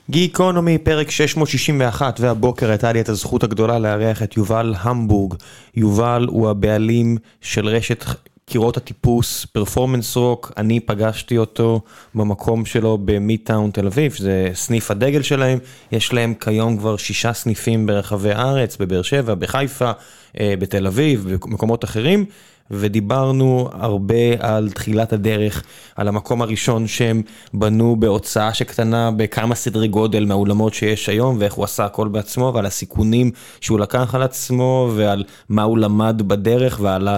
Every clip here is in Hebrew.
גיקונומי, פרק 661, והבוקר הייתה לי את הזכות הגדולה לארח את יובל המבורג. יובל הוא הבעלים של רשת קירות הטיפוס, פרפורמנס רוק. אני פגשתי אותו במקום שלו במידטאון תל אביב, זה סניף הדגל שלהם. יש להם כיום כבר 6 סניפים ברחבי הארץ, בבאר שבע, בחיפה, בתל אביב, במקומות אחרים. ודיברנו הרבה על תחילת הדרך, על המקום הראשון שהם בנו בהוצאה שקטנה בכמה סדרי גודל מהאולמות שיש היום, ואיך הוא עשה הכל בעצמו, ועל הסיכונים שהוא לקח על עצמו, ועל מה הוא למד בדרך, ועל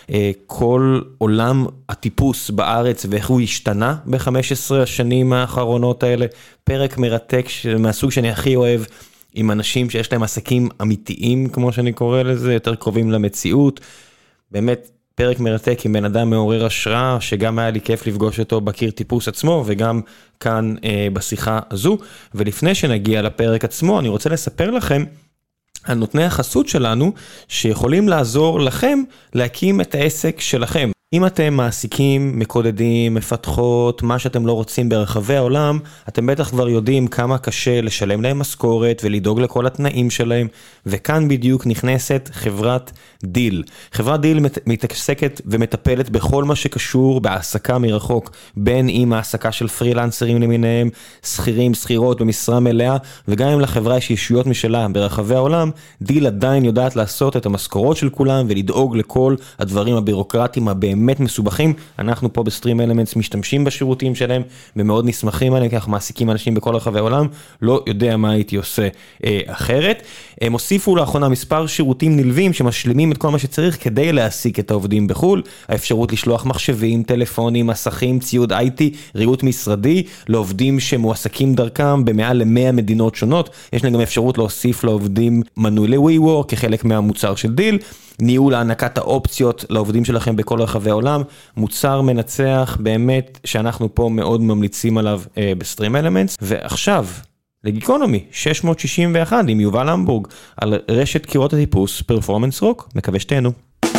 כל עולם הטיפוס בארץ, ואיך הוא השתנה ב-15 השנים האחרונות האלה. פרק מרתק מהסוג שאני הכי אוהב, עם אנשים שיש להם עסקים אמיתיים, כמו שאני קורא לזה, יותר קרובים למציאות. באמת, פרק מרתק עם בן אדם מעורר השראה, שגם היה לי כיף לפגוש אותו בקיר טיפוס עצמו, וגם כאן בשיחה הזו. ולפני שנגיע לפרק עצמו, אני רוצה לספר לכם על נותני החסות שלנו, שיכולים לעזור לכם להקים את העסק שלכם. אם אתם מעסיקים, מקודדים, מפתחות, מה שאתם לא רוצים ברחבי העולם, אתם בטח כבר יודעים כמה קשה לשלם להם משכורת ולדאוג לכל התנאים שלהם, וכאן בדיוק נכנסת חברת דיל. חברת דיל מתעסקת ומטפלת בכל מה שקשור בהעסקה מרחוק, בין אם העסקה של פרילנסרים למיניהם, שכירים, שכירות במשרה מלאה, וגם אם לחברה יש ישויות משלה ברחבי העולם, דיל עדיין יודעת לעשות את המשכורות של כולם ולדאוג לכל הדברים הבירוקרטיים הבאמת מסובכים. אנחנו פה בסטרים אלמנטס משתמשים בשירותים שלהם ומאוד נשמחים עליהם, כי אנחנו מעסיקים אנשים בכל רחבי העולם, לא יודע מה הייתי עושה אחרת. הם הוסיפו לאחרונה מספר שירותים נלווים שמשלימים את כל מה שצריך כדי להעסיק את העובדים בחול. האפשרות לשלוח מחשבים, טלפונים, מסכים, ציוד IT, ריהוט משרדי, לעובדים שמועסקים דרכם במעל ל100 מדינות שונות. יש להם גם אפשרות להוסיף לעובדים מנוי ל-WeWork כחלק מהמוצר של דיל. ניהול הענקת האופציות לעובדים שלכם בכל רחבי העולם, מוצר מנצח באמת שאנחנו פה מאוד ממליצים עליו בסטרים אלמנטס. ועכשיו לגיקונומי 661 עם יובל המבורג על רשת קירות הטיפוס פרפורמנס רוק. מקווה שתהנו.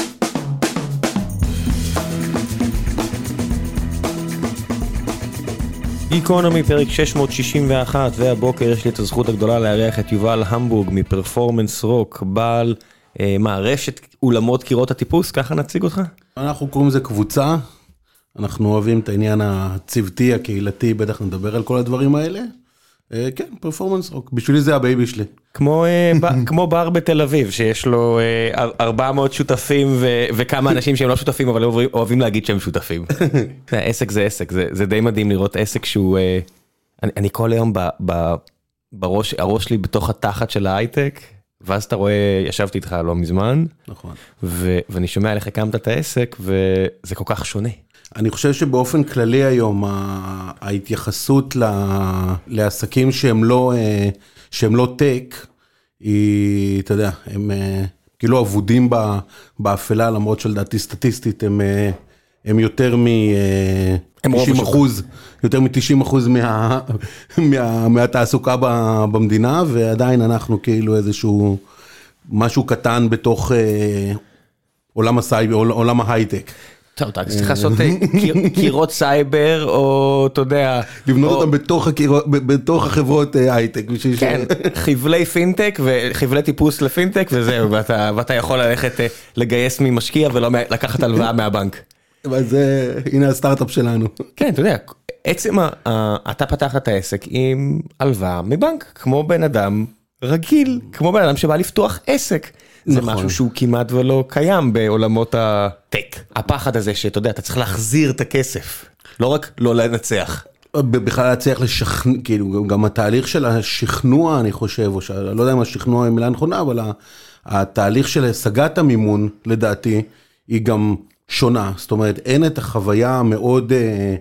גיקונומי פרק 661, והבוקר יש לי את הזכות הגדולה לארח את יובל המבורג מפרפורמנס רוק, בעל רשת אולמות קירות הטיפוס, ככה נציג אותך? אנחנו קוראים לזה קבוצה, אנחנו אוהבים את העניין הצוותי, הקהילתי, בטח נדבר על כל הדברים האלה. כן, פרפורמנס רוק, בשבילי זה הבייבי שלי. כמו בר בתל אביב, שיש לו 400 שותפים וכמה אנשים שהם לא שותפים, אבל אוהבים להגיד שהם שותפים. עסק זה עסק, זה די מדהים לראות עסק שהוא, אני כל היום בראש, הראש שלי בתוך התחת של ההייטק, ואז אתה רואה, ישבתי איתך לא מזמן, נכון. ואני שומע איך הקמת את העסק, וזה כל כך שונה. אני חושב שבאופן כללי היום, ההתייחסות לעסקים שהם לא טק, היא, אתה יודע, הם כאילו עבודים באפלה, למרות שלדעתי סטטיסטית, הם יותר מ-90%, יותר מ-90% מהתעסוקה במדינה, ועדיין אנחנו כאילו איזשהו משהו קטן בתוך עולם ההייטק. טוב, אתה צריך לעשות קירות סייבר, או אתה יודע... לבנות אותם בתוך החברות הייטק. כן, חבלי פינטק וחבלי טיפוס לפינטק, וזהו, ואתה יכול ללכת לגייס ממשקיע ולא לקחת הלוואה מהבנק. אז הנה הסטארט-אפ שלנו. כן, אתה יודע, עצם אתה פתחת את העסק עם הלוואה מבנק, כמו בן אדם רגיל, כמו בן אדם שבא לפתוח עסק. זה משהו שהוא כמעט ולא קיים בעולמות הטק. הפחד הזה שאתה יודע, אתה צריך להחזיר את הכסף, לא רק לא לנצח. בכלל להצליח לשכנע, כאילו גם התהליך של השכנוע, אני חושב, או לא יודע אם השכנוע היא מילה נכונה, אבל התהליך של השגת המימון, לדעתי, היא גם שונה. זאת אומרת, אין את החוויה המאוד,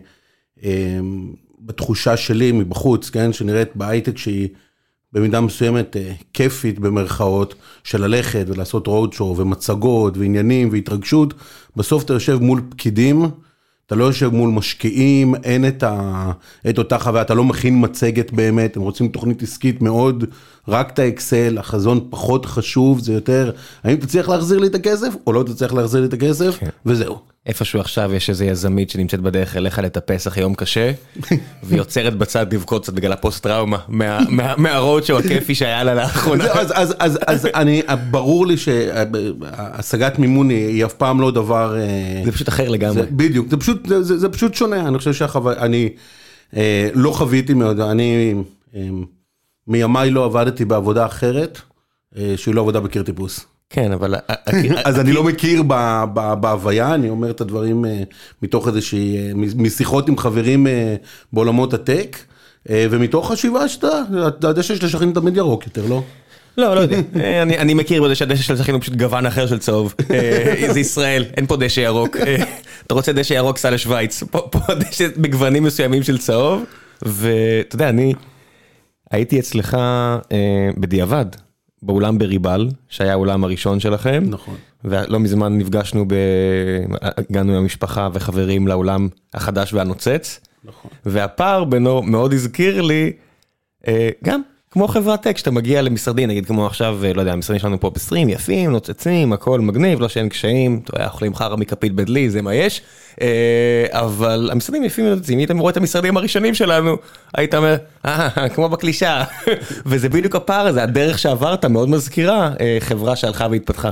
בתחושה שלי מבחוץ, כן, שנראית בהייטק שהיא במידה מסוימת כיפית במרכאות, של ללכת ולעשות רוד שואו ומצגות ועניינים והתרגשות. בסוף אתה יושב מול פקידים, אתה לא יושב מול משקיעים, אין את אותה חוויה, אתה לא מכין מצגת באמת, הם רוצים תוכנית עסקית מאוד, רק את האקסל, החזון פחות חשוב, זה יותר, האם תצליח להחזיר לי את הכסף, או לא תצליח להחזיר לי את הכסף, וזהו. איפשהו עכשיו יש איזו יזמית שנמצאת בדרך אליך לטפס אחרי יום קשה, ויוצרת בצד לבכות קצת בגלל הפוסט-טראומה, מהרוד שהוא הכיפי שהיה לה לאחרונה. אז ברור לי שהשגת מימון היא אף פעם לא דבר... זה פשוט אחר לגמרי. בדיוק, זה פשוט שונה, אני חושב אני לא חוויתי מאוד, אני מימיי לא עבדתי בעבודה אחרת, שהיא לא עבודה בקיר טיפוס. כן, אבל... אז אני לא מכיר בהוויה, אני אומר את הדברים מתוך איזושהי, משיחות עם חברים בעולמות הטק, ומתוך חשיבה שאתה, הדשא של השכין תמיד ירוק יותר, לא? לא יודע. אני מכיר בזה שהדשא של השכין הוא פשוט גוון אחר של צהוב. זה ישראל, אין פה דשא ירוק. אתה רוצה דשא ירוק, סע לשוויץ. פה דשא בגוונים מסוימים של צהוב, ואתה יודע, אני הייתי אצלך בדיעבד. באולם בריבל, שהיה האולם הראשון שלכם. נכון. ולא מזמן נפגשנו, הגענו עם המשפחה וחברים לאולם החדש והנוצץ. נכון. והפער בינו מאוד הזכיר לי, גם כמו חברת טק, שאתה מגיע למשרדים, נגיד כמו עכשיו, לא יודע, המשרדים שלנו פה בסטרים, יפים, נוצצים, הכל מגניב, לא שאין קשיים, אתה יודע, אוכלים חרא מכפית בדלי, זה מה יש, אבל המשרדים יפים ונוצצים, אם אתה רואה את המשרדים הראשונים שלנו, היית אומר, כמו בקלישה, וזה בדיוק הפער הזה, הדרך שעברת מאוד מזכירה, חברה שהלכה והתפתחה.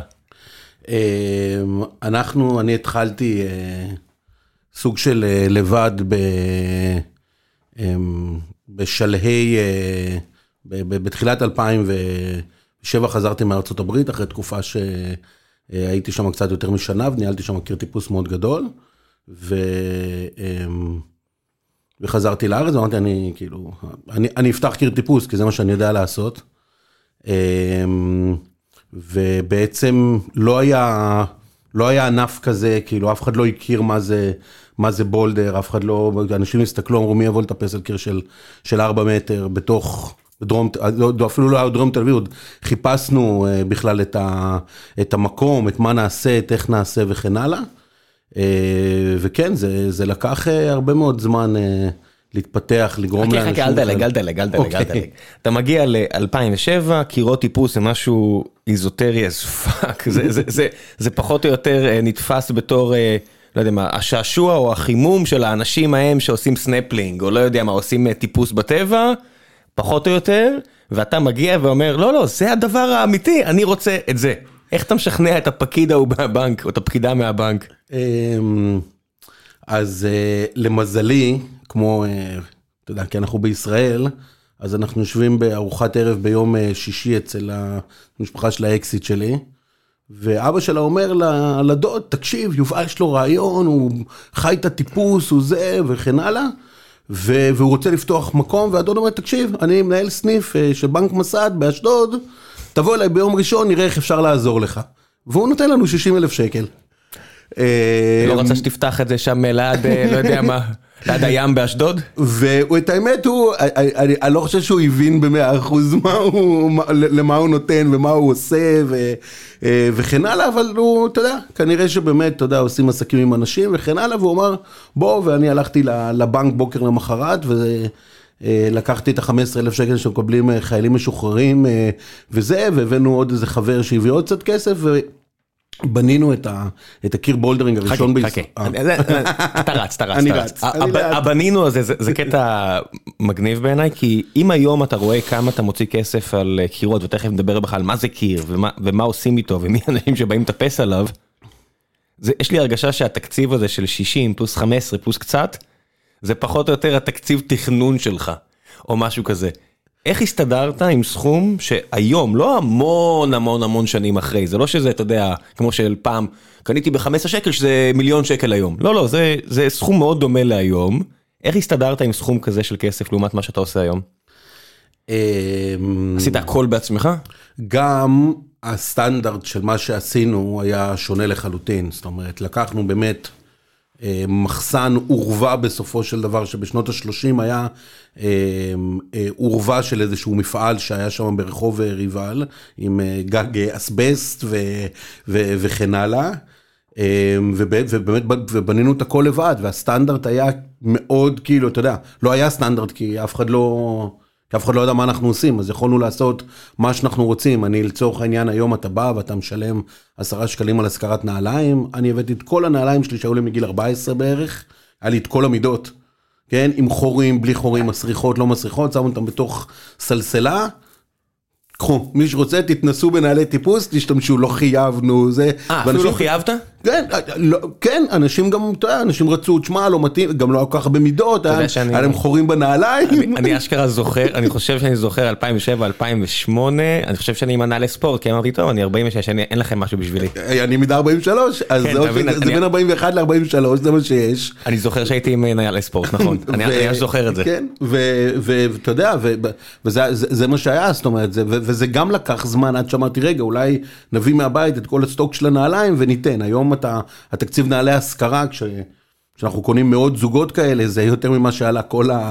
אני התחלתי סוג של לבד בשלהי, בתחילת 2007 חזרתי מארצות הברית, אחרי תקופה שהייתי שם קצת יותר משנה, וניהלתי שם קיר טיפוס מאוד גדול, וחזרתי לארץ, ואמרתי, אני אפתח קיר טיפוס, כי זה מה שאני יודע לעשות, ובעצם לא היה ענף כזה, כאילו אף אחד לא הכיר מה זה בולדר, אף אחד לא, אנשים הסתכלו, אמרו מי יבוא לטפס על קיר של 4 מטר, בתוך, אפילו לא היה דרום תל אביב, חיפשנו בכלל את המקום, את מה נעשה, את איך נעשה וכן הלאה, וכן, זה לקח הרבה מאוד זמן להתפתח, לגרום לאנשים. חכה, אל דלג. אתה מגיע ל-2007, קירות טיפוס זה משהו איזוטרי as fuck, זה פחות או יותר נתפס בתור, לא יודע מה, השעשוע או החימום של האנשים ההם שעושים סנפלינג, או לא יודע מה, עושים טיפוס בטבע, פחות או יותר, ואתה מגיע ואומר, לא, זה הדבר האמיתי, אני רוצה את זה. איך אתה משכנע את הפקיד ההוא מהבנק, או את הפקידה מהבנק? אז למזלי, כמו, אתה יודע, כי אנחנו בישראל, אז אנחנו יושבים בארוחת ערב ביום שישי אצל המשפחה של האקסיט שלי, ואבא שלה אומר לדוד, תקשיב, יובל יש לו רעיון, הוא חי את הטיפוס, הוא זה, וכן הלאה, והוא רוצה לפתוח מקום, והדוד אומר, תקשיב, אני מנהל סניף של בנק מסד באשדוד, תבוא אליי ביום ראשון, נראה איך אפשר לעזור לך. והוא נותן לנו 60,000 שקל. לא רוצה שתפתח את זה שם ליד, לא יודע מה, ליד הים באשדוד? ואת האמת הוא, אני לא חושב שהוא הבין ב100% למה הוא נותן ומה הוא עושה וכן הלאה, אבל הוא, אתה יודע, כנראה שבאמת, אתה יודע, עושים עסקים עם אנשים וכן הלאה, והוא אמר, בוא, ואני הלכתי לבנק בוקר למחרת, ולקחתי את ה-15,000 שקל שמקבלים חיילים משוחררים וזה, והבאנו עוד איזה חבר שהביא עוד קצת כסף, בנינו את הקיר בולדרינג הראשון בישראל. אתה רץ. הבנינו הזה, זה קטע מגניב בעיניי, כי אם היום אתה רואה כמה אתה מוציא כסף על קירות, ותכף נדבר בכלל מה זה קיר, ומה עושים איתו, ומי האנשים שבאים לטפס עליו, יש לי הרגשה שהתקציב הזה של 60 פלוס 15 פלוס קצת, זה פחות או יותר התקציב תכנון שלך, או משהו כזה. איך הסתדרת עם סכום שהיום, לא המון שנים אחרי, זה לא שזה, אתה יודע, כמו של פעם, קניתי ב-15 שקל שזה 1,000,000 שקל היום. לא, זה סכום מאוד דומה להיום. איך הסתדרת עם סכום כזה של כסף לעומת מה שאתה עושה היום? עשית הכל בעצמך? גם הסטנדרט של מה שעשינו היה שונה לחלוטין. זאת אומרת, לקחנו באמת מחסן עורבה בסופו של דבר, שבשנות ה-30 היה עורבה של איזשהו מפעל שהיה שם ברחוב ריבל, עם גג אסבסט וכן הלאה, ובאמת ובנינו את הכל לבד, והסטנדרט היה מאוד, כאילו, אתה יודע, לא היה סטנדרט, כי אף אחד לא כי אף אחד לא יודע מה אנחנו עושים, אז יכולנו לעשות מה שאנחנו רוצים. אני לצורך העניין, היום אתה בא ואתה משלם 10 שקלים על השכרת נעליים, אני הבאתי את כל הנעליים שלי שהיו לי מגיל 14 בערך, היה לי את כל המידות, כן? עם חורים, בלי חורים, מסריחות, לא מסריחות, שמו אותם בתוך סלסלה, קחו, מי שרוצה, תתנסו בנעלי טיפוס, תשתמשו, לא חייבנו, זה... אפילו לא חייבת? כן, כן, אנשים גם, אתה יודע, אנשים רצו, תשמע, לא מתאים, גם לא כל כך במידות, היה להם חורים בנעליים. אני אשכרה זוכר, אני חושב שאני זוכר 2007, 2008, אני חושב שאני עם הנעלי ספורט, כי אמרתי, טוב, אני 46, אין לכם משהו בשבילי. אני מידה 43, אז זה בין 41 ל-43, זה מה שיש. אני זוכר שהייתי עם נעלי ספורט, נכון, אני זוכר את זה. כן, ואתה יודע, וזה מה שהיה, זאת אומרת, וזה גם לקח זמן, עד שאמרתי, רגע, אולי נביא מהבית את כל הסטוק של הנעליים וניתן. היום התקציב נעלי השכרה, כשאנחנו קונים מאות זוגות כאלה, זה יותר ממה שעלה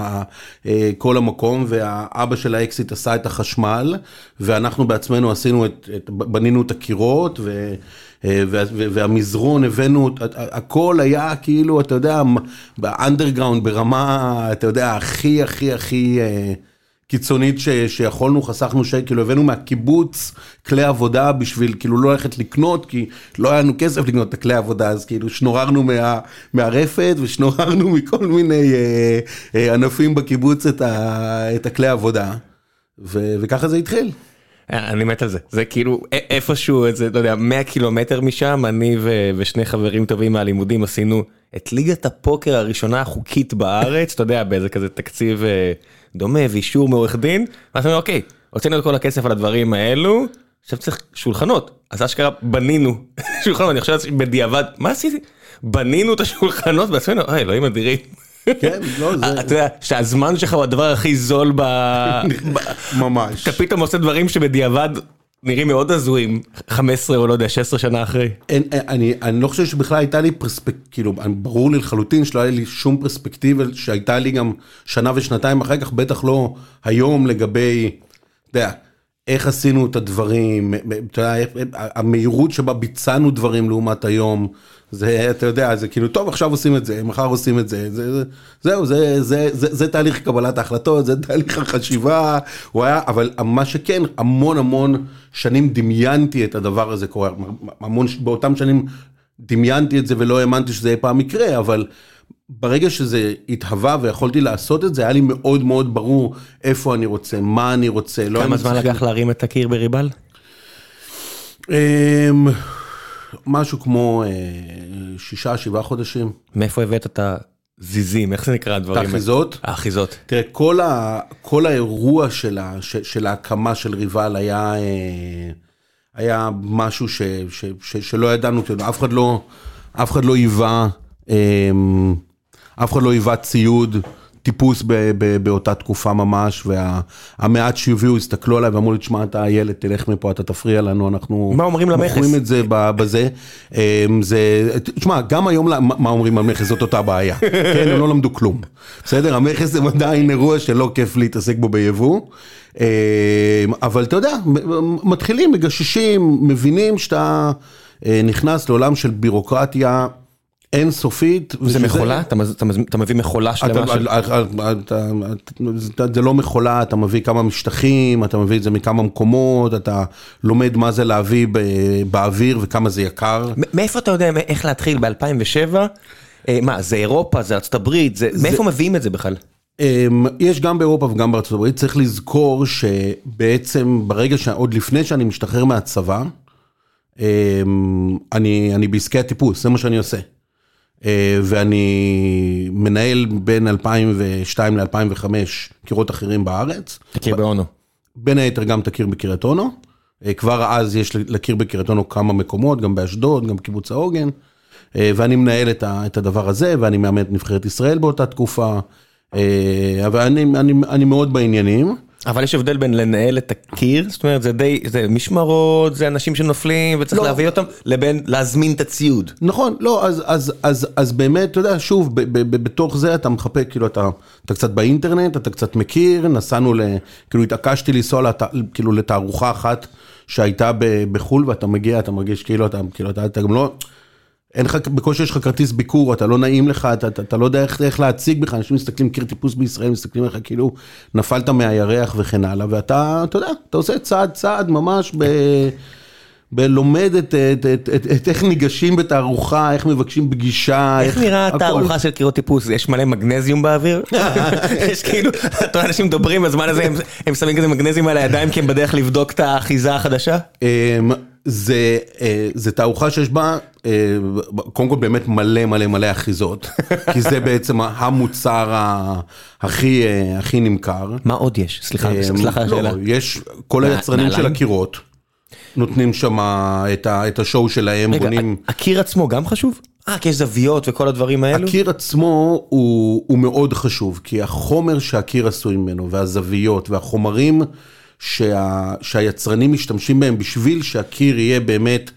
כל המקום, והאבא של האקסיט עשה את החשמל, ואנחנו בעצמנו בנינו את הקירות, והמזרון הבאנו, הכל היה כאילו, אתה יודע, באנדרגראונד, ברמה, אתה יודע, הכי, הכי, הכי... קיצונית שיכולנו, חסכנו כאילו הבאנו מהקיבוץ כלי עבודה בשביל כאילו לא ללכת לקנות, כי לא היה לנו כסף לקנות את הכלי עבודה, אז כאילו שנוררנו מהרפת ושנוררנו מכל מיני ענפים בקיבוץ את הכלי עבודה, וככה זה התחיל. אני מת על זה, זה כאילו איפשהו, לא יודע, 100 קילומטר משם, אני ושני חברים טובים מהלימודים עשינו את ליגת הפוקר הראשונה החוקית בארץ, אתה יודע, באיזה כזה תקציב דומה ואישור מעורך דין, ואז אמרנו, אוקיי, הוצאנו את כל הכסף על הדברים האלו, עכשיו צריך שולחנות, אז אשכרה בנינו שולחנות, אני חושב בדיעבד, מה עשיתי? בנינו את השולחנות בעצמנו, אלוהים אדירים. כן, לא, זה... אתה יודע, שהזמן שלך הוא הדבר הכי זול ממש. אתה פתאום עושה דברים שבדיעבד נראים מאוד הזויים, 15 או לא יודע, 16 שנה אחרי. אני לא חושב שבכלל הייתה לי כאילו, ברור לי לחלוטין שלא היה לי שום פרספקטיבה, שהייתה לי גם שנה ושנתיים אחר כך, בטח לא היום לגבי, אתה יודע, איך עשינו את הדברים, אתה יודע, המהירות שבה ביצענו דברים לעומת היום, זה, אתה יודע, זה כאילו, טוב, עכשיו עושים את זה, מחר עושים את זה, זהו, זה תהליך קבלת ההחלטות, זה תהליך החשיבה, הוא היה, אבל מה שכן, המון שנים דמיינתי את הדבר הזה קורה, באותם שנים דמיינתי את זה ולא האמנתי שזה יהיה פעם יקרה, אבל ברגע שזה התהווה ויכולתי לעשות את זה, היה לי מאוד מאוד ברור איפה אני רוצה, מה אני רוצה. כמה זמן לקח להרים את הקיר בריבל? משהו כמו 6-7 חודשים. מאיפה הבאת את הזיזים? איך זה נקרא הדברים? את האחיזות? האחיזות. תראה, כל האירוע של ההקמה של ריבל היה משהו שלא ידענו, אף אחד לא היווה, אף אחד לא היווה ציוד, טיפוס באותה תקופה ממש, והמעט שהביאו הסתכלו עליי ואמרו לי, תשמע, אתה הילד, תלך מפה, אתה תפריע לנו, אנחנו... מה אומרים למכס? מוכרים את זה בזה. תשמע, גם היום מה אומרים למכס, זאת אותה בעיה. כן, הם לא למדו כלום. בסדר? המכס זה עדיין אירוע שלא כיף להתעסק בו ביבוא. אבל אתה יודע, מתחילים, מגששים, מבינים שאתה נכנס לעולם של בירוקרטיה, אינסופית. זה מכולה? אתה מביא מכולה שלמה של... זה לא מכולה, אתה מביא כמה משטחים, אתה מביא את זה מכמה מקומות, אתה לומד מה זה להביא באוויר וכמה זה יקר. מאיפה אתה יודע איך להתחיל? ב-2007? מה, זה אירופה, זה ארצות הברית, מאיפה מביאים את זה בכלל? יש גם באירופה וגם בארצות הברית, צריך לזכור שבעצם ברגע שעוד לפני שאני משתחרר מהצבא, אני בעסקי הטיפוס, זה מה שאני עושה. ואני מנהל בין 2002 ל-2005 קירות אחרים בארץ. תכיר באונו. בין היתר גם תכיר בקריית אונו. כבר אז יש להכיר בקריית אונו כמה מקומות, גם באשדוד, גם קיבוץ העוגן. ואני מנהל את הדבר הזה, ואני מאמן את נבחרת ישראל באותה תקופה. אבל אני מאוד בעניינים. אבל יש הבדל בין לנהל את הקיר, זאת אומרת, זה משמרות, זה אנשים שנופלים וצריך להביא אותם, לבין להזמין את הציוד. נכון, לא, אז באמת, אתה יודע, שוב, בתוך זה אתה מחפה, כאילו, אתה קצת באינטרנט, אתה קצת מכיר, נסענו כאילו, התעקשתי לנסוע, כאילו, לתערוכה אחת שהייתה בחול, ואתה מגיע, אתה מרגיש כאילו, אתה גם לא, אין לך, בקושי יש לך כרטיס ביקור, אתה לא נעים לך, אתה לא יודע איך להציג בך, אנשים מסתכלים קיר טיפוס בישראל, מסתכלים לך כאילו נפלת מהירח וכן הלאה, ואתה, אתה יודע, אתה עושה צעד ממש בלומד את איך ניגשים בתערוכה, איך מבקשים פגישה. איך נראה התערוכה של קירות טיפוס? יש מלא מגנזיום באוויר? יש כאילו, אתה רואה אנשים מדברים בזמן הזה, הם שמים כזה מגנזיום על הידיים, כי הם בדרך לבדוק את האחיזה החדשה? זה תערוכה שיש בה, קודם כל באמת מלא אחיזות, כי זה בעצם המוצר הכי נמכר. מה עוד יש? סליחה השאלה. יש כל היצרנים של הקירות. נותנים שם את השואו שלהם, בונים... רגע, הקיר עצמו גם חשוב? כי יש זוויות וכל הדברים האלו? הקיר עצמו הוא מאוד חשוב, כי החומר שהקיר עשוי ממנו, והזוויות והחומרים שהיצרנים משתמשים בהם, בשביל שהקיר יהיה באמת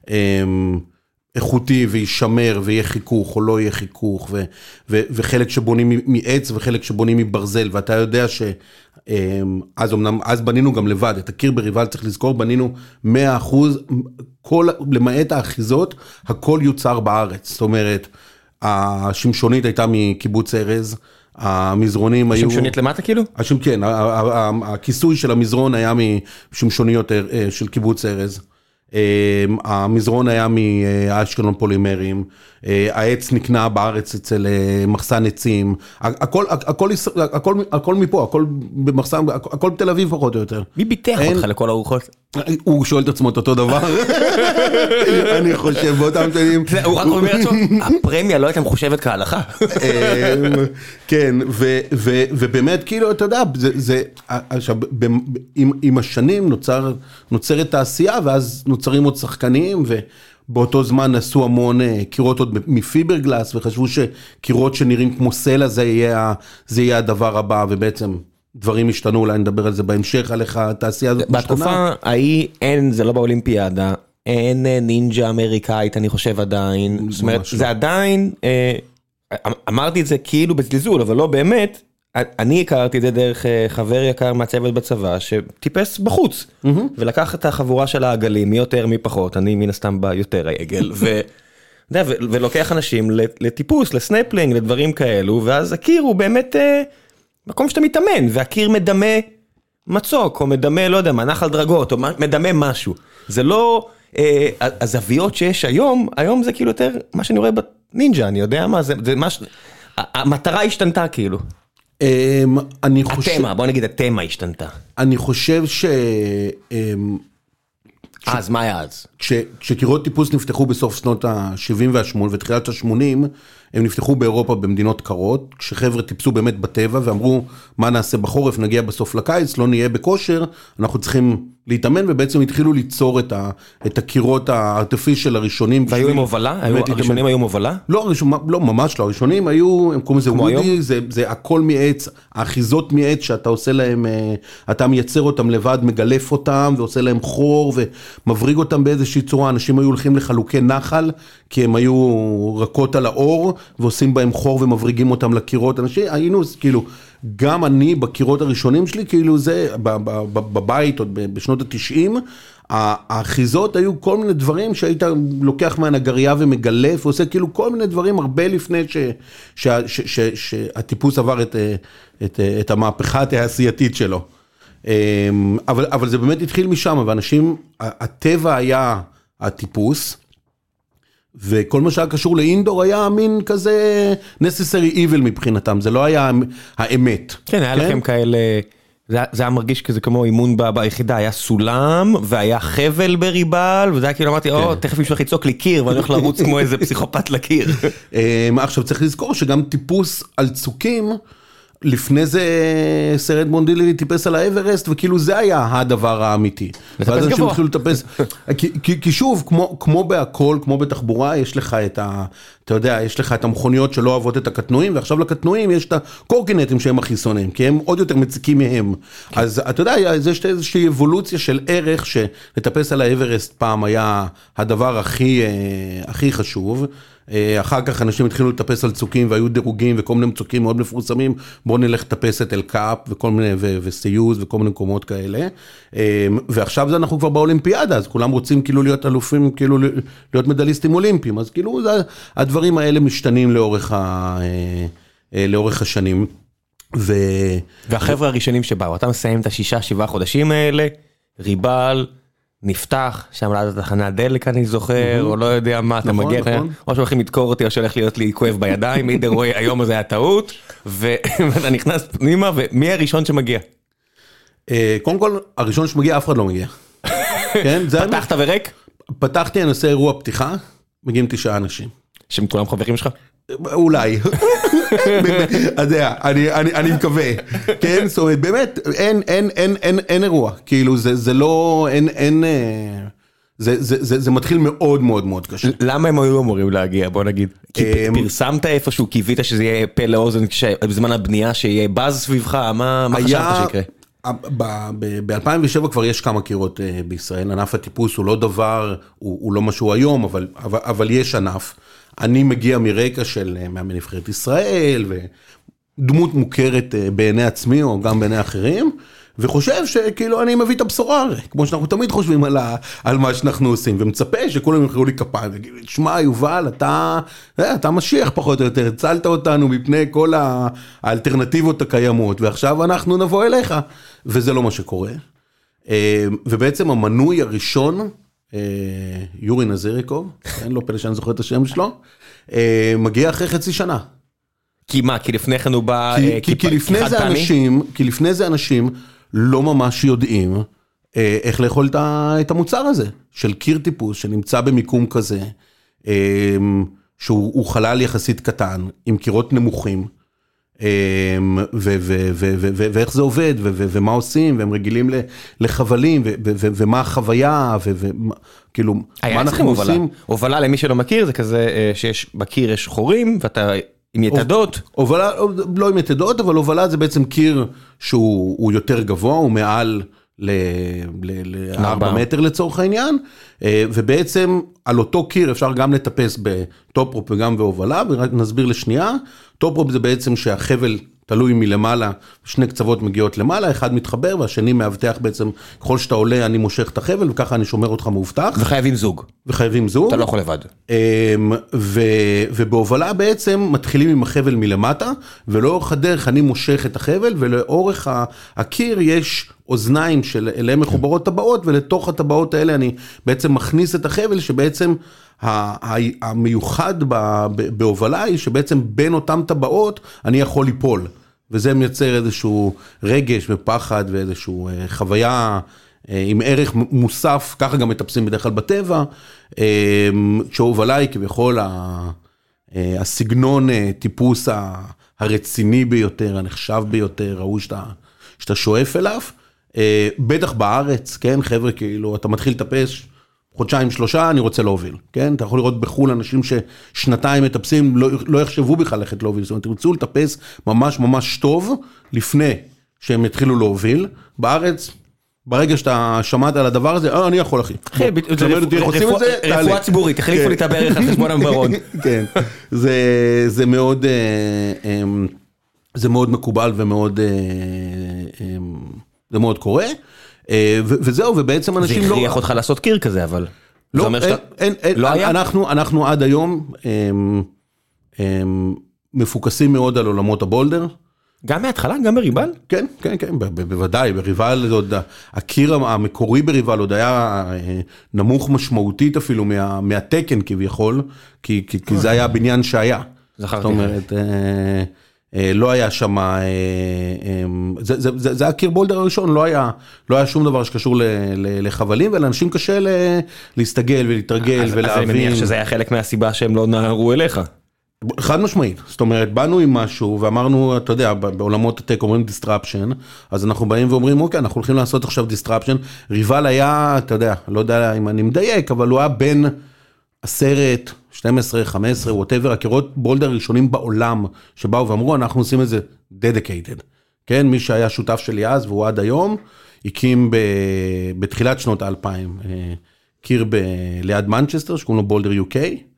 איכותי וישמר, ויהיה חיכוך או לא יהיה חיכוך, וחלק שבונים מעץ וחלק שבונים מברזל, ואתה יודע אז בנינו גם לבד, את הקיר בריבל צריך לזכור, בנינו 100%, למעט האחיזות, הכל יוצר בארץ, זאת אומרת, השמשונית הייתה מקיבוץ ארז, המזרונים היו... השמשונית למטה כאילו? כן, הכיסוי של המזרון היה משמשוניות של קיבוץ ארז. המזרון היה מאשקלון פולימרים, העץ נקנה בארץ אצל מחסן עצים, הכל מפה, הכל במחסן, הכל בתל אביב פחות או יותר. מי ביטח אותך לכל הרוחות? הוא שואל את עצמו את אותו דבר, אני חושב באותם שנים. הוא רק אומר לעצמו, הפרמיה לא הייתה מחושבת כהלכה. כן, ובאמת כאילו אתה יודע, עם השנים נוצרת תעשייה, ואז נוצרים עוד שחקנים, ובאותו זמן עשו המון קירות עוד מפיברגלס, וחשבו שקירות שנראים כמו סלע זה יהיה הדבר הבא, ובעצם דברים השתנו, אולי נדבר על זה בהמשך, על איך התעשייה הזאת משתנה. בתקופה ההיא אין, זה לא באולימפיאדה, אין נינג'ה אמריקאית, אני חושב עדיין, זאת אומרת, זה עדיין, אמרתי את זה כאילו בזלזול, אבל לא באמת, אני הכרתי את זה דרך חבר יקר מהצוות בצבא, שטיפס בחוץ, ולקח את החבורה של העגלים, מי יותר מי פחות, אני מן הסתם בא יותר העגל, ולוקח אנשים לטיפוס, לסנפלינג, לדברים כאלו, ואז הקיר הוא באמת מקום שאתה מתאמן, והקיר מדמה מצוק, או מדמה, לא יודע מה, נחל דרגות, או מדמה משהו. זה לא, הזוויות שיש היום זה כאילו יותר מה שאני רואה בנינג'ה, אני יודע מה, זה מה, המטרה השתנתה כאילו. התמה, בוא נגיד התמה השתנתה. אני חושב אז מה היה אז? כשקירות טיפוס נפתחו בסוף שנות ה-70 וה-80 ותחילת ה-80, הם נפתחו באירופה במדינות קרות, כשחבר'ה טיפסו באמת בטבע ואמרו, מה נעשה בחורף, נגיע בסוף לקיץ, לא נהיה בכושר, אנחנו צריכים להתאמן, ובעצם התחילו ליצור את הקירות הארטיפישל הראשונים. והיו עם הובלה? הראשונים היו עם הובלה? לא, ממש לא, הראשונים היו, הם קוראים לזה וודי, זה הכל מעץ, האחיזות מעץ שאתה עושה להם, אתה מייצר אותם לבד, מגלף אותם, ועושה להם חור, ומבריג אותם באיזושהי צורה, אנשים היו הולכים לחלוקי נחל, כי הם היו רכות על האור, ועושים בהם חור ומבריגים אותם לקירות, אנשים, היינו, כאילו, גם אני בקירות הראשונים שלי, כאילו זה, בבית, עוד בשנות ה-90, האחיזות היו כל מיני דברים שהיית לוקח מהנגריה ומגלף, ועושה כאילו כל מיני דברים הרבה לפני שהטיפוס עבר את המהפכה התעשייתית שלו. אבל זה באמת התחיל משם, ואנשים, הטבע היה הטיפוס, וכל מה שהיה קשור לאינדור היה מין כזה necessary evil מבחינתם, זה לא היה האמת. כן, היה לכם כאלה, זה היה מרגיש כזה כמו אימון ביחידה, היה סולם והיה חבל בריבל, וזה היה כאילו אמרתי, תכף מישהו יצוק לי קיר, ואני הולך לרוץ כמו איזה פסיכופת לקיר. עכשיו צריך לזכור שגם טיפוס על צוקים, לפני זה סרט מונדילי טיפס על האברסט, וכאילו זה היה הדבר האמיתי. ואז אנשים התחילו לטפס, כי שוב, כמו בהכל, כמו בתחבורה, יש לך אתה יודע, יש לך את המכוניות שלא אוהבות את הקטנועים, ועכשיו לקטנועים יש את הקורקינטים שהם הכי שונאים, כי הם עוד יותר מציקים מהם. אז אתה יודע, יש איזושהי אבולוציה של ערך, שלטפס על האברסט פעם היה הדבר הכי חשוב, אחר כך אנשים התחילו לטפס על צוקים, והיו דירוגים וכל מיני מצוקים מאוד מפורסמים, בואו נלך לטפס את אל-קאפ וכל מיני, וסיוז וכל מיני מקומות כאלה, ועכשיו אנחנו כבר באולימפיאדה, אז כולם רוצים כאילו להיות אלופים, כאילו להיות מדליסטים אולימפיים, אז כאילו הדברים האלה משתנים לאורך השנים. והחבר'ה הראשונים שבאו, אתה מסיים את 6-7 חודשים האלה, ריבל, נפתח, שם ליד התחנת דלק אני זוכר, או לא יודע מה, אתה מגיע, או שהולכים לדקור אותי, או שהולך להיות לי כואב בידיים, אידר רואי, היום הזה היה טעות, ואתה נכנס פנימה, ומי הראשון שמגיע? קודם כל, הראשון שמגיע, אף אחד לא מגיע. פתחת וריק? פתחתי, אני עושה אירוע פתיחה, מגיעים 9 אנשים. שהם כולם חברים שלך? אולי. אני מקווה. כן, זאת אומרת, באמת, אין אירוע. כאילו, זה לא, זה מתחיל מאוד מאוד מאוד קשה. למה הם היו אמורים להגיע, בוא נגיד? כי פרסמת איפשהו, קיווית שזה יהיה פה לאוזן בזמן הבנייה, שיהיה בז סביבך, מה חשבת שיקרה? ב-2007 כבר יש כמה קירות בישראל, ענף הטיפוס הוא לא דבר, הוא לא משהו היום, אבל יש ענף. אני מגיע מרקע של מאמן נבחרת ישראל, ודמות מוכרת בעיני עצמי, או גם בעיני אחרים, וחושב שכאילו אני מביא את הבשורה, כמו שאנחנו תמיד חושבים על מה שאנחנו עושים, ומצפה שכולם ימחאו לי כפיים, ויגידו, שמע יובל, אתה משיח פחות או יותר, הצלת אותנו מפני כל האלטרנטיבות הקיימות, ועכשיו אנחנו נבוא אליך, וזה לא מה שקורה. ובעצם המנוי הראשון, יורי נזריקוב, לא פלא שאני זוכר את השם שלו, מגיע אחרי חצי שנה. כי מה? כי לפני כן הוא בא כי לפני זה אנשים לא ממש יודעים איך לאכול את המוצר הזה, של קיר טיפוס שנמצא במיקום כזה, שהוא חלל יחסית קטן, עם קירות נמוכים, ואיך זה עובד, ומה עושים, והם רגילים לחבלים, ומה החוויה, וכאילו, מה אנחנו עושים. הובלה למי שלא מכיר, זה כזה שיש בקיר יש חורים, ואתה עם יתדות. לא עם יתדות, אבל הובלה זה בעצם קיר שהוא יותר גבוה, הוא מעל ל4 מטר לצורך העניין, ובעצם על אותו קיר אפשר גם לטפס בטופרופ וגם בהובלה, ורק נסביר לשנייה, טופרופ זה בעצם שהחבל תלוי מלמעלה, שני קצוות מגיעות למעלה, אחד מתחבר והשני מאבטח בעצם, ככל שאתה עולה אני מושך את החבל וככה אני שומר אותך מאובטח. וחייבים זוג. אתה לא יכול לבד. ובהובלה בעצם מתחילים עם החבל מלמטה, ולאורך הדרך אני מושך את החבל, ולאורך הקיר יש אוזניים שאליהם מחוברות טבעות, ולתוך הטבעות האלה אני בעצם מכניס את החבל, שבעצם המיוחד בהובלה היא שבעצם בין אותם טבעות אני יכול ליפול, וזה מייצר איזשהו רגש ופחד ואיזשהו חוויה עם ערך מוסף, ככה גם מטפסים בדרך כלל בטבע, שהובלה היא כביכול הסגנון טיפוס הרציני ביותר, הנחשב ביותר, ראו שאתה שואף אליו, בטח בארץ, כן, חבר'ה, כאילו, אתה מתחיל לטפס, 1-3 חודשים, אני רוצה להוביל, כן? אתה יכול לראות בחול אנשים ששנתיים מטפסים, לא יחשבו בכלל ללכת להוביל, זאת אומרת, תרצו לטפס ממש ממש טוב, לפני שהם יתחילו להוביל, בארץ, ברגע שאתה שמעת על הדבר הזה, אני יכול, אחי. רפואה ציבורית, תחליפו לי את הברך על חשבון המברון. כן, זה מאוד מקובל ומאוד, זה מאוד קורה, וזהו, ובעצם אנשים לא... זה הכריח אותך לעשות קיר כזה, אבל... לא, אנחנו עד היום מפוקסים מאוד על עולמות הבולדר. גם מההתחלה, גם בריבל? כן, כן, כן, בוודאי, בריבל, הקיר המקורי בריבל עוד היה נמוך משמעותית אפילו מהתקן כביכול, כי זה היה הבניין שהיה. זאת אומרת... לא היה שם, זה היה קיר בולדר הראשון, לא היה שום דבר שקשור לחבלים, ולאנשים קשה להסתגל ולהתרגל ולהבין. אז אני מניח שזה היה חלק מהסיבה שהם לא נערו אליך. חד משמעית, זאת אומרת, באנו עם משהו ואמרנו, אתה יודע, בעולמות הטק אומרים disruption, אז אנחנו באים ואומרים, אוקיי, אנחנו הולכים לעשות עכשיו disruption, ריבל היה, אתה יודע, לא יודע אם אני מדייק, אבל הוא היה בין 10, 12, 15, whatever, הקירות בולדר ראשונים בעולם, שבאו ואמרו, אנחנו עושים את זה dedicated, כן, מי שהיה שותף שלי אז, והוא עד היום, הקים בתחילת שנות ה-2000, קיר ליד מנצ'סטר, שקוראים לו בולדר UK,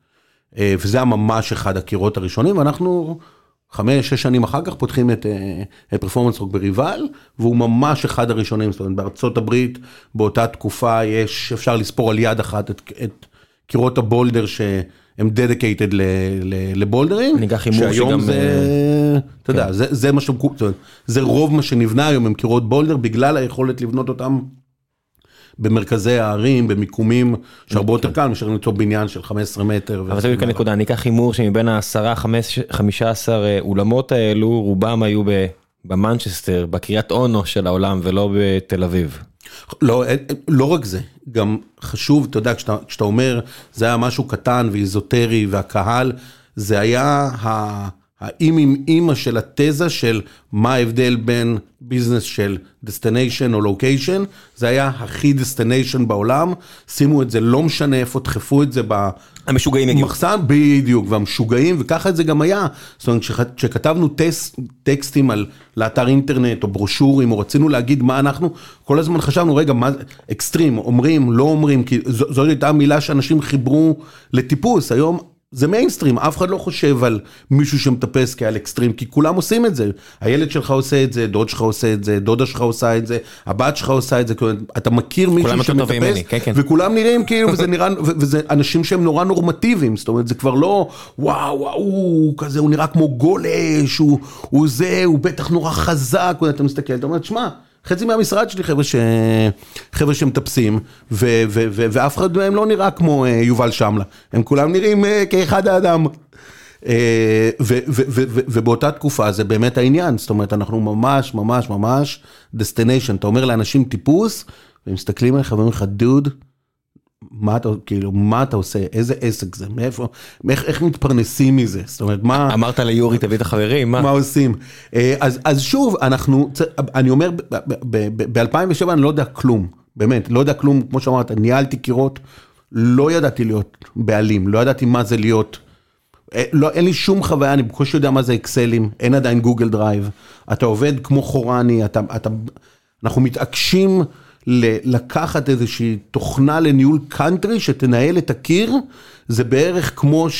וזה היה ממש אחד הקירות הראשונים, ואנחנו 5-6 שנים אחר כך פותחים את פרפורמנס רוק בריבל, והוא ממש אחד הראשונים, זאת אומרת, בארצות הברית, באותה תקופה אפשר לספור על יד אחת את קירות הבולדר שהם dedicated לבולדרים, שהיום זה, אתה יודע, זה רוב מה שנבנה היום עם קירות בולדר, בגלל היכולת לבנות אותם במרכזי הערים, במיקומים שהרבה יותר קל, משאר למצוא בניין של 15 מטר. אבל זה בדיוק הנקודה, אני אקח הימור שמבין 10-15 אולמות האלו, רובם היו במנצ'סטר, בקריית אונו של העולם, ולא בתל אביב. לא רק זה, גם חשוב, אתה יודע, כשאתה אומר, זה היה משהו קטן ואיזוטרי, והקהל, זה היה האם עם אימא של התזה של מה ההבדל בין ביזנס של destination או location, זה היה הכי destination בעולם, שימו את זה, לא משנה איפה, דחפו את זה המשוגעים הגיעו. במחסן, בדיוק, והמשוגעים, וככה זה גם היה. זאת אומרת, כשכתבנו טקסטים לאתר אינטרנט או ברושורים, או רצינו להגיד מה אנחנו, כל הזמן חשבנו, רגע, מה אקסטרים, אומרים, לא אומרים, כי זו הייתה מילה שאנשים חיברו לטיפוס, היום זה מיינסטרים, אף אחד לא חושב על מישהו שמטפס כעל אקסטרים, כי כולם עושים את זה. הילד שלך עושה את זה, דוד שלך עושה את זה, דודה שלך עושה את זה, הבת שלך עושה את זה, אתה מכיר מישהו שמטפס, וכולם נראים כאילו, וזה אנשים שהם נורא נורמטיביים, זאת אומרת, זה כבר לא, וואו, כזה, הוא נראה כמו גולש, הוא זה, הוא בטח נורא חזק, אתה מסתכל, אתה אומר, שמע, חצי מהמשרד שלי חבר'ה שמטפסים, ואף אחד מהם לא נראה כמו יובל שמלה, הם כולם נראים כאחד האדם, ובאותה תקופה זה באמת העניין, זאת אומרת אנחנו ממש ממש ממש destination, אתה אומר לאנשים טיפוס, והם מסתכלים עליך ואומרים לך דוד, מה אתה עושה, איזה עסק זה, מאיפה, איך מתפרנסים מזה, זאת אומרת, מה... אמרת ליורי, תביא את החברים, מה עושים? אז שוב, אני אומר, ב-2007 אני לא יודע כלום, באמת, לא יודע כלום, כמו שאמרת, ניהלתי קירות, לא ידעתי להיות בעלים, לא ידעתי מה זה להיות, אין לי שום חוויה, אני בקושי יודע מה זה אקסלים, אין עדיין גוגל דרייב, אתה עובד כמו חורני, אנחנו מתעקשים לקחת איזושהי תוכנה לניהול קאנטרי שתנהל את הקיר, זה בערך כמו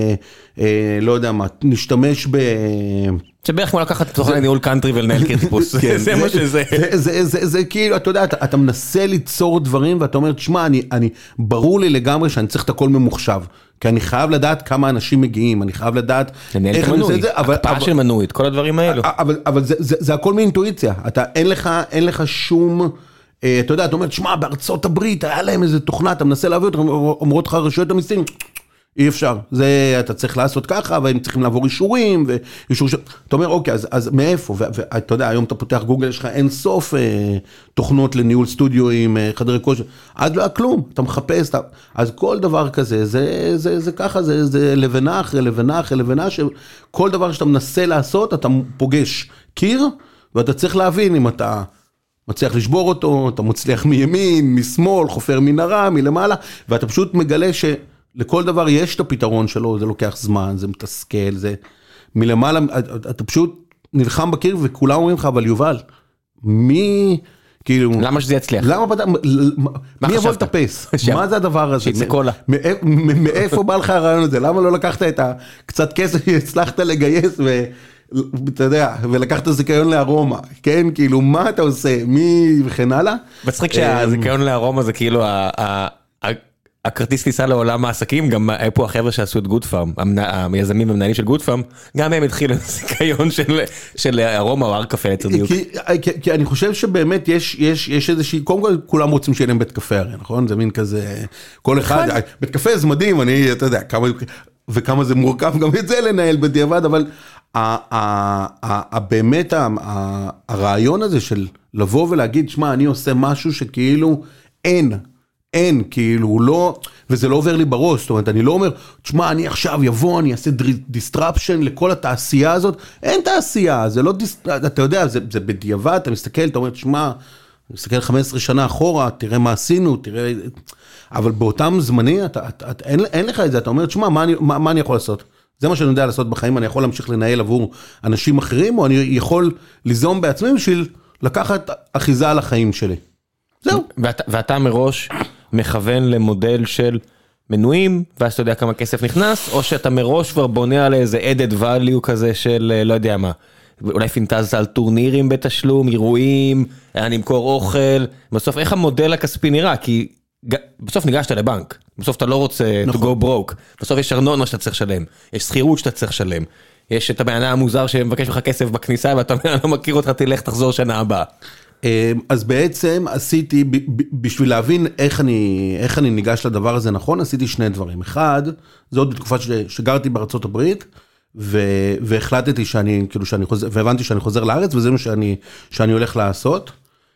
לא יודע מה, נשתמש זה בערך כמו לקחת תוכנה לניהול קאנטרי ולנהל קיר טיפוס, זה מה שזה. זה כאילו, אתה יודע, אתה מנסה ליצור דברים, ואתה אומר, תשמע, ברור לי לגמרי שאני צריך את הכל ממוחשב, כי אני חייב לדעת כמה אנשים מגיעים, אני חייב לדעת איך אני עושה את זה, הקפאה של מנוי, כל הדברים האלו. אבל זה הכל מאינטואיציה, אין לך שום... אתה יודע, אתה אומר, תשמע, בארצות הברית היה להם איזה תוכנה, אתה מנסה להביא אותם, אומרות לך רשויות המיסים, אי אפשר, זה אתה צריך לעשות ככה, והם צריכים לעבור אישורים, אתה אומר, אוקיי, אז מאיפה? ואתה יודע, היום אתה פותח גוגל, יש לך אין סוף תוכנות לניהול סטודיו עם חדרי כושר, אז לא היה כלום, אתה מחפש, אז כל דבר כזה, זה ככה, זה לבנה אחרי לבנה אחרי לבנה, שכל דבר שאתה מנסה לעשות, אתה פוגש קיר, ואתה צריך להבין אם אתה... מצליח לשבור אותו, אתה מצליח מימין, משמאל, חופר מנהרה, מלמעלה, ואתה פשוט מגלה שלכל דבר יש את הפתרון שלו, זה לוקח זמן, זה מתסכל, זה מלמעלה, אתה פשוט נלחם בקיר, וכולם אומרים לך, אבל יובל, כאילו... למה שזה יצליח? מי יבוא לטפס? מה זה הדבר הזה? שיצא קולה. מאיפה בא לך הרעיון הזה? למה לא לקחת את קצת כסף שהצלחת לגייס אתה יודע, ולקחת זיכיון לארומה, כן? כאילו, מה אתה עושה? מי וכן הלאה? מצחיק שהזיכיון לארומה זה כאילו הכרטיס טיסה לעולם העסקים, גם פה החבר'ה שעשו את גוד פארם, היזמים המנהלים של גוד פארם, גם הם התחילו זיכיון של ארומה או הר קפה לצד דיוק. כי אני חושב שבאמת יש איזושהי, קודם כל כולם רוצים שיהיה להם בית קפה הרי, נכון? זה מין כזה, כל אחד, בית קפה זה מדהים, אתה יודע, וכמה זה מורכב גם את זה לנהל בדיעבד, אבל באמת הרעיון הזה של לבוא ולהגיד, שמע, אני עושה משהו שכאילו אין, כאילו לא, וזה לא עובר לי בראש, זאת אומרת, אני לא אומר, תשמע, אני עכשיו יבוא, אני אעשה דיסטרפשן לכל התעשייה הזאת, אין תעשייה, זה לא, אתה יודע, זה בדיעבד, אתה מסתכל, אתה אומר, תשמע, אני מסתכל 15 שנה אחורה, תראה מה עשינו, תראה, אבל באותם זמני, אין לך את זה, אתה אומר, תשמע, מה אני יכול לעשות? זה מה שאני יודע לעשות בחיים, אני יכול להמשיך לנהל עבור אנשים אחרים, או אני יכול ליזום בעצמי בשביל לקחת אחיזה על החיים שלי. זהו. ואתה מראש מכוון למודל של מנויים, ואז אתה יודע כמה כסף נכנס, או שאתה מראש כבר בונה על איזה added value כזה של לא יודע מה, אולי פינטזת על טורנירים בתשלום, אירועים, נמכור אוכל, בסוף איך המודל הכספי נראה, כי בסוף ניגשת לבנק, בסוף אתה לא רוצה to go broke, בסוף יש ארנונה שאתה צריך לשלם, יש שכירות שאתה צריך לשלם, יש את הבעיה המוזר שמבקש לך כסף בכניסה, ואתה אומר, אני לא מכיר אותך, תלך, תחזור שנה הבאה. אז בעצם עשיתי, בשביל להבין איך אני ניגש לדבר הזה נכון, עשיתי שני דברים. אחד, זה עוד בתקופה שגרתי בארצות הברית, והחלטתי והבנתי שאני חוזר לארץ, וזה מה שאני הולך לעשות.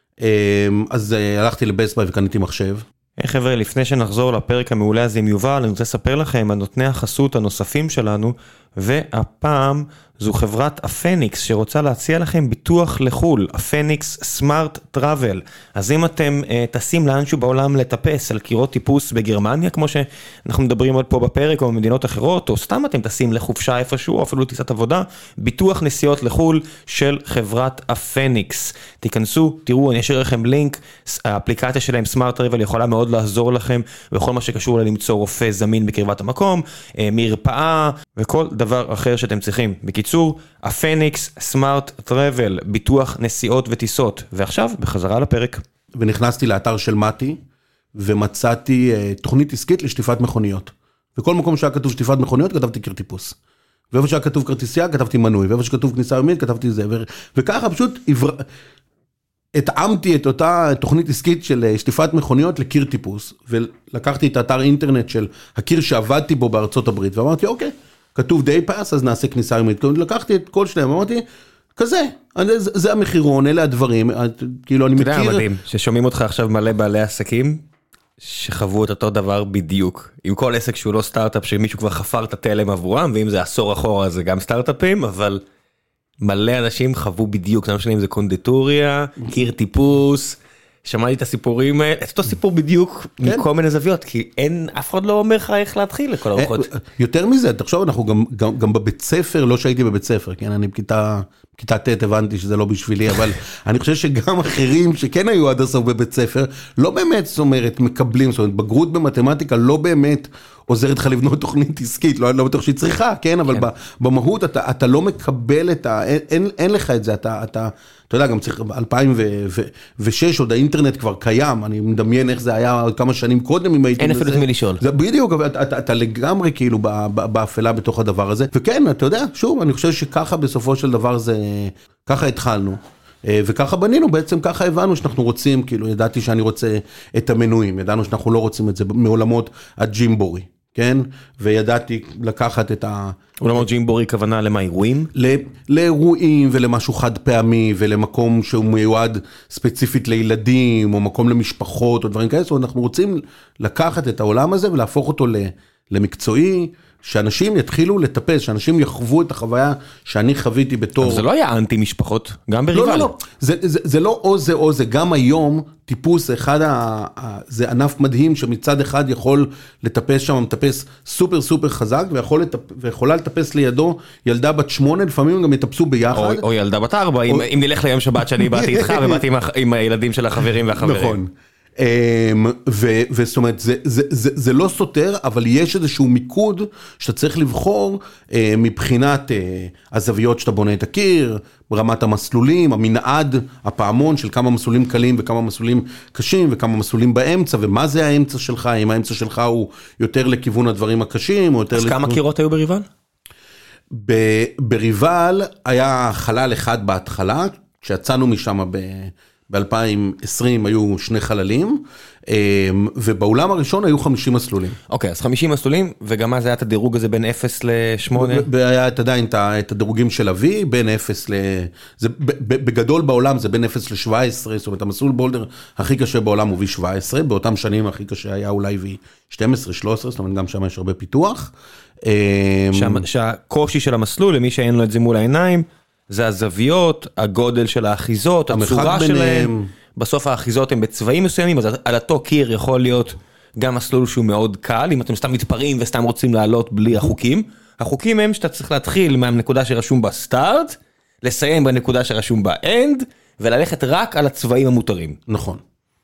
אז הלכתי לבסט ביי וקניתי מחשב. חבר'ה, לפני שנחזור לפרק המעולה הזה עם יובל, אני רוצה לספר לכם על נותני החסות הנוספים שלנו, והפעם זו חברת הפניקס שרוצה להציע לכם ביטוח לחול, הפניקס סמארט טראבל. אז אם אתם טסים לאנשהו בעולם לטפס על קירות טיפוס בגרמניה, כמו שאנחנו מדברים עוד פה בפרק, או במדינות אחרות, או סתם אתם טסים לחופשה איפשהו, או אפילו טיסת עבודה, ביטוח נסיעות לחול של חברת הפניקס. תיכנסו, תראו, אני אשאיר לכם לינק, האפליקציה שלהם סמארט טראבל יכולה מאוד לעזור לכם, בכל מה שקשור ללמצוא רופא זמין בקרבת המקום, מרפאה, וכל דבר אחר שאתם צריכים. בקיצור, הפניקס סמארט טראבל, ביטוח נסיעות וטיסות. ועכשיו, בחזרה לפרק. ונכנסתי לאתר של מתי, ומצאתי תוכנית עסקית לשטיפת מכוניות. וכל מקום שהיה כתוב שטיפת מכוניות, כתבתי קיר טיפוס. ואיפה שהיה כתוב כרטיסייה, כתבתי מנוי. ואיפה שכתוב כניסה יומית, כתבתי זה. וככה פשוט התאמתי את אותה תוכנית עסקית של שטיפת מכוניות לקיר טיפוס. ולקחתי את האתר אינטרנט של הקיר שעבדתי בו בארצות הברית, ואמרתי, אוקיי, כתוב די פאס, אז נעשה כניסה יומית. לקחתי את כל שלהם, אמרתי, כזה, זה המחירון, אלה הדברים, כאילו אני מכיר... אתה יודע, מדהים, ששומעים אותך עכשיו מלא בעלי עסקים, שחוו את אותו דבר בדיוק. עם כל עסק שהוא לא סטארט-אפ, שמישהו כבר חפר את התלם עבורם, ואם זה עשור אחורה, זה גם סטארט-אפים, אבל מלא אנשים חוו בדיוק, זה משנה אם זה קונדיטוריה, קיר טיפוס, שמעתי את הסיפורים, את אותו סיפור בדיוק מכל מיני זוויות, כי אין, אף אחד לא אומר לך איך להתחיל לכל הרוחות. יותר מזה, תחשוב, אנחנו גם בבית ספר, לא שהייתי בבית ספר, כן, אני בכיתה ט' הבנתי שזה לא בשבילי, אבל אני חושב שגם אחרים שכן היו עד הסוף בבית ספר, לא באמת, זאת אומרת, מקבלים, זאת אומרת, בגרות במתמטיקה לא באמת עוזרת לך לבנות תוכנית עסקית, לא בטוח שהיא צריכה, כן, אבל במהות אתה לא מקבל את אין לך את זה, אתה יודע, גם צריך, ב-2006 עוד האינטרנט כבר קיים, אני מדמיין איך זה היה כמה שנים קודם, אם הייתי... אין אפילו את מי לשאול. בדיוק, אתה לגמרי כאילו באפלה בתוך הדבר הזה, וכן, אתה יודע, שוב, אני חושב שככה בסופו של דבר זה, ככה התחלנו, וככה בנינו, בעצם ככה הבנו שאנחנו רוצים, כאילו ידעתי שאני רוצה את המנויים, ידענו שאנחנו לא רוצים את זה מעולמות הג'ימבורי, כן? וידעתי לקחת את ה... עולמות ג'ימבורי כוונה למה, אירועים? לאירועים ולמשהו חד פעמי, ולמקום שהוא מיועד ספציפית לילדים, או מקום למשפחות, או דברים כאלה, so אנחנו רוצים לקחת את העולם הזה, ולהפוך אותו למקצועי, שאנשים יתחילו לטפס, שאנשים יחוו את החוויה שאני חוויתי בתור... אבל זה לא היה אנטי משפחות, גם בריבל. לא. זה לא או זה, גם היום טיפוס זה ענף מדהים שמצד אחד יכול לטפס שם, מטפס סופר סופר חזק, ויכולה לטפס לידו ילדה בת 8, לפעמים גם יטפסו ביחד. או ילדה בת 4, אם נלך ליום שבת שאני באתי איתך, ובאתי עם הילדים של החברים והחברים. נכון. וזאת אומרת, זה לא סותר, אבל יש איזשהו מיקוד שאתה צריך לבחור מבחינת הזוויות שאתה בונה את הקיר, ברמת המסלולים, המנעד, הפעמון של כמה מסלולים קלים וכמה מסלולים קשים וכמה מסלולים באמצע, ומה זה האמצע שלך, אם האמצע שלך הוא יותר לכיוון הדברים הקשים, או יותר... אז כמה קירות היו בריבל? בריבל היה חלל אחד בהתחלה, כשיצאנו משם ב-2020 היו 2 חללים, ובאולם הראשון היו 50 מסלולים. אוקיי, אז 50 מסלולים, וגם אז היה את הדירוג הזה בין 0 ל-8? והיה עדיין את הדירוגים של אבי, בין 0 ל... בגדול בעולם זה בין 0 ל-17, זאת אומרת, המסלול בולדר הכי קשה בעולם הוא V17, באותם שנים הכי קשה היה אולי V12, 13, זאת אומרת, גם שם יש הרבה פיתוח. שהקושי של המסלול, למי שאין לו את זה מול העיניים, זה הזוויות, הגודל של האחיזות, הצורה שלהם. בסוף האחיזות הן בצבעים מסוימים, אז על אותו קיר יכול להיות גם מסלול שהוא מאוד קל, אם אתם סתם מתפרעים וסתם רוצים לעלות בלי החוקים. החוקים הם שאתה צריך להתחיל מהנקודה שרשום בסטארט, לסיים בנקודה שרשום באנד, וללכת רק על הצבעים המותרים. נכון.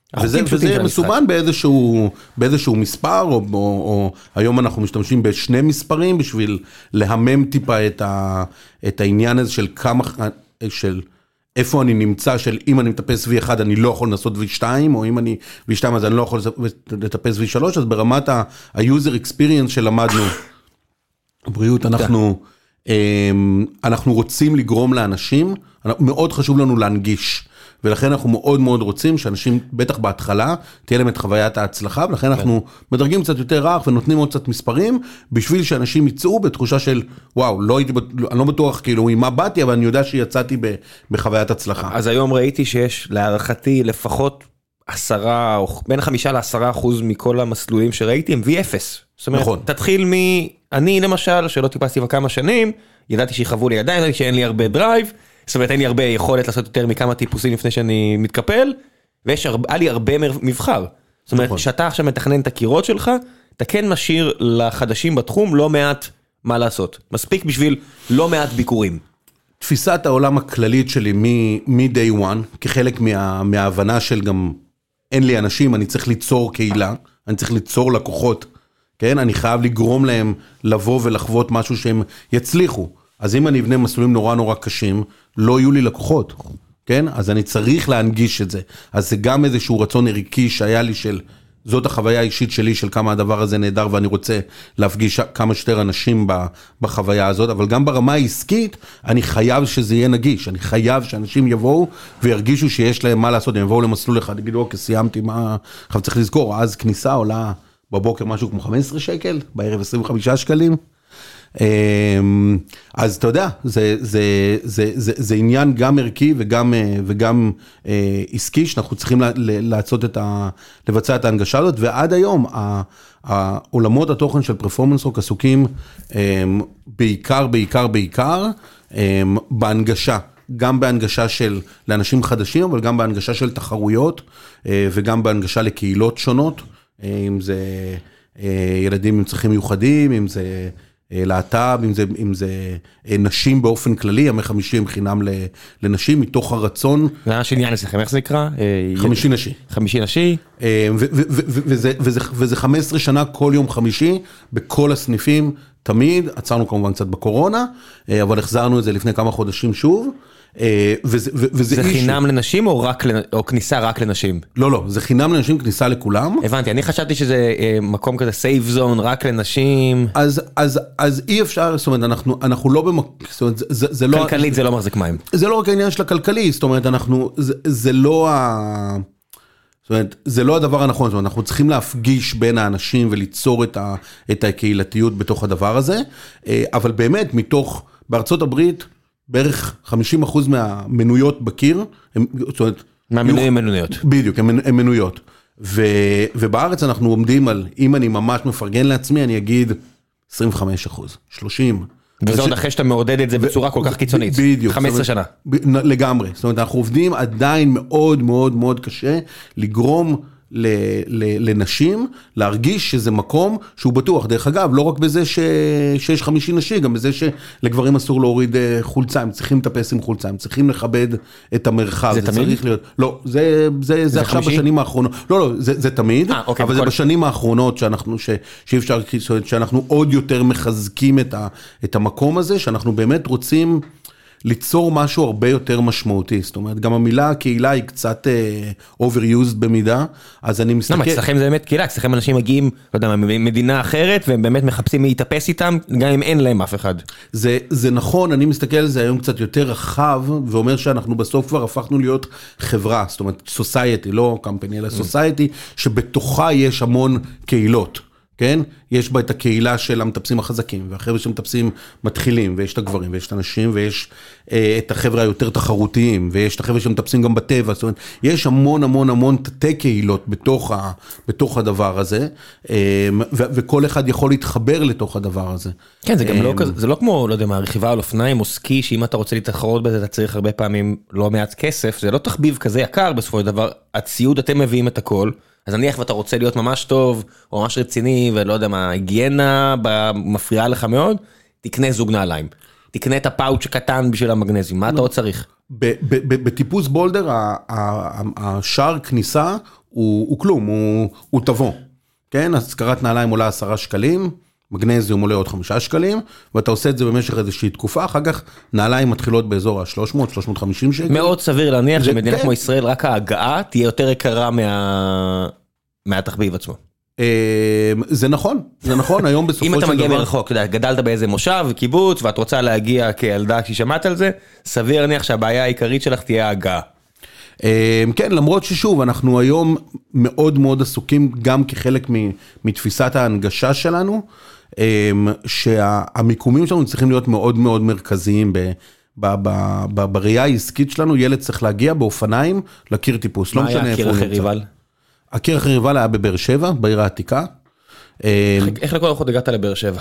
וזה מסומן באיזשהו מספר, או היום אנחנו משתמשים בשני מספרים, בשביל להמם טיפה את העניין הזה של כמה, של איפה אני נמצא, של אם אני מטפס V1 אני לא יכול לנסות V2, או אם אני V2 אז אני לא יכול לטפס V3, אז ברמת ה-user experience שלמדנו, בריאות, אנחנו רוצים לגרום לאנשים, מאוד חשוב לנו להנגיש, ולכן אנחנו מאוד מאוד רוצים שאנשים, בטח בהתחלה, תהיה להם את חוויית ההצלחה, ולכן אנחנו מדרגים קצת יותר רך ונותנים עוד קצת מספרים, בשביל שאנשים יצאו בתחושה של, וואו, אני לא בטוח כאילו עם מה באתי, אבל אני יודע שיצאתי בחוויית הצלחה. אז היום ראיתי שיש להערכתי לפחות 10, או בין 5-10% מכל המסלולים שראיתי הם V0. זאת אומרת, תתחיל אני למשל, שלא טיפסתי בכמה שנים, ידעתי שיחוו לי ידיים, ידעתי שאין לי הרבה דרייב, זאת אומרת, אין לי הרבה יכולת לעשות יותר מכמה טיפוסים לפני שאני מתקפל, והיה לי הרבה מבחר. זאת אומרת, שאתה עכשיו מתכנן את הקירות שלך, אתה כן משאיר לחדשים בתחום לא מעט מה לעשות. מספיק בשביל לא מעט ביקורים. תפיסת העולם הכללית שלי מ-day one, כחלק מההבנה של גם אין לי אנשים, אני צריך ליצור קהילה, אני צריך ליצור לקוחות, כן? אני חייב לגרום להם לבוא ולחוות משהו שהם יצליחו. אז אם אני אבנה מסלולים נורא נורא קשים, לא יהיו לי לקוחות, כן? אז אני צריך להנגיש את זה. אז זה גם איזשהו רצון ערכי שהיה לי של, זאת החוויה האישית שלי של כמה הדבר הזה נהדר, ואני רוצה להפגיש כמה שיותר אנשים בחוויה הזאת, אבל גם ברמה העסקית, אני חייב שזה יהיה נגיש, אני חייב שאנשים יבואו וירגישו שיש להם מה לעשות, הם יבואו למסלול אחד, יגידו, אוקיי, סיימתי מה, עכשיו צריך לזכור, אז כניסה עולה בבוקר משהו כמו 15 שקל, בערב 25 שקלים, אז אתה יודע, זה עניין גם ערכי וגם עסקי, שאנחנו צריכים לבצע את ההנגשה הזאת, ועד היום, עולמות התוכן של פרפורמנס רוק עסוקים בעיקר בהנגשה, גם בהנגשה של לאנשים חדשים, אבל גם בהנגשה של תחרויות, וגם בהנגשה לקהילות שונות, אם זה ילדים עם צרכים מיוחדים, אם זה להט"ב, אם זה נשים באופן כללי, ימי חמישי הם חינם לנשים, מתוך הרצון. זה היה שעניין אצלכם, איך זה נקרא? חמישי נשי. חמישי נשי. וזה 15 שנה כל יום חמישי, בכל הסניפים, תמיד, עצרנו כמובן קצת בקורונה, אבל החזרנו את זה לפני כמה חודשים שוב. זה חינם לנשים או כניסה רק לנשים? לא, זה חינם לנשים, כניסה לכולם. הבנתי, אני חשבתי שזה מקום כזה סייף זון רק לנשים. אז אי אפשר, זאת אומרת, אנחנו לא במקום, כלכלית זה לא מחזיק מים. זה לא רק העניין של הכלכלי, זאת אומרת, זה לא הדבר הנכון, זאת אומרת, אנחנו צריכים להפגיש בין האנשים וליצור את הקהילתיות בתוך הדבר הזה, אבל באמת, בארצות הברית, בערך 50% מהמנויות בקיר, מהמנויים מנויות. בדיוק, הן מנויות. ובארץ אנחנו עומדים על, אם אני ממש מפרגן לעצמי, אני אגיד 25%, 30. וזה עוד אחרי שאתה מעודד את זה בצורה כל כך קיצונית. בדיוק. 15 שנה. לגמרי. זאת אומרת, אנחנו עובדים עדיין מאוד מאוד מאוד קשה לגרום לנשים, להרגיש שזה מקום שהוא בטוח. דרך אגב, לא רק בזה שיש 50 נשי, גם בזה שלגברים אסור להוריד חולצה, הם צריכים לטפס עם חולצה, הם צריכים לכבד את המרחב. זה תמיד? לא, זה עכשיו בשנים האחרונות. לא, זה תמיד, אבל זה בשנים האחרונות שאנחנו עוד יותר מחזקים את המקום הזה, שאנחנו באמת רוצים ליצור משהו הרבה יותר משמעותי, זאת אומרת, גם המילה קהילה היא קצת overused במידה, אז אני מסתכל... למה, אצלכם זה באמת קהילה, אצלכם אנשים מגיעים, לא יודע, ממדינה אחרת, והם באמת מחפשים להתאפס איתם, גם אם אין להם אף אחד. זה נכון, אני מסתכל על זה היום קצת יותר רחב, ואומר שאנחנו בסוף כבר הפכנו להיות חברה, זאת אומרת, society, לא company, אלא society, שבתוכה יש המון קהילות. כן? יש בה את הקהילה של המטפסים החזקים, והחבר'ה שמטפסים מתחילים, ויש את הגברים, ויש את הנשים, ויש את החבר'ה היותר תחרותיים, ויש את החבר'ה שמטפסים גם בטבע, זאת אומרת, יש המון המון המון תתי קהילות בתוך הדבר הזה, וכל אחד יכול להתחבר לתוך הדבר הזה. כן, זה גם לא כזה, זה לא כמו, לא יודע מה, רכיבה על אופניים או סקי, שאם אתה רוצה להתחרות בזה, אתה צריך הרבה פעמים לא מעט כסף, זה לא תחביב כזה יקר בסופו של דבר, הציוד אתם מביאים את הכל, אז נניח ואתה רוצה להיות ממש טוב, או ממש רציני, ולא יודע מה, היגיינה מפריעה לך מאוד, תקנה זוג נעליים. תקנה את הפאוץ' הקטן בשביל המגנזיום, מה אתה עוד צריך? בטיפוס בולדר, השער כניסה, הוא כלום, הוא תבוא. כן, השכרת נעליים עולה 10 שקלים, מגנזיום עולה עוד 5 שקלים, ואתה עושה את זה במשך איזושהי תקופה, אחר כך נעליים מתחילות באזור ה-300-350 שקל. מאוד סביר להניח שמדינה כמו ישראל, רק ההגעה תהיה יותר יקרה מהתחביב עצמו. זה נכון, היום בסופו של דבר. אם אתה מגיע מרחוק, גדלת באיזה מושב, קיבוץ, ואת רוצה להגיע כילדה כששמעת על זה, סביר להניח שהבעיה העיקרית שלך תהיה ההגעה. כן, למרות ששוב, אנחנו היום מאוד מאוד עסוקים גם כחלק מתפיסת ההנגשה שלנו, שהמיקומים שלנו צריכים להיות מאוד מאוד מרכזיים בראייה העסקית שלנו. ילד צריך להגיע באופניים לקיר טיפוס. מה היה הקיר אחרי ריבל? הקיר אחרי ריבל היה בבאר שבע, בעיר העתיקה. איך לכל הלכות הגעת לבאר שבע?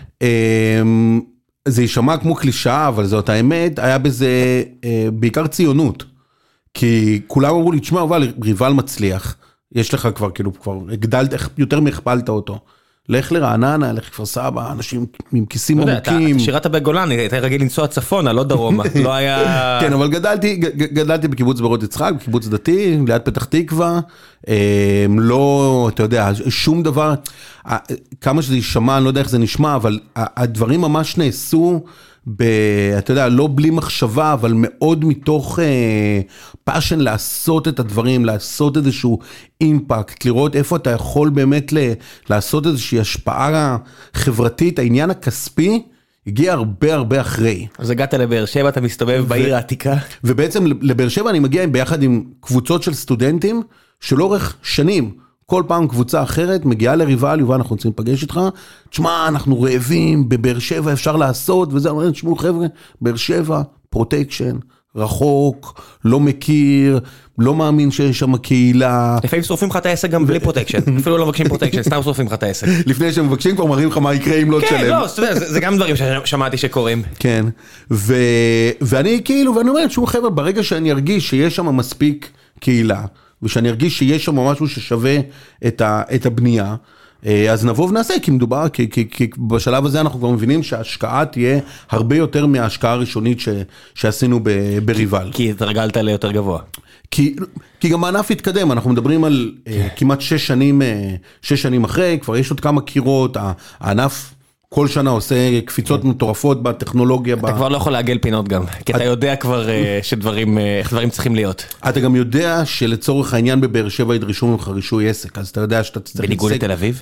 זה יישמע כמו קלישאה, אבל זאת האמת, היה בזה בעיקר ציונות. כי כולם אמרו לי, תשמע, אבל ריבל מצליח, יש לך כבר, כאילו, כבר הגדלת, יותר מהכפלת אותו. לך לרעננה, לך לכפר סבא, אנשים עם כיסים עמוקים. אתה שירת בגולן, היית רגיל לנסוע צפונה, לא דרומה, לא היה... כן, אבל גדלתי בקיבוץ בארות יצחק, בקיבוץ דתי, ליד פתח תקווה, לא, אתה יודע, שום דבר, כמה שזה יישמע, אני לא יודע איך זה נשמע, אבל הדברים ממש נעשו, אתה יודע, לא בלי מחשבה, אבל מאוד מתוך פאשן לעשות את הדברים, לעשות איזשהו אימפקט, לראות איפה אתה יכול באמת לעשות איזושהי השפעה חברתית. העניין הכספי הגיע הרבה אחרי. אז הגעת לבאר שבע, אתה מסתובב בעיר העתיקה. ובעצם לבאר שבע אני מגיע ביחד עם קבוצות של סטודנטים, שלאורך שנים, כל פעם קבוצה אחרת מגיעה לריבל, יובל, אנחנו רוצים לפגש איתך, תשמע, אנחנו רעבים, בבאר שבע אפשר לעשות, וזה אומרים, תשמעו חבר'ה, באר שבע, פרוטקשן, רחוק, לא מכיר, לא מאמין שיש שם קהילה. לפעמים שורפים לך את העסק גם בלי פרוטקשן, אפילו לא מבקשים פרוטקשן, סתם שורפים לך את העסק. לפני שהם מבקשים כבר מראים לך מה יקרה אם לא תשלם. כן, לא, זה גם דברים ששמעתי שקורים. כן, ואני כאילו, ואני אומר, תשמעו חבר'ה, ברגע שאני ארגיש שיש שם מספיק קהילה, ושאני ארגיש שיש שם משהו ששווה את הבנייה, אז נבוא ונעשה, כי מדובר, כי בשלב הזה אנחנו כבר מבינים שההשקעה תהיה הרבה יותר מההשקעה הראשונית שעשינו בריבל. כי התרגלת ליותר גבוה. כי גם הענף התקדם, אנחנו מדברים על כמעט 6 שנים אחרי, כבר יש עוד כמה קירות, הענף כל שנה עושה קפיצות מטורפות בטכנולוגיה. אתה כבר לא יכול לעגל פינות גם, כי אתה יודע כבר איך דברים צריכים להיות. אתה גם יודע שלצורך העניין בבאר שבע ידרשו ממך רישוי עסק, אז אתה יודע שאתה צריך... בניגוד לתל אביב?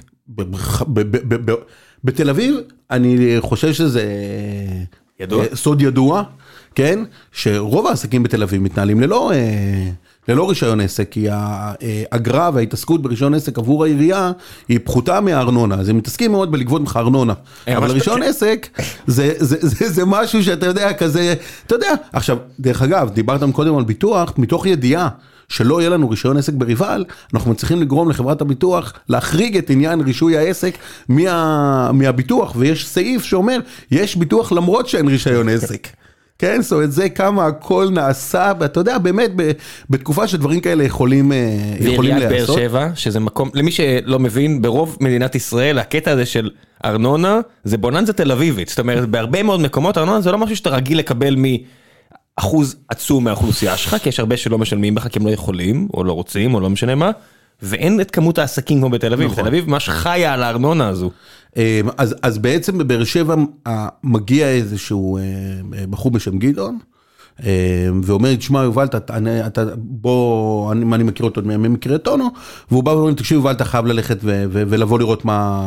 בתל אביב, אני חושב שזה... ידוע? סוד ידוע, כן? שרוב העסקים בתל אביב מתנהלים ללא רישיון עסק, כי האגרה וההתעסקות ברישיון עסק עבור העירייה היא פחותה מהארנונה, אז הם מתעסקים מאוד בלגבות ממך ארנונה, אבל רישיון עסק זה משהו שאתה יודע כזה, אתה יודע, עכשיו, דרך אגב, דיברתם קודם על ביטוח, מתוך ידיעה שלא יהיה לנו רישיון עסק בריבל, אנחנו מצליחים לגרום לחברת הביטוח להחריג את עניין רישוי העסק מהביטוח, ויש סעיף שאומר, יש ביטוח למרות שאין רישיון עסק. כן, זאת אומרת, זה כמה הכל נעשה, ואתה יודע, באמת, בתקופה שדברים כאלה יכולים לעשות. ועיריית באר שבע, שזה מקום, למי שלא מבין, ברוב מדינת ישראל, הקטע הזה של ארנונה, זה בוננזה תל אביבית. זאת אומרת, בהרבה מאוד מקומות, ארנונה זה לא משהו שאתה רגיל לקבל מאחוז עצום מהאוכלוסייה שלך, כי יש הרבה שלא משלמים בך, כי הם לא יכולים, או לא רוצים, או לא משנה מה, ואין את כמות העסקים כמו בתל אביב. תל אביב ממש חיה על הארנונה הזו. אז בעצם בבאר שבע מגיע איזשהו בחור בשם גדעון, ואומר, תשמע יובל, בוא, אני מכיר אותו ממקרה טונו, והוא בא ואומר, תקשיב יובל, אתה חייב ללכת ולבוא לראות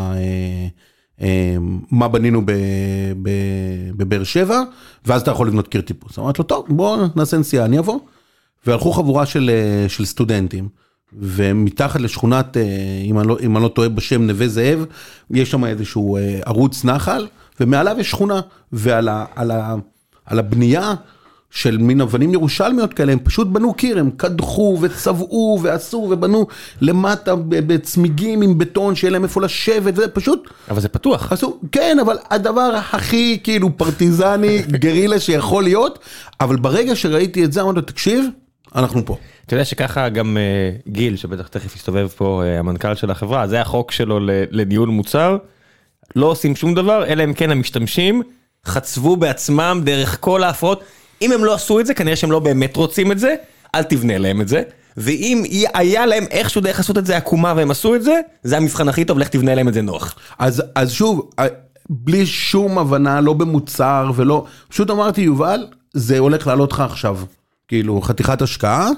מה בנינו בבאר שבע, ואז אתה יכול לבנות קיר טיפוס. אמרתי לו, טוב, בוא נעשה נסיעה, אני אבוא. והלכו חבורה של סטודנטים, ומתחת לשכונת, אם אני לא טועה בשם נווה זאב, יש שם איזשהו ערוץ נחל, ומעליו יש שכונה, ועל הבנייה של מין אבנים ירושלמיות כאלה, הם פשוט בנו קיר, הם קדחו וצבעו ועשו ובנו למטה בצמיגים עם בטון שיהיה להם איפה לשבת, וזה פשוט... אבל זה פתוח. כן, אבל הדבר הכי כאילו פרטיזני, גרילה שיכול להיות, אבל ברגע שראיתי את זה, אמרתי, תקשיב, אנחנו פה. אתה יודע שככה גם גיל, שבטח תכף יסתובב פה המנכ"ל של החברה, זה החוק שלו לניהול מוצר, לא עושים שום דבר, אלא אם כן המשתמשים חצבו בעצמם דרך כל ההפרעות, אם הם לא עשו את זה, כנראה שהם לא באמת רוצים את זה, אל תבנה להם את זה, ואם היה להם איכשהו דרך לעשות את זה עקומה והם עשו את זה, זה המבחן הכי טוב, לך תבנה להם את זה נוח. אז שוב, בלי שום הבנה, לא במוצר ולא, פשוט אמרתי, יובל, זה הולך לעלות לך עכשיו. כאילו חתיכת השקעה,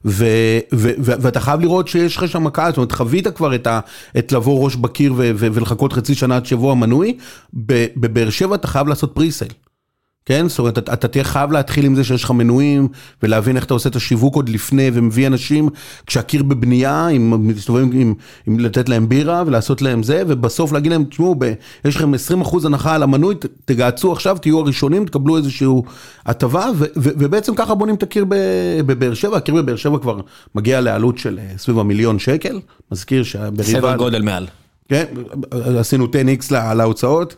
ואתה חייב לראות שיש לך שם מקעה, זאת אומרת, חווית כבר את לבוא ראש בקיר ולחכות חצי שנה עד שבוע מנוי, בבאר שבע אתה חייב לעשות פריסייל. כן? זאת אומרת, אתה תהיה חייב להתחיל עם זה שיש לך מנויים, ולהבין איך אתה עושה את השיווק עוד לפני, ומביא אנשים, כשהקיר בבנייה, עם לתת להם בירה, ולעשות להם זה, ובסוף להגיד להם, תשמעו, יש לכם 20% הנחה על המנוי, תגעצו עכשיו, תהיו הראשונים, תקבלו איזשהו הטבה, ובעצם ככה בונים את הקיר בבאר שבע, הקיר בבאר שבע כבר מגיע לעלות של סביב $1,000,000, מזכיר שבריבה... סדר גודל מעל. כן, עשינו 10x להוצאות.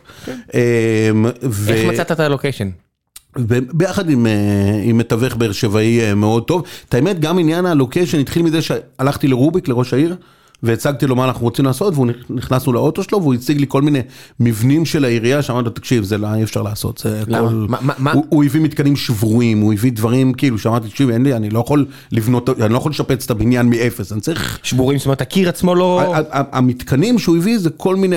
איך מצאת את הלוקיישן? ביחד עם מתווך באר שבעי מאוד טוב. את האמת, גם עניין הלוקיישן התחיל מזה שהלכתי לרוביק, לראש העיר, והצגתי לו מה אנחנו רוצים לעשות, והוא נכנסנו לאוטו שלו, והוא הציג לי כל מיני מבנים של העירייה, שאמרתי לו, תקשיב, זה לא אי אפשר לעשות, זה כל... הוא הביא מתקנים שברורים, הוא הביא דברים, כאילו, שאמרתי, תקשיב, אין לי, אני לא יכול לבנות, אני לא יכול לשפץ את הבניין מאפס, אני צריך... שבורים, זאת אומרת, הקיר עצמו לא... המתקנים שהוא הביא, זה כל מיני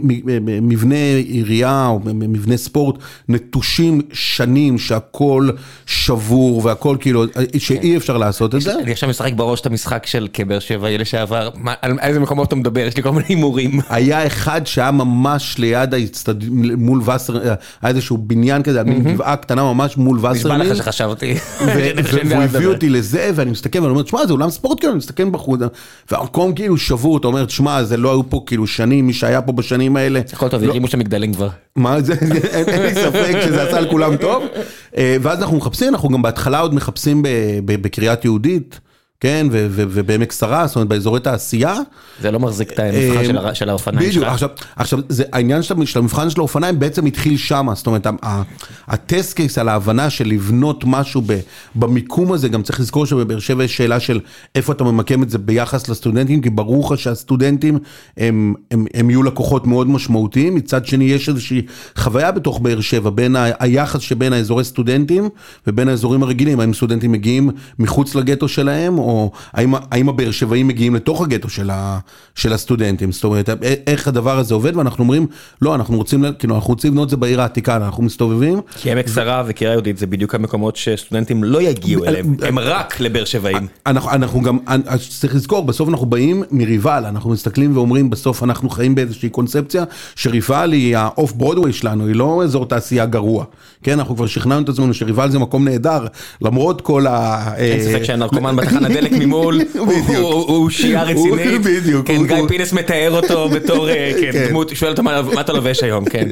מבני עירייה, או מבני ספורט, נטושים שנים, שהכל שבור, והכל כאילו, שאי אפשר לעשות את זה. אני עכשיו משחק בראש את המשחק של כבאר שבעי לשעבר, על איזה מקומות אתה מדבר? יש לי כל מיני הימורים. היה אחד שהיה ממש ליד מול וסר, היה איזשהו בניין כזה, מין גבעה קטנה ממש מול וסר. נשבע לך שחשבתי. והוא הביא אותי לזה, ואני מסתכל, ואני אומר, תשמע, זה אולם ספורט כאילו, אני מסתכל בחוץ, והמקום כאילו שבור, אתה אומר, תשמע, זה לא היו פה כאילו שנים, מי שהיה פה בשנים האלה. הכל טוב, הרימו שם מגדלים כבר. מה זה? אין לי ספק שזה עשה לכולם טוב. ואז אנחנו מחפשים, אנחנו גם בהתחלה עוד מחפשים בקריית יהודית. כן, ובעמק שרה, זאת אומרת, באזורי תעשייה. זה לא מחזיק את המבחן של האופניים שלך. עכשיו, העניין של המבחן של האופניים בעצם התחיל שם, זאת אומרת, הטסט קייס על ההבנה של לבנות משהו במיקום הזה, גם צריך לזכור שבבאר שבע יש שאלה של איפה אתה ממקם את זה ביחס לסטודנטים, כי ברור לך שהסטודנטים הם יהיו לקוחות מאוד משמעותיים, מצד שני יש איזושהי חוויה בתוך באר שבע, בין היחס שבין האזורי סטודנטים ובין האזורים הרגילים, האם סטודנטים מגיעים מחוץ לגטו שלהם, או האם הבאר שבעים מגיעים לתוך הגטו של הסטודנטים, זאת אומרת, איך הדבר הזה עובד, ואנחנו אומרים, לא, אנחנו רוצים לבנות את זה בעיר העתיקה, אנחנו מסתובבים. כי עמק שרה וקריית יהודית, זה בדיוק המקומות שסטודנטים לא יגיעו אליהם, הם רק לבאר שבעים. אנחנו גם, צריך לזכור, בסוף אנחנו באים מריבל, אנחנו מסתכלים ואומרים, בסוף אנחנו חיים באיזושהי קונספציה, שריבל היא האוף ברודווי שלנו, היא לא אזור תעשייה גרוע, כן, אנחנו כבר שכנענו את עצמנו שריבל זה מקום נהדר, למרות כל אין ספק שהנרקומן בתחנת דלק ממול, הוא שיעה רצינית, כן, גיא פינס מתאר אותו בתור דמות, שואל אותו מה אתה לובש היום, כן.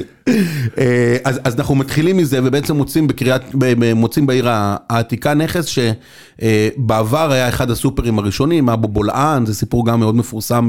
אז אנחנו מתחילים מזה, ובעצם מוצאים בעיר העתיקה נכס, שבעבר היה אחד הסופרים הראשונים, אבו בולען, זה סיפור גם מאוד מפורסם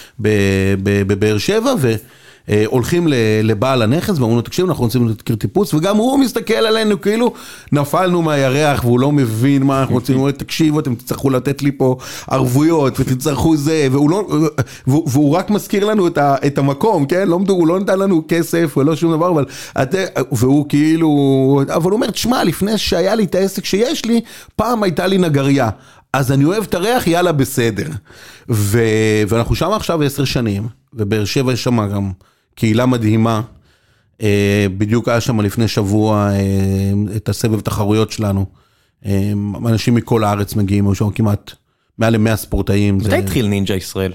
בבאר שבע, הולכים לבעל הנכס, ואומרים לו, תקשיב, אנחנו רוצים לתקיר טיפוס, וגם הוא מסתכל עלינו, כאילו נפלנו מהירח, והוא לא מבין מה אנחנו רוצים, הוא אומר, תקשיבו, אתם תצטרכו לתת לי פה ערבויות, ותצטרכו זה, והוא רק מזכיר לנו את המקום, כן? הוא לא נתן לנו כסף, ולא שום דבר, והוא כאילו, אבל הוא אומר, תשמע, לפני שהיה לי את העסק שיש לי, פעם הייתה לי נגריה, אז אני אוהב את הריח, יאללה בסדר. ואנחנו שם עכשיו 10 שנים, ובאר שבע יש שם גם קהילה מדהימה, בדיוק היה שם לפני שבוע את הסבב תחרויות שלנו, אנשים מכל הארץ מגיעים, יש שם כמעט מעל ל100 ספורטאים. מתי התחיל נינג'ה ישראל?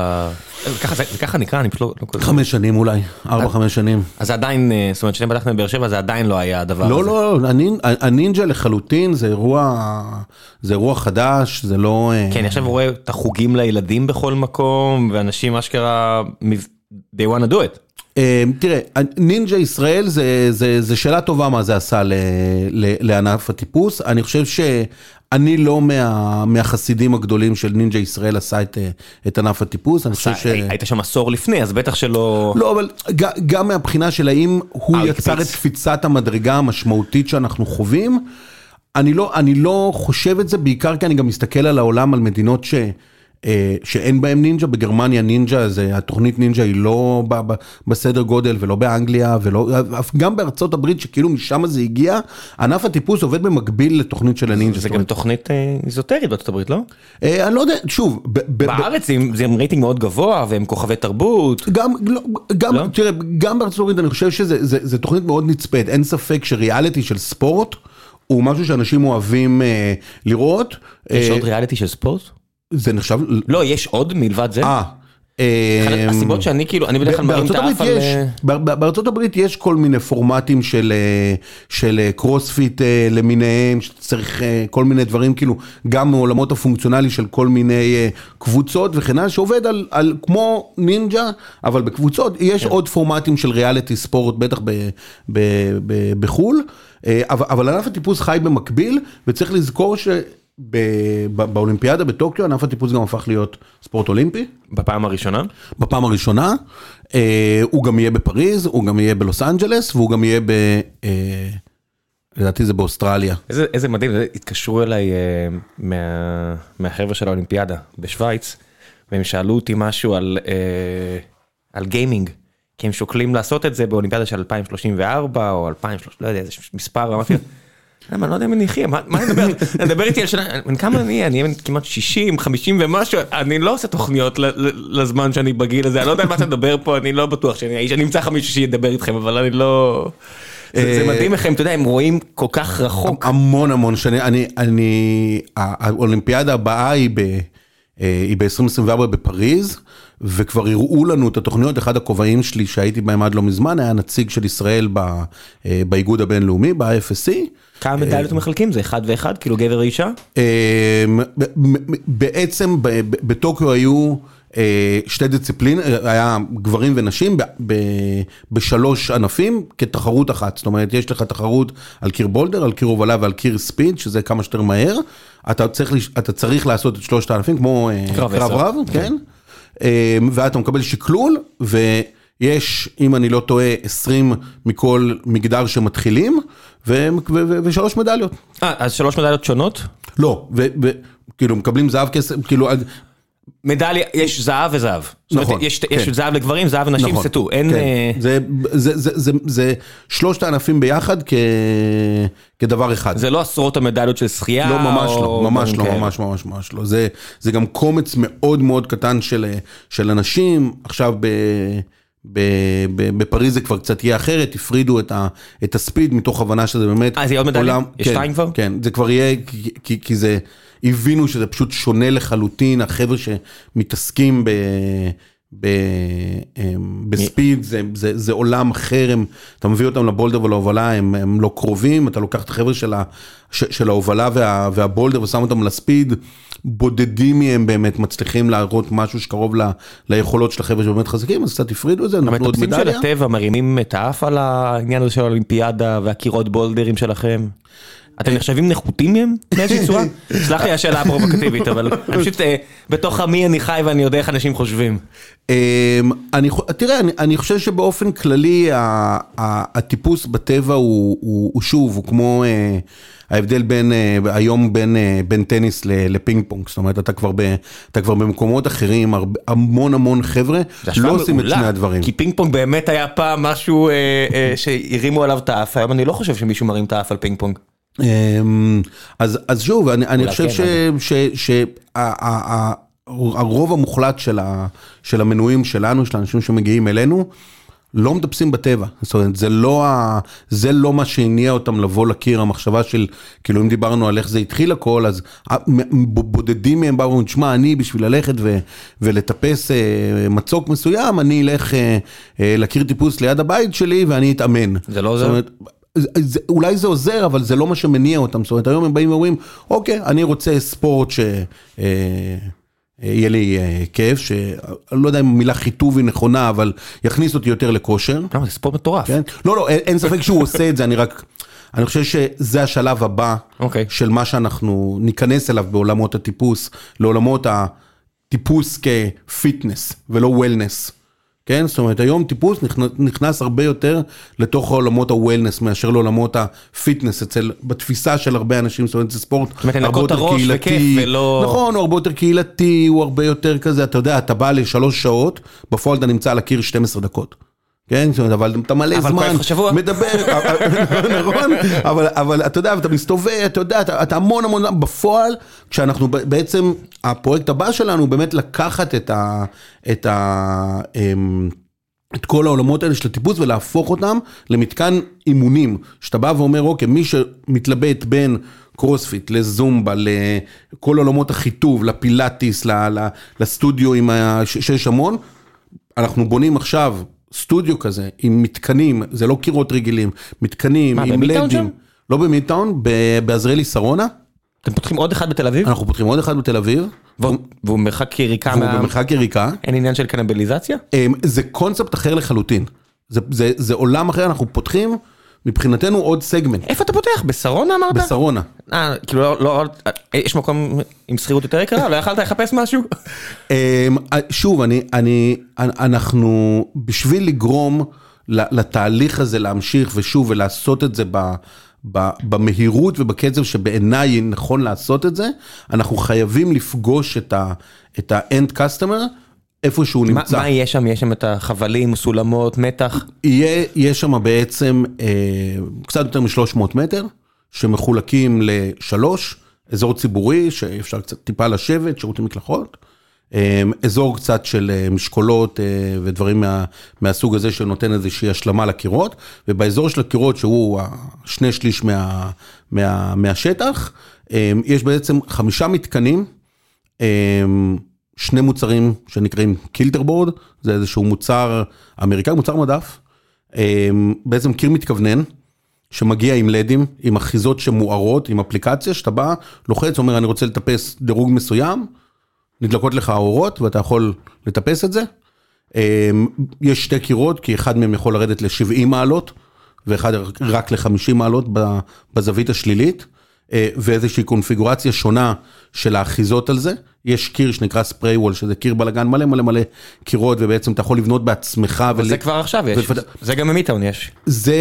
זה ככה נקרא, אני פשוט לא... 5 שנים אולי, 4-5 שנים. אז זה עדיין, זאת אומרת, כשאתם פתחתם בבאר שבע, זה עדיין לא היה הדבר הזה. לא, הנינג'ה לחלוטין, זה אירוע חדש, זה לא... כן, אני עכשיו רואה את החוגים לילדים בכל מקום, ואנשים אשכרה, they want to do it. תראה, נינג'ה ישראל זה שאלה טובה מה זה עשה לענף הטיפוס, אני חושב שאני לא מהחסידים הגדולים של נינג'ה ישראל עשה את ענף הטיפוס, אני חושב היית שם עשור לפני, אז בטח שלא... לא, אבל גם מהבחינה של האם הוא יצר את קפיצת המדרגה המשמעותית שאנחנו חווים, אני לא חושב את זה, בעיקר כי אני גם מסתכל על העולם, על מדינות שאין בהם נינג'ה, בגרמניה נינג'ה, התוכנית נינג'ה היא לא בסדר גודל ולא באנגליה, גם בארצות הברית שכאילו משם זה הגיע, ענף הטיפוס עובד במקביל לתוכנית של הנינג'ה. זה גם תוכנית איזוטרית בארצות הברית, לא? אני לא יודע, שוב. בארץ זה עם רייטינג מאוד גבוה, והם כוכבי תרבות. תראה, גם בארצות הברית אני חושב שזה תוכנית מאוד נצפית, אין ספק שריאליטי של ספורט, הוא משהו שאנשים אוהבים לראות. יש עוד ריאליטי של ספורט? זה נחשב... לא, יש עוד מלבד זה? הסיבות שאני כאילו, אני בדרך כלל מרים את האף על... בארצות הברית יש כל מיני פורמטים של קרוספיט למיניהם, שצריך כל מיני דברים, כאילו, גם מעולמות הפונקציונלי של כל מיני קבוצות וכן, שעובד על כמו נינג'ה, אבל בקבוצות, יש עוד פורמטים של ריאליטי ספורט, בטח בחול, אבל ענף הטיפוס חי במקביל, וצריך לזכור באולימפיאדה בטוקיו, ענף הטיפוס גם הפך להיות ספורט אולימפי. בפעם הראשונה? בפעם הראשונה. הוא גם יהיה בפריז, הוא גם יהיה בלוס אנג'לס, והוא גם יהיה לדעתי זה באוסטרליה. איזה מדהים, התקשרו אליי מהחבר'ה של האולימפיאדה בשוויץ, והם שאלו אותי משהו על גיימינג, כי הם שוקלים לעשות את זה באולימפיאדה של 2034 או 2030, לא יודע, איזה מספר, אמרתי, אני לא יודע אם אני אחי, מה אני מדבר איתי על שנה, כמה אני אהיה כמעט 60, 50 ומשהו, אני לא עושה תוכניות לזמן שאני בגיל הזה, אני לא יודע על מה אתה מדבר פה, אני לא בטוח שאני אמצא 50 שידבר איתכם, אבל אני לא... זה מדהים לכם, אתה יודע, הם רואים כל כך רחוק. המון שנים, האולימפיאדה הבאה היא ב-2024 בפריז, וכבר הראו לנו את התוכניות, אחד הכובעים שלי שהייתי בהם עד לא מזמן, היה נציג של ישראל באיגוד הבינלאומי, ב-IFSC. כמה מדליות מחלקים? זה אחד ואחד, כאילו גבר ואישה? בעצם בטוקיו היו שתי דיסציפלינות, היה גברים ונשים בשלוש ענפים כתחרות אחת, זאת אומרת יש לך תחרות על קיר בולדר, על קיר הובלה ועל קיר ספיד, שזה כמה שיותר מהר, אתה צריך לעשות את שלושת הענפים כמו קרב רב, כן? ואתה מקבל שקלול, ויש, אם אני לא טועה, 20 מכל מגדר שמתחילים, ושלוש מדליות. אז שלוש מדליות שונות? לא, וכאילו מקבלים זהב כסף, כאילו... מדליה, יש זהב וזהב. נכון. יש זהב לגברים, זהב לנשים, סטו. אין... זה שלושת הענפים ביחד כדבר אחד. זה לא עשרות המדליות של שחייה? לא, ממש לא. זה גם קומץ מאוד מאוד קטן של אנשים. עכשיו בפריז זה כבר קצת יהיה אחרת, הפרידו את הספיד מתוך הבנה שזה באמת... זה יהיה עוד מדליה? יש שתיים כבר? כן, זה כבר יהיה, כי זה... הבינו שזה פשוט שונה לחלוטין, החבר'ה שמתעסקים בספיד, זה עולם אחר, אתה מביא אותם לבולדר ולהובלה, הם לא קרובים, אתה לוקח את החבר'ה של ההובלה והבולדר ושם אותם לספיד, בודדים מהם באמת מצליחים להראות משהו שקרוב ליכולות של החבר'ה שבאמת חזקים, אז קצת הפרידו את זה, נתנו עוד מדליה. המטפסים של הטבע מרימים את האף על העניין הזה של האולימפיאדה והקירות בולדרים שלכם? אתם נחשבים נחותים מהם באיזושהי צורה? סלח לי השאלה הפרובוקטיבית, אבל אני פשוט בתוך עמי אני חי ואני יודע איך אנשים חושבים. תראה, אני חושב שבאופן כללי הטיפוס בטבע הוא שוב, הוא כמו ההבדל היום בין טניס לפינג פונג, זאת אומרת, אתה כבר במקומות אחרים, המון חבר'ה, לא עושים את שני הדברים. כי פינג פונג באמת היה פעם משהו שהרימו עליו את האף, היום אני לא חושב שמישהו מרים את האף על פינג פונג. אז שוב, אני חושב שהרוב המוחלט של המנויים שלנו, של האנשים שמגיעים אלינו, לא מטפסים בטבע. זאת אומרת, זה לא מה שהניע אותם לבוא לקיר, המחשבה של, כאילו אם דיברנו על איך זה התחיל הכל, אז בודדים מהם באו, תשמע, אני בשביל ללכת ולטפס מצוק מסוים, אני אלך לקיר טיפוס ליד הבית שלי ואני אתאמן. זה לא עוזר? אולי זה עוזר, אבל זה לא מה שמניע אותם. זאת אומרת, היום הם באים ואומרים, אוקיי, אני רוצה ספורט שיהיה לי כיף, שאני לא יודע אם מילה חיטוב היא נכונה, אבל יכניס אותי יותר לכושר. זה ספורט מטורף. לא, אין ספק שהוא עושה את זה, אני חושב שזה השלב הבא של מה שאנחנו ניכנס אליו בעולמות הטיפוס, לעולמות הטיפוס כפיטנס ולא וולנס. כן? זאת אומרת, היום טיפוס נכנס הרבה יותר לתוך עולמות הוולנס, מאשר לעולמות הפיטנס, בתפיסה של הרבה אנשים, זאת אומרת, זה ספורט הרבה יותר קהילתי, נכון, הוא הרבה יותר קהילתי, הוא הרבה יותר כזה, אתה יודע, אתה בא ל3 שעות, בפועל אתה נמצא על הקיר 12 דקות. כן, אבל אתה מלא זמן, מדבר, נכון, אבל אתה יודע, אתה מסתובב, אתה יודע, אתה המון המון, בפועל, כשאנחנו בעצם, הפרויקט הבא שלנו הוא באמת לקחת את כל העולמות האלה של הטיפוס ולהפוך אותם למתקן אימונים, שאתה בא ואומר, אוקיי, מי שמתלבט בין קרוספיט, לזומבה, לכל עולמות החיטוב, לפילאטיס, לסטודיו שיש המון, אנחנו בונים עכשיו סטודיו כזה, עם מתקנים, זה לא קירות רגילים, מתקנים, עם לדים. לא במידטאון, בעזריאלי שרונה. אתם פותחים עוד אחד בתל אביב? אנחנו פותחים עוד אחד בתל אביב. והוא מרחק יריקה והוא במרחק יריקה. אין עניין של קנבליזציה? זה קונספט אחר לחלוטין. זה עולם אחר, אנחנו פותחים, מבחינתנו עוד סגמנט. איפה אתה פותח? בשרונה אמרת? בשרונה. כאילו לא, יש מקום עם שכירות יותר יקרה? לא יכלת לחפש משהו? שוב, אנחנו, בשביל לגרום לתהליך הזה להמשיך ושוב ולעשות את זה במהירות ובקצב שבעיניי נכון לעשות את זה, אנחנו חייבים לפגוש את ה-end customer, איפה שהוא נמצא. מה יהיה שם? יש שם את החבלים, סולמות, מתח? יש שם בעצם קצת יותר מ-300 מטר, שמחולקים ל3, אזור ציבורי, שאפשר קצת טיפה לשבת, שירותים מקלחות, אזור קצת של משקולות ודברים מהסוג הזה, שנותן איזושהי השלמה לקירות, ובאזור של הקירות, שהוא 2/3 מהשטח, יש בעצם 5 מתקנים, 2 מוצרים שנקראים קילטרבורד, זה איזשהו מוצר אמריקאי, מוצר מדף, בעצם קיר מתכוונן, שמגיע עם לדים, עם אחיזות שמוארות, עם אפליקציה, שאתה בא, לוחץ, אומר, אני רוצה לטפס דירוג מסוים, נדלקות לך האורות, ואתה יכול לטפס את זה. יש 2 קירות, כי אחד מהם יכול לרדת ל70 מעלות, ואחד רק ל50 מעלות בזווית השלילית, ואיזושהי קונפיגורציה שונה של האחיזות על זה. יש קיר שנקרא ספרי וול, שזה קיר בלגן מלא מלא מלא קירות, ובעצם אתה יכול לבנות בעצמך. זה כבר עכשיו יש, זה גם במידטאון יש.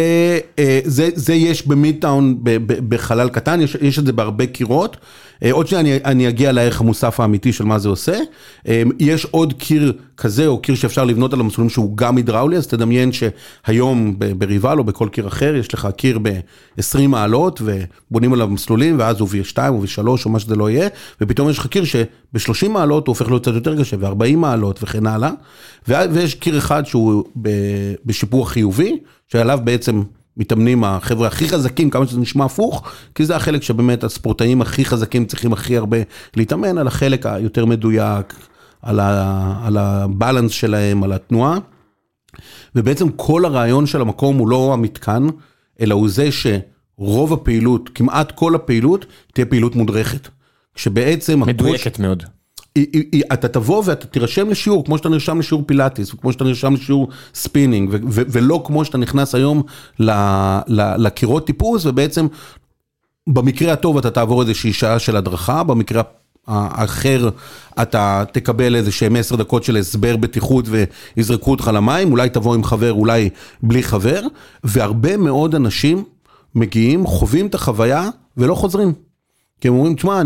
זה יש במידטאון בחלל קטן, יש את זה בהרבה קירות. עוד שאני אגיע לערך המוסף האמיתי של מה זה עושה. יש עוד קיר כזה, או קיר שאפשר לבנות על המסלולים שהוא גם הידראולי, אז תדמיין שהיום בריבל או בכל קיר אחר, יש לך קיר ב-20 מעלות, ובונים עליו מסלולים, ואז הוא V2 או V3 או מה שזה לא יהיה, ופתאום יש לך קיר שב-30 מעלות הוא הופך להיות קצת יותר קשה, ו-40 מעלות וכן הלאה, ויש קיר אחד שהוא בשיפור חיובי, שעליו בעצם מתאמנים החבר'ה הכי חזקים, כמה שזה נשמע הפוך, כי זה החלק שבאמת הספורטאים הכי חזקים צריכים הכי הרבה להתאמן, על החלק היותר מדויק, על הבלנס שלהם, על התנועה, ובעצם כל הרעיון של המקום הוא לא המתקן, אלא הוא זה שרוב הפעילות, כמעט כל הפעילות, תהיה פעילות מודרכת. כשבעצם... מדויקת מאוד. אתה תבוא ואתה תירשם לשיעור, כמו שאתה נרשם לשיעור פילאטיס, כמו שאתה נרשם לשיעור ספינינג, ולא כמו שאתה נכנס היום לקירות טיפוס, ובעצם במקרה הטוב אתה תעבור איזושהי שעה של הדרכה, במקרה האחר אתה תקבל איזשהם 10 דקות של הסבר בטיחות ויזרקו אותך למים, אולי תבוא עם חבר, אולי בלי חבר, והרבה מאוד אנשים מגיעים, חווים את החוויה ולא חוזרים. כי הם אומרים, תשמע,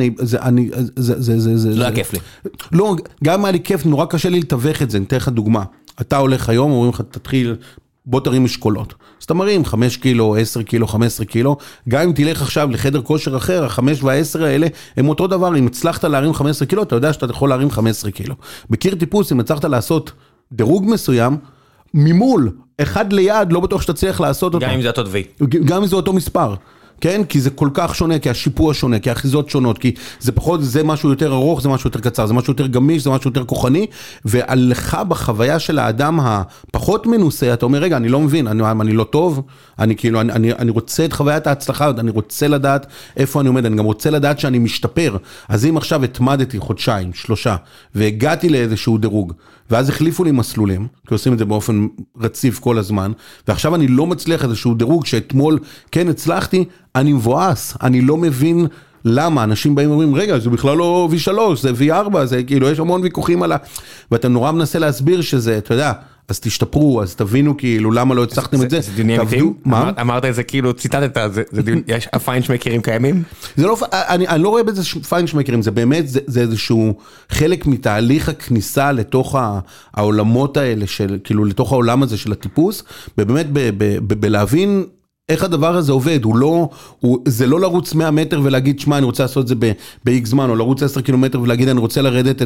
זה לא היה כיף לי. לא, גם היה לי כיף, נורא קשה לי לתווך את זה, נתן לך דוגמה. אתה הולך היום, אומרים לך, תתחיל, בוא תרים משקולות. אז אתה מרים 5 קילו, 10 קילו, 15 קילו, גם אם תלך עכשיו לחדר כושר אחר, ה5 וה10 האלה, הם אותו דבר, אם הצלחת להרים 15 קילו, אתה יודע שאתה יכול להרים 15 קילו. בקיר טיפוס, אם הצלחת לעשות דירוג מסוים, ממול, אחד ליד, לא בטוח שאתה צריך לעשות אותו. גם אם זה אותו דווי. גם אם זה אותו מספר. כן? כי זה כל כך שונה, כי השיפוע שונה, כי האחיזות שונות, כי זה פחות, זה משהו יותר ארוך, זה משהו יותר קצר, זה משהו יותר גמיש, זה משהו יותר כוחני, ועליך בחוויה של האדם הפחות מנוסה, אתה אומר, רגע, אני לא מבין, אני לא טוב, אני רוצה את חוויית ההצלחה, אני רוצה לדעת איפה אני עומד, אני גם רוצה לדעת שאני משתפר, אז אם עכשיו התמדתי 1-3 חודשים, והגעתי לאיזשהו דירוג, ואז החליפו לי מסלולים, כי עושים את זה באופן רציף כל הזמן, ועכשיו אני לא מצליח איזשהו דירוג שאתמול כן הצלחתי, אני מבואס, אני לא מבין למה? אנשים באים ואומרים, רגע, זה בכלל לא V3, זה V4, זה כאילו, יש המון ויכוחים על ואתה נורא מנסה להסביר שזה, אתה יודע, אז תשתפרו, אז תבינו כאילו, למה לא הצלחתם את זה. זה דיונים אמיתיים? אמרת את זה כאילו, ציטטת, יש הפיינשמקרים קיימים? אני לא רואה בזה פיינשמקרים, זה באמת, זה איזשהו חלק מתהליך הכניסה לתוך העולמות האלה, כאילו לתוך העולם הזה של הטיפוס, ובאמת בלהבין איך הדבר הזה עובד, זה לא לרוץ 100 מטר ולהגיד, שמה, אני רוצה לעשות את זה ב-X זמן, או לרוץ 10 קילומטר ולהגיד, אני רוצה לרדת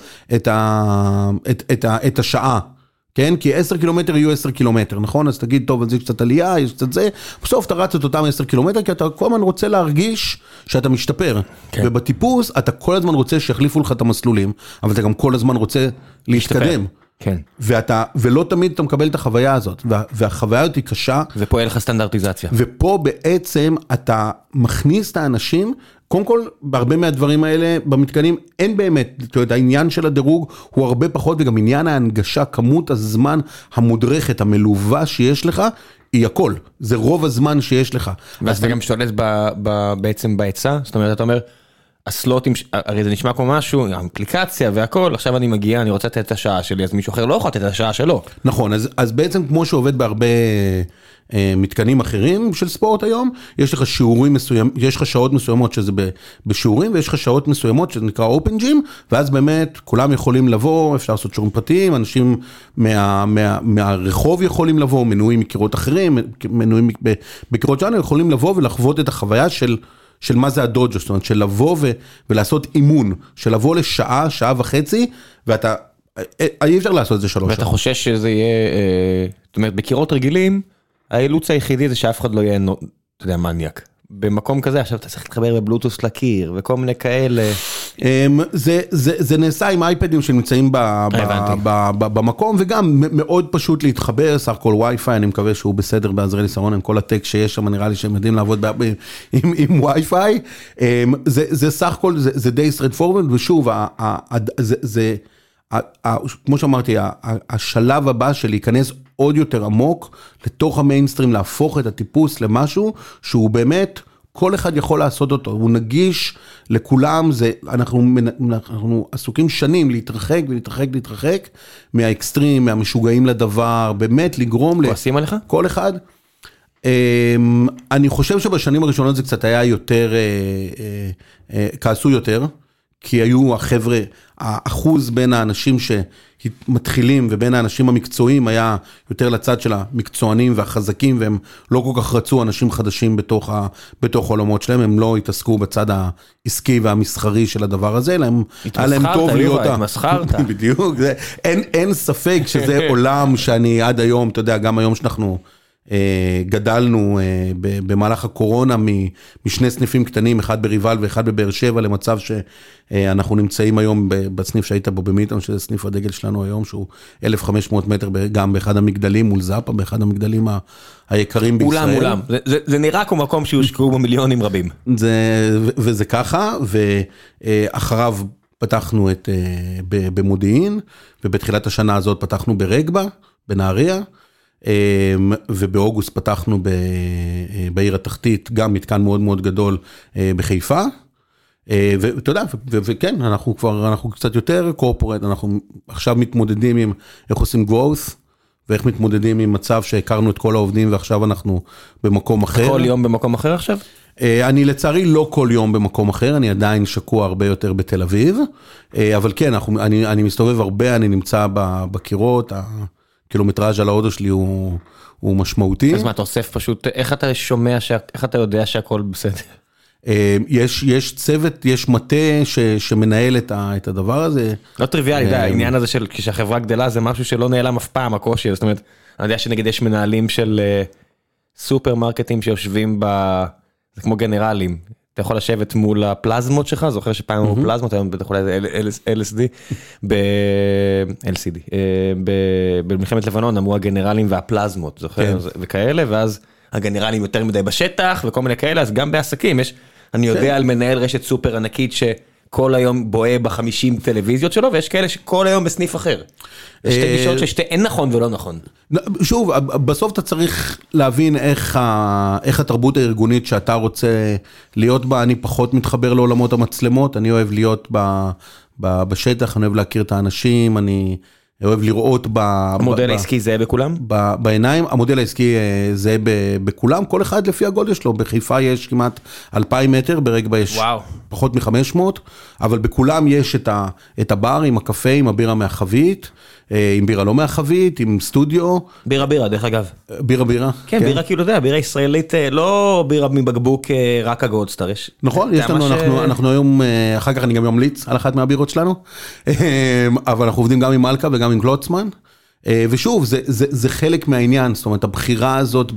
את השעה. כן? כי 10 קילומטר יהיו 10 קילומטר, נכון? אז תגיד, טוב, אז יש קצת עלייה, יש קצת זה, בסוף אתה רץ את אותם 10 קילומטר, כי אתה כל הזמן רוצה להרגיש שאתה משתפר. כן. ובטיפוס, אתה כל הזמן רוצה שיחליפו לך את המסלולים, אבל אתה גם כל הזמן רוצה להתקדם. כן. ולא תמיד אתה מקבל את החוויה הזאת, והחוויה הזאת היא קשה. ופה אין לך סטנדרטיזציה. ופה בעצם אתה מכניס את האנשים, קודם כל, בהרבה מהדברים האלה, במתקנים, אין באמת, אתה יודע, העניין של הדירוג הוא הרבה פחות, וגם עניין ההנגשה, כמות הזמן המודרכת, המלווה שיש לך, היא הכל. זה רוב הזמן שיש לך. ואז אתה גם שולט בעצם בהיצע, זאת אומרת, אתה אומר, הסלוטים, הרי זה נשמע כמו משהו, האפליקציה והכל, עכשיו אני מגיע, אני רוצה לתת את השעה שלי, אז מישהו אחר לא יכול לתת את השעה שלו. נכון, אז בעצם כמו שעובד בהרבה מתקנים אחרים של ספורט היום, יש לך שיעורים מסוימים, יש לך שעות מסוימות שזה בשיעורים, ויש לך שעות מסוימות שזה נקרא אופן ג'ים, ואז באמת כולם יכולים לבוא, אפשר לעשות שיעורים פרטיים, אנשים מהרחוב יכולים לבוא, מנויים מקירות אחרים, מנויים בקירות שלנו, יכולים לבוא ולחוות את החוויה של מה זה הדוג'ו, זאת אומרת, של לבוא ולעשות אימון, של לבוא לשעה, שעה וחצי, ואתה, אי אפשר לעשות את זה 3 שעות. ואתה חושש שזה יהיה, זאת אומרת, בקירות רגילים, האילוץ היחידי זה שאף אחד לא יהיה, אתה יודע, מניאק. במקום כזה, עכשיו אתה צריך להתחבר בבלוטוס לקיר, וכל מיני כאלה. זה נעשה עם אייפדים שנמצאים במקום, וגם מאוד פשוט להתחבר, סך הכל וי-פיי, אני מקווה שהוא בסדר בעזריאלי שרון, עם כל הטקסט שיש שם, נראה לי שהם יודעים לעבוד עם וי-פיי. זה סך הכל, זה די straight forward, ושוב, כמו שאמרתי, השלב הבא של להיכנס עוד יותר עמוק לתוך המיינסטרים, להפוך את הטיפוס למשהו שהוא באמת, כל אחד יכול לעשות אותו, הוא נגיש לכולם, אנחנו עסוקים שנים להתרחק ולהתרחק מהאקסטרים, מהמשוגעים לדבר, באמת לגרום כועסים עליך? כל אחד. אני חושב שבשנים הראשונות זה קצת היה יותר, כעסו יותר, כי היו החבר'ה, האחוז בין האנשים שמתחילים ובין האנשים המקצועיים היה יותר לצד של המקצוענים והחזקים, והם לא כל כך רצו אנשים חדשים בתוך העולמות שלהם, הם לא התעסקו בצד העסקי והמסחרי של הדבר הזה, אלא היה להם טוב להיות... התמסחרת. בדיוק, אין ספק שזה עולם שאני עד היום, אתה יודע, גם היום שאנחנו... גדלנו במהלך הקורונה משני סניפים קטנים, אחד בריבל ואחד בבאר שבע, למצב שאנחנו נמצאים היום בסניף שהיית בו במיטון, שזה סניף הדגל שלנו היום, שהוא 1,500 מטר גם באחד המגדלים מול זאפה, באחד המגדלים היקרים בישראל. אולם. זה נראה כמו מקום שהושקעו בו מיליונים רבים. וזה ככה, ואחריו פתחנו במודיעין, ובתחילת השנה הזאת פתחנו ברגבה, בנהריה, ובאוגוסט פתחנו בעיר התחתית גם מתקן מאוד מאוד גדול בחיפה, ואתה יודע, וכן, אנחנו קצת יותר קורפורט, אנחנו עכשיו מתמודדים עם איך עושים growth, ואיך מתמודדים עם מצב שהכרנו את כל העובדים, ועכשיו אנחנו במקום אחר. כל יום במקום אחר עכשיו? אני לצערי לא כל יום במקום אחר, אני עדיין שקוע הרבה יותר בתל אביב, אבל כן, אני מסתובב הרבה, אני נמצא בקירות, קילומטראז' על האוטו שלי הוא משמעותי. אז מה, אתה אוסף פשוט, איך אתה שומע, איך אתה יודע שהכל בסדר? יש צוות, יש מטה שמנהל את הדבר הזה. לא טריוויאלי, העניין הזה של כשהחברה גדלה זה משהו שלא נעלם אף פעם, הקושי, זאת אומרת, אני יודע שנגיד יש מנהלים של סופרמרקטים שיושבים זה כמו גנרלים, אתה יכול לשבת מול הפלזמות שלך, זוכר שפעם אמרו פלזמות, היום בטח אולי זה LSD, LCD, במלחמת לבנון אמרו הגנרלים והפלזמות, זוכר, וכאלה, ואז הגנרלים יותר מדי בשטח, וכל מיני כאלה, אז גם בעסקים יש, אני יודע על מנהל רשת סופר ענקית, כל היום בואה ב50 טלוויזיות שלו, ויש כאלה שכל היום בסניף אחר. יש שתי גישות אין נכון ולא נכון. שוב, בסוף אתה צריך להבין איך התרבות הארגונית שאתה רוצה להיות בה, אני פחות מתחבר לעולמות המצלמות, אני אוהב להיות בשטח, אני אוהב להכיר את האנשים, אני אוהב לראות המודל העסקי זה בכולם? בעיניים, המודל העסקי זה בכולם, כל אחד לפי הגודל שלו, בחיפה יש כמעט 2,000 מטר, ברגבה יש פחות מ-500, אבל בכולם יש את הבר עם הקפה, עם הבירה מהחבית, עם בירה לא מהחבית, עם סטודיו. בירה, דרך אגב. בירה. כן, בירה כאילו, אתה יודע, בירה ישראלית, לא בירה מבקבוק רק הגולדסטאר. נכון, יש לנו, אנחנו היום, אחר כך אני גם ממליץ על אחת מהבירות שלנו, אבל אנחנו עובדים גם עם מלכה וגם עם קלוצמן, ושוב, זה חלק מהעניין, זאת אומרת, הבחירה הזאת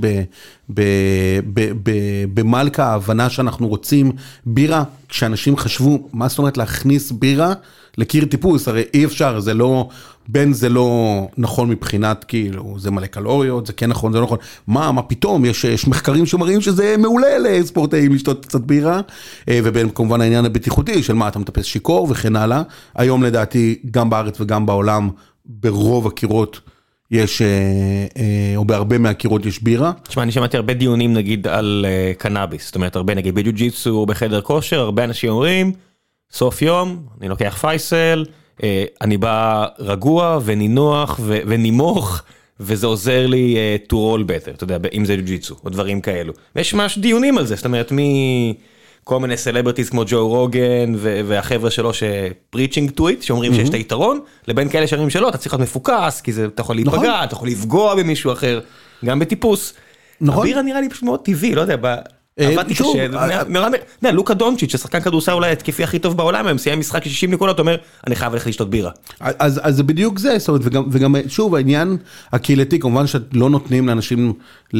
במלכה, ההבנה שאנחנו רוצים בירה, כשאנשים חשבו, מה זאת אומרת להכניס בירה לקיר טיפוס, הרי אי אפשר, זה לא, בין זה לא נכון מבחינת, כאילו, זה מלא קלוריות, זה כן נכון, זה לא נכון, מה פתאום, יש מחקרים שמראים שזה מעולה לספורטאים לשתות קצת בירה, ובין כמובן העניין הבטיחותי, של מה אתה מטפס שיקור וכן הלאה, היום לדעתי, גם בארץ וגם בעולם, ברוב הקירות יש, או בהרבה מהקירות יש בירה. תשמע, אני שמעתי הרבה דיונים נגיד על קנאביס, זאת אומרת, הרבה נגיד בג'ו-ג'יטסו או בחדר כושר, הרבה אנשים אומרים, סוף יום, אני לוקח פייסל, אני בא רגוע ונינוח ונימוך, וזה עוזר לי to roll better, אתה יודע, אם זה ג'ו-ג'יטסו או דברים כאלו. ויש ממש דיונים על זה, זאת אומרת, כל מיני סלבריטיז כמו ג'ו רוגן והחבר'ה שלו שפריצ'ינג טו איט, שאומרים שיש את היתרון, לבין כאלה שאומרים שלא, אתה צריך להיות מפוקס, כי אתה יכול להיפגע, אתה יכול לפגוע במישהו אחר, גם בטיפוס. הבירה נראה לי פשוט מאוד טבעי, לא יודע, עבדתי קשה, לוקה דונצ'יץ', ששחקן כדורסל אולי התקפי הכי טוב בעולם, הם סיים משחק 60 נקודות, אומר, אני חייב ללכת לשתות בירה. אז זה בדיוק זה, וגם שוב, העניין הקהילתי, כמובן שלא נותנים לאנשים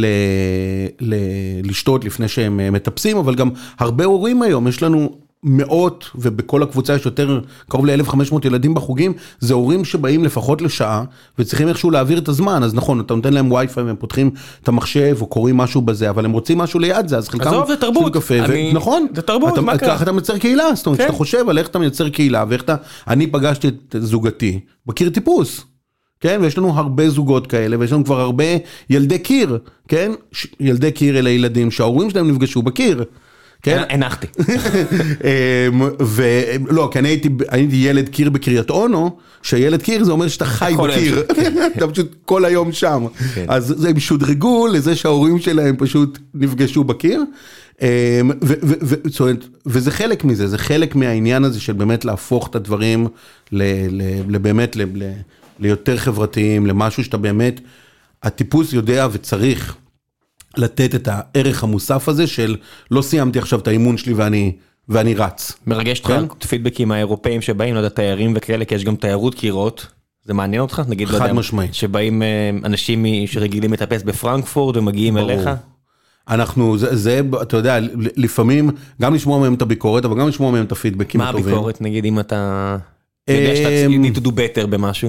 לשתות לפני שהם מטפסים, אבל גם הרבה הורים היום, יש לנו מאות, ובכל הקבוצה יש יותר, קרוב ל-1,500 ילדים בחוגים, זה הורים שבאים לפחות לשעה, וצריכים איכשהו להעביר את הזמן, אז נכון, אתה נותן להם וי-פיי, והם פותחים את המחשב, או קוראים משהו בזה, אבל הם רוצים משהו ליד זה, אז חלקם... עזוב, זה תרבות. נכון. זה תרבות, מה קרה? ככה אתה מייצר קהילה, זאת אומרת, שאתה חושב על איך אתה מייצר קהילה, ואיך אתה... אני פגשתי את זוגתי, בקיר טיפוס, כן? ויש לנו הרבה זוגות כאלה, ויש לנו כבר הרבה ילדי קיר, כן? ילדי קיר אלה ילדים שההורים שלהם נפגשו בקיר. הנחתי. ולא, כי אני הייתי ילד קיר בקריית אונו, שילד קיר זה אומר שאתה חי בקיר, אתה פשוט כל היום שם, אז זה משודרגו לזה שההורים שלהם פשוט נפגשו בקיר, וזה חלק מזה, זה חלק מהעניין הזה של באמת להפוך את הדברים באמת ליותר חברתיים, למשהו שאתה באמת, הטיפוס יודע וצריך, לתת את הערך המוסף הזה של לא סיימתי עכשיו את האימון שלי ואני רץ. מרגש אותך פידבקים האירופאים שבאים, לא יודע, תיירים וכאלה, כי יש גם תיירות קירות, זה מעניין אותך? נגיד, חד משמעית. שבאים אנשים שרגילים לטפס בפרנקפורט ומגיעים אליך? אנחנו, אתה יודע, לפעמים גם לשמוע מהם את הביקורת, אבל גם לשמוע מהם את הפידבקים הטובים. מה הביקורת, נגיד, אם אתה יודע שאתה need to do better במשהו?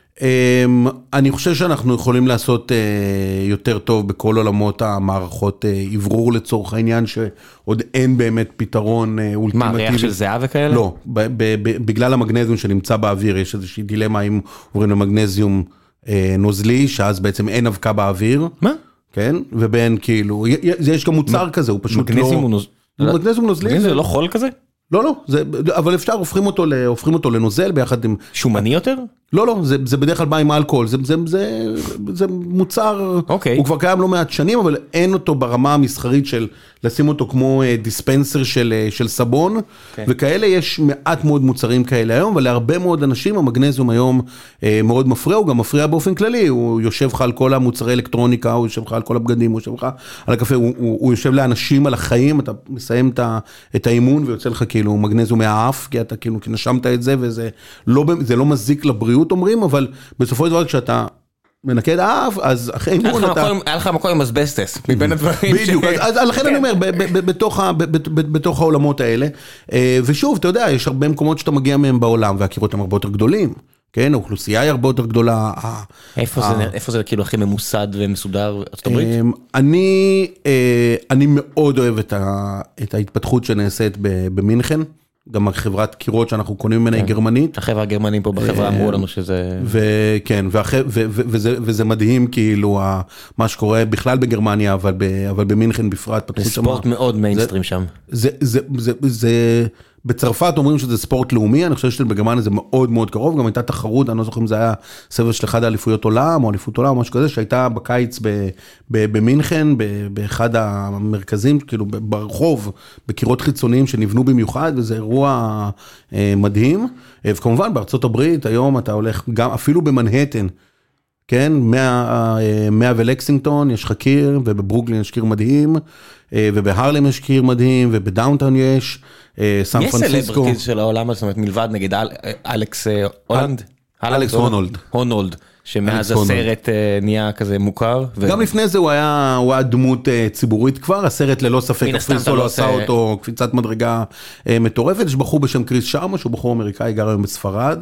אני חושב שאנחנו יכולים לעשות יותר טוב בכל עולמות המערכות עברור לצורך העניין, שעוד אין באמת פתרון אולטימטיבי. מה, ריח של זהה וכאלה? לא, בגלל המגנזיום שנמצא באוויר, יש איזושהי דילמה אם עוברים למגנזיום נוזלי, שאז בעצם אין אבקה באוויר. מה? כן, ובין כאילו, יש גם מוצר כזה, הוא פשוט לא... מגנזיום נוזלי. זה לא חול כזה? לא, אבל אפשר, הופכים אותו לנוזל ביחד עם... שומני יותר? לא, זה בדרך כלל בא עם אלכוהול, זה מוצר, הוא כבר קיים לא מעט שנים, אבל אין אותו ברמה המסחרית של לשים אותו כמו דיספנסר של סבון, וכאלה יש מעט מאוד מוצרים כאלה היום, אבל להרבה מאוד אנשים המגנזיום היום מאוד מפריע, הוא גם מפריע באופן כללי, הוא יושב לך על כל המוצרי אלקטרוניקה, הוא יושב לך על כל הבגדים, הוא יושב לך על הקפה, הוא יושב לאנשים על החיים, אתה מסיים את האימון ויוצא לך כאילו מגנזיום מהאף, כי אתה כאילו נשמת את זה, וזה לא מזיק לבריאות אומרים, אבל בסופו של דבר כשאתה מנקה את האף, אז אחרי אימון אתה... היה לך מקום עם אסבסטס, מבין הדברים ש... בדיוק, אז לכן אני אומר, בתוך העולמות האלה, ושוב, אתה יודע, יש הרבה מקומות שאתה מגיע מהם בעולם, והקירות הם הרבה יותר גדולים, כן, האוכלוסייה היא הרבה יותר גדולה. איפה זה כאילו הכי ממוסד ומסודר, ארצות הברית? אני מאוד אוהב את ההתפתחות שנעשית במינכן, גם החברת קירות שאנחנו קונים ממנה היא גרמנית. החברה הגרמנים פה בחברה אמרו לנו שזה... וכן, וזה מדהים כאילו מה שקורה בכלל בגרמניה, אבל במינכן בפרט. זה ספורט מאוד מיינסטרים שם. בצרפת אומרים שזה ספורט לאומי, אני חושב שבגרמניה זה מאוד מאוד קרוב, גם הייתה תחרות, אני לא זוכר אם זה היה סבב של אחד האליפויות עולם, או אליפות עולם, או משהו כזה, שהייתה בקיץ במינכן, באחד המרכזים, כאילו ברחוב, בקירות חיצוניים שנבנו במיוחד, וזה אירוע מדהים, וכמובן בארצות הברית, היום אתה הולך גם, אפילו במנהטן, כן, 100 ולקסינגטון יש לך קיר, ובברוקלין יש קיר מדהים, ובהרלם יש קיר מדהים, ובדאונטאון יש, סן פרנסיסקו. מי סלבריטיז של העולם, זאת אומרת, מלבד נגיד אלכס הולנד? אלכס הונולד. הונולד, שמאז הסרט נהיה כזה מוכר. גם לפני זה הוא היה דמות ציבורית כבר, הסרט ללא ספק, הפריסו לא עשה אותו קפיצת מדרגה מטורפת, יש בחור בשם קריס שרמה, שהוא בחור אמריקאי, גר היום בספרד,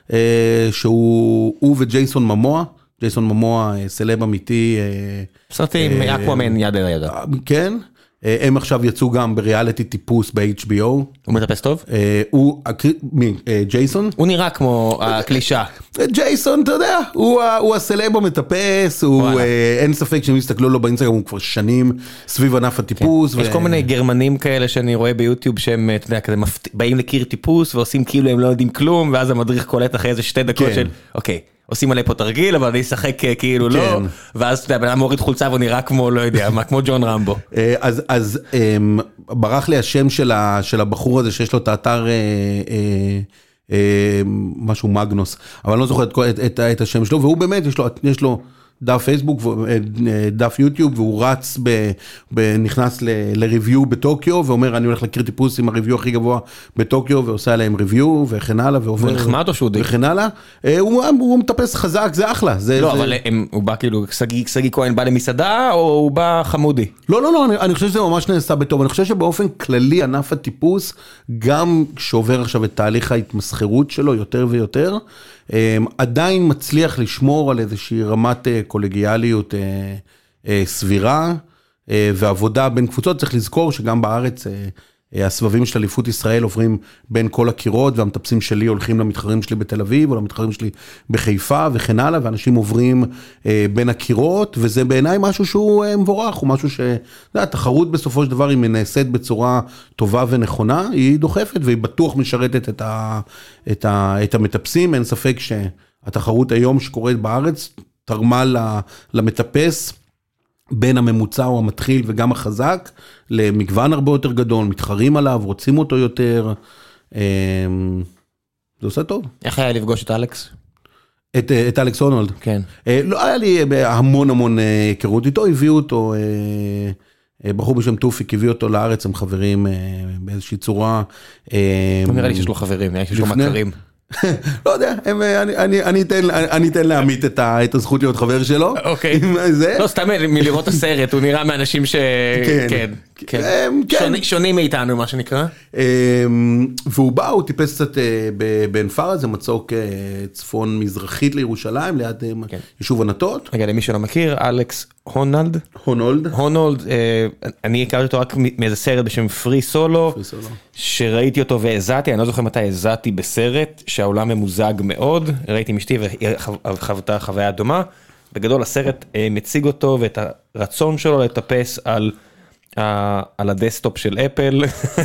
שהוא וג'ייסון ממוע, ג'ייסון ממוע סלב אמיתי. סרטים, אקוואמן יד אל יד. כן. הם עכשיו יצאו גם בריאליטי טיפוס ב-HBO. הוא מטפס טוב? מי? ג'ייסון? הוא נראה כמו הקלישה. ג'ייסון, אתה יודע, הוא הסלב המטפס, אין ספק שהם יסתכלו לו באינסטגרם, הוא כבר שנים סביב ענף הטיפוס. יש כל מיני גרמנים כאלה שאני רואה ביוטיוב שהם, אתה יודע, כזה באים לקיר טיפוס ועושים כאילו הם לא יודעים כלום, ואז המדריך קולט אחרי איזה 2 דקות של, אוקיי. עושים עלי פה תרגיל, אבל אני אשחק כאילו לא, ואז אתה יודע, בן אדם מוריד חולצה והוא נראה כמו, לא יודע, כמו ג'ון רמבו. אז ברח לי השם של הבחור הזה שיש לו את האתר, משהו מגנוס, אבל אני לא זוכר את השם שלו, והוא באמת, יש לו דף פייסבוק, דף יוטיוב, והוא רץ, נכנס לריוויו בטוקיו, ואומר, אני הולך להכיר טיפוס עם הריוויו הכי גבוה בטוקיו, ועושה עליהם ריוויו, וכן הלאה, ועובר... נחמד או שהוא די? וכן הלאה. הוא מטפס חזק, זה אחלה. לא, אבל הוא בא כאילו, סגי כהן בא למסעדה, או הוא בא חמודי? לא, אני חושב שזה ממש נעשה בטוב. אני חושב שבאופן כללי, ענף הטיפוס, גם שעובר עכשיו את תהליך ההתמסחרות שלו יותר ויותר, עדיין מצליח לשמור על איזושהי רמת קולגיאליות סבירה, ועבודה בין קבוצות. צריך לזכור שגם בארץ הסבבים של אליפות ישראל עוברים בין כל הקירות, והמטפסים שלי הולכים למתחרים שלי בתל אביב, או למתחרים שלי בחיפה וכן הלאה, ואנשים עוברים בין הקירות, וזה בעיניי משהו שהוא מבורך, הוא משהו התחרות בסופו של דבר, אם היא נעשית בצורה טובה ונכונה, היא דוחפת, והיא בטוח משרתת את המטפסים. אין ספק שהתחרות היום שקורית בארץ, תרמה למטפס, בין הממוצע או המתחיל וגם החזק, למגוון הרבה יותר גדול, מתחרים עליו, רוצים אותו יותר, זה עושה טוב. איך היה לפגוש את אלכס? את אלכס הונולד? כן. לא היה לי המון היכרות איתו, הביאו אותו, בחור בשם טופיק, הביא אותו לארץ, הם חברים באיזושהי צורה. לא נראה לי שיש לו חברים, יש לו מכרים. לא יודע, אני אתן להעמיד את הזכות להיות חבר שלו. אוקיי. לא, סתם מלראות הסרט, הוא נראה מאנשים שונים מאיתנו, מה שנקרא. והוא בא, הוא טיפס קצת בעין פארה, זה מצוק צפון מזרחית לירושלים, ליד יישוב ענתות. רגע, למי שלא מכיר, אלכס הונולד. הונולד, אני הכרתי אותו רק מאיזה סרט בשם פרי סולו, שראיתי אותו והזעתי, אני לא זוכר מתי הזעתי בסרט, שהעולם ממוזג מאוד, ראיתי עם אשתי וחוותה חוויה דומה, בגדול הסרט מציג אותו ואת הרצון שלו לטפס על הדסטופ של אפל,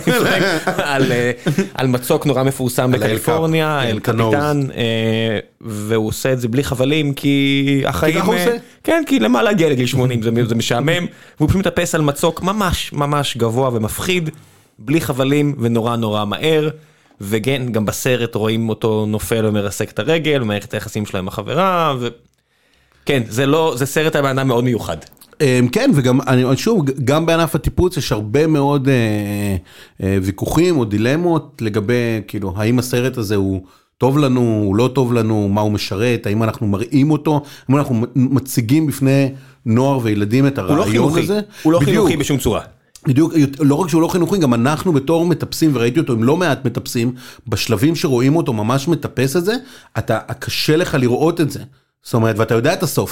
על מצוק נורא מפורסם בקליפורניה, אל קפיטן, והוא עושה את זה בלי חבלים, כי החיים, כן, כי למה להגיע לגיל 80, זה משעמם, והוא פשוט מטפס על מצוק ממש ממש גבוה ומפחיד, בלי חבלים ונורא נורא מהר, וכן, גם בסרט רואים אותו נופל ומרסק את הרגל, ומערכת היחסים שלהם החברה, וכן, זה סרט על אדם מאוד מיוחד. כן, וגם, שוב, גם בענף הטיפוס יש הרבה מאוד ויכוחים או דילמות לגבי, כאילו, האם הסרט הזה הוא טוב לנו, הוא לא טוב לנו, מה הוא משרת, האם אנחנו מראים אותו, האם אנחנו מציגים בפני נוער וילדים את הרעיון הזה. הוא לא חינוכי בשום צורה. בדיוק, לא רק שהוא לא חינוכי, גם אנחנו בתור מטפסים, וראיתי אותו עם לא מעט מטפסים, בשלבים שרואים אותו ממש מטפס את זה, קשה לך לראות את זה. זאת אומרת, ואתה יודע את הסוף.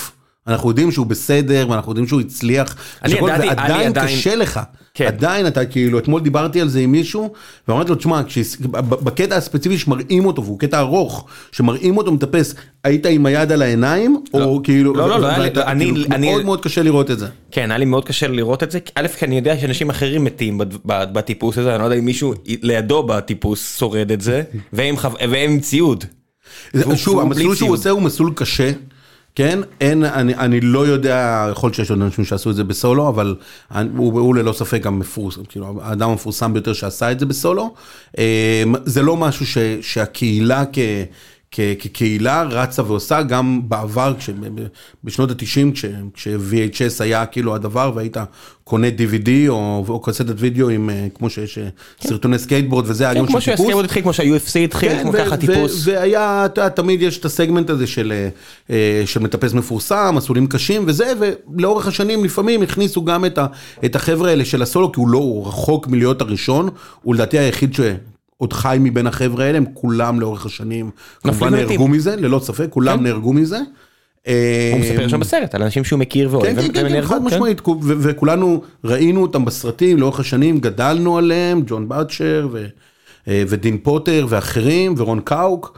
אנחנו יודעים שהוא בסדר, ואנחנו יודעים שהוא הצליח, ועדיין קשה לך. עדיין אתה כאילו, אתמול דיברתי על זה עם מישהו, ואמרתי לו, תשמע, בקטע הספציפי שמראים אותו, והוא קטע ארוך, שמראים אותו מטפס, היית עם היד על העיניים, או כאילו, מאוד מאוד קשה לראות את זה. כן, היה לי מאוד קשה לראות את זה, א', כי אני יודע שאנשים אחרים מתים בטיפוס הזה, אני לא יודע אם מישהו לידו בטיפוס שורד את זה, והם ציוד. שוב, המסלול שהוא עושה הוא מסלול קשה, כן, אני לא יודע, יכול להיות שיש עוד אנשים שעשו את זה בסולו, אבל הוא ללא ספק גם מפורסם, כאילו, האדם המפורסם ביותר שעשה את זה בסולו, זה לא משהו שהקהילה כקהילה רצה ועושה, גם בעבר, בשנות ה-90, כש-VHS היה כאילו הדבר, והיית קונה DVD או קסטת וידאו עם, כמו שיש סרטוני סקייטבורד, וזה היום של טיפוס. כמו שהסקייטבורד התחיל, כמו שה-UFC התחיל, כמו ככה טיפוס. והיה, תמיד יש את הסגמנט הזה של מטפס מפורסם, מסלולים קשים וזה, ולאורך השנים לפעמים הכניסו גם את החבר'ה האלה של הסולו, כי הוא לא רחוק מלהיות הראשון, הוא לדעתי היחיד עוד חי מבין החבר'ה האלה, הם כולם לאורך השנים, כמובן נהרגו מזה, ללא ספק, כולם נהרגו מזה. הוא מספר שם בסרט, על אנשים שהוא מכיר ואוהב. כן, חד משמעית, וכולנו ראינו אותם בסרטים, לאורך השנים גדלנו עליהם, ג'ון באצ'ר ודין פוטר ואחרים, ורון קאוק,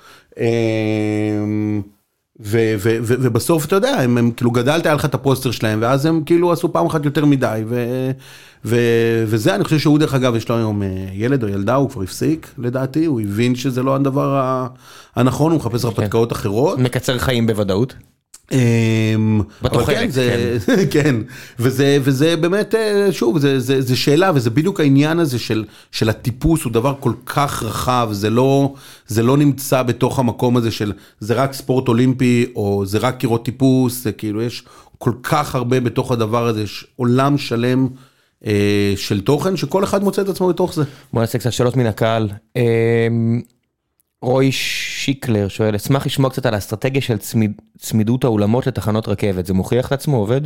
ובסוף אתה יודע, הם כאילו גדלת על לך את הפוסטר שלהם, ואז הם כאילו עשו פעם אחת יותר מדי, וזה אני חושב שהוא דרך אגב, יש לו היום ילד או ילדה, הוא כבר הפסיק לדעתי, הוא הבין שזה לא הדבר הנכון, הוא מחפש הרפתקאות אחרות. מקצר חיים בוודאות. בתוחלת, כן, וזה באמת, שוב, זה שאלה, וזה בדיוק העניין הזה של הטיפוס, הוא דבר כל כך רחב, זה לא נמצא בתוך המקום הזה של, זה רק ספורט אולימפי, או זה רק קירות טיפוס, זה כאילו, יש כל כך הרבה בתוך הדבר הזה, יש עולם שלם של תוכן, שכל אחד מוצא את עצמו בתוך זה. בוא נעשה קצת שאלות מן הקהל. רוי שיקלר שואל, אשמח לשמוע קצת על האסטרטגיה של צמידות האולמות לתחנות רכבת, זה מוכיח את עצמו, עובד?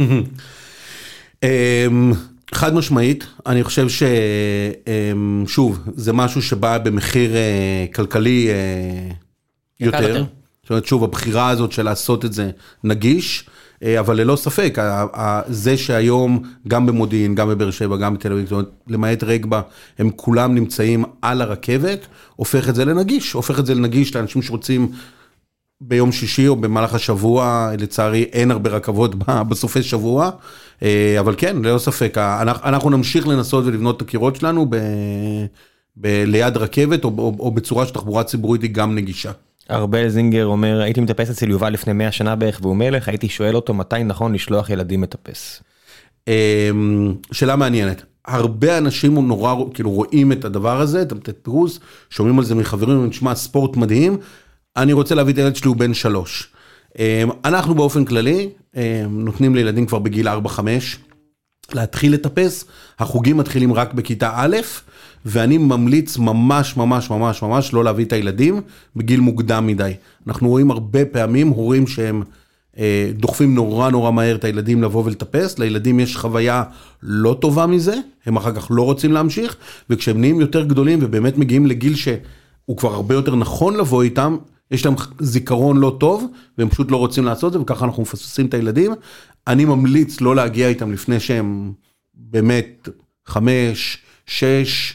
חד משמעית, אני חושב ששוב, זה משהו שבא במחיר כלכלי יותר. זאת אומרת, שוב, הבחירה הזאת של לעשות את זה נגיש, אבל ללא ספק, זה שהיום גם במודיעין, גם בבאר שבע, גם בתל אביב, זאת אומרת, למעט רגבה, הם כולם נמצאים על הרכבת, הופך את זה לנגיש, לאנשים שרוצים ביום שישי או במהלך השבוע, לצערי אין הרבה רכבות בסופי שבוע, אבל כן, ללא ספק, אנחנו נמשיך לנסות ולבנות את הקירות שלנו ליד רכבת, או בצורה שתחבורה ציבורית היא גם נגישה. ארבל זינגר אומר, הייתי מטפס אצל יובל לפני 100 שנה בערך והוא מלך, הייתי שואל אותו מתי נכון לשלוח ילדים מטפס. שאלה מעניינת. הרבה אנשים נורא כאילו רואים את הדבר הזה, את הטיפוס, שומעים על זה מחברים, נשמע ספורט מדהים, אני רוצה להביא את הילד שלי, הוא בן 3. אנחנו באופן כללי, נותנים לילדים כבר בגיל 4-5, להתחיל לטפס, החוגים מתחילים רק בכיתה א', ואני ממליץ ממש ממש ממש ממש לא להביא את הילדים בגיל מוקדם מדי. אנחנו רואים הרבה פעמים הורים שהם דוחפים נורא נורא מהר את הילדים לבוא ולטפס, לילדים יש חוויה לא טובה מזה, הם אחר כך לא רוצים להמשיך, וכשהם נהיים יותר גדולים ובאמת מגיעים לגיל שהוא כבר הרבה יותר נכון לבוא איתם, יש להם זיכרון לא טוב, והם פשוט לא רוצים לעשות זה, וככה אנחנו מפספסים את הילדים. אני ממליץ לא להגיע איתם לפני שהם באמת 5, 6,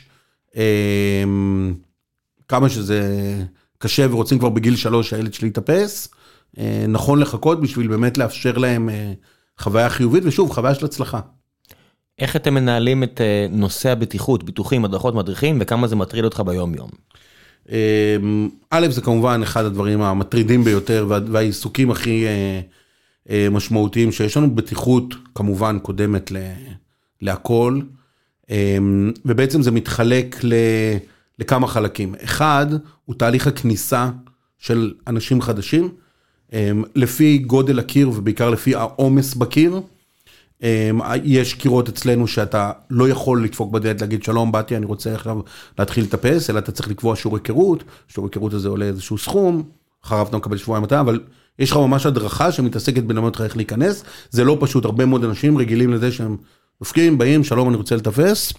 כמה שזה קשה ורוצים כבר בגיל 3 שהילד שלי יטפס, נכון לחכות בשביל באמת לאפשר להם חוויה חיובית, ושוב, חוויה של הצלחה. איך אתם מנהלים את נושא הבטיחות, ביטוחים, הדרכות, מדריכים, וכמה זה מטריד אותך ביום יום? א', זה כמובן אחד הדברים המטרידים ביותר, והעיסוקים הכי משמעותיים שיש לנו, בטיחות כמובן קודמת להכל, ובעצם זה מתחלק לכמה חלקים. אחד, הוא תהליך הכניסה של אנשים חדשים, לפי גודל הקיר ובעיקר לפי העומס בקיר, יש קירות אצלנו שאתה לא יכול לדפוק בדלת, להגיד שלום באתי, אני רוצה עכשיו להתחיל לטפס, אלא אתה צריך לקבוע שיעור היכרות, שיעור היכרות הזה עולה איזשהו סכום, אחריו אתה מקבל שבועיים מתי, אבל יש לך ממש הדרכה שמתעסקת בלמד אותך איך להיכנס, זה לא פשוט, הרבה מאוד אנשים רגילים לזה שהם דופקים, באים, שלום אני רוצה לטפס,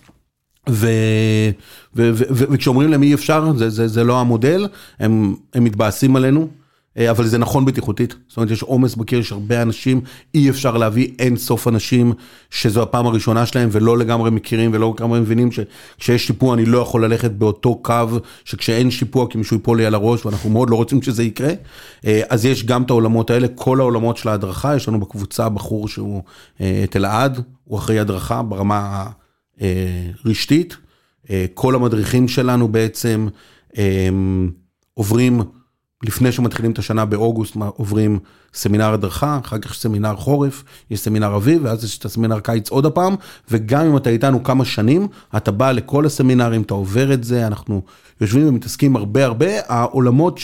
וכשאומרים להם אי אפשר, זה לא המודל, הם מתבאסים עלינו, אבל זה נכון בטיחותית, זאת אומרת, יש עומס בקיר, יש הרבה אנשים, אי אפשר להביא אין סוף אנשים, שזו הפעם הראשונה שלהם, ולא לגמרי מכירים, ולא לגמרי מבינים, שכשיש שיפוע אני לא יכול ללכת באותו קו, שכשאין שיפוע, כי מישהו ייפול לי על הראש, ואנחנו מאוד לא רוצים שזה יקרה, אז יש גם את העולמות האלה, כל העולמות של ההדרכה, יש לנו בקבוצה בחור שהוא תלעד, הוא אחרי הדרכה ברמה רשתית, כל המדריכים שלנו בעצם עוברים, לפני שמתחילים את השנה באוגוסט, עוברים סמינר הדרכה, אחר כך סמינר חורף, יש סמינר אביב, ואז יש את הסמינר קיץ עוד הפעם, וגם אם אתה איתנו כמה שנים, אתה בא לכל הסמינרים, אתה עובר את זה, אנחנו יושבים ומתעסקים הרבה, העולמות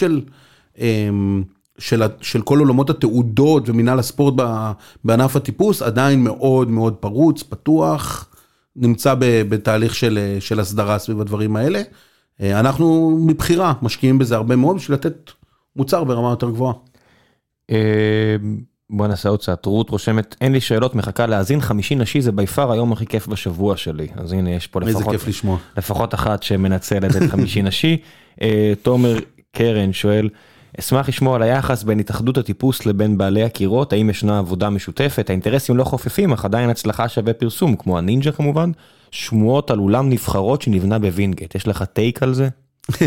של כל עולמות התעודות ומנהל הספורט בענף הטיפוס, עדיין מאוד מאוד פרוץ, פתוח, נמצא בתהליך של הסדרה סביב הדברים האלה. אנחנו מבחירה משקיעים בזה הרבה מאוד, בשביל לתת מוצר ברמה יותר גבוהה. בוא נעשה עוד קצת, רות רושמת, אין לי שאלות, מחכה להאזין, 5 נשי זה ביפר היום הכי כיף בשבוע שלי, אז הנה יש פה לפחות אחת שמנצלת את 5 נשי. תומר קרן שואל, אשמח לשמוע על היחס בין התאחדות הטיפוס לבין בעלי הקירות, האם ישנה עבודה משותפת, האינטרסים לא חופפים, אך עדיין הצלחה שווה פרסום, כמו הנינג'ה כמובן, שמועות על אולם נבחרות שנבנה בווינגייט, יש לך טייק על זה?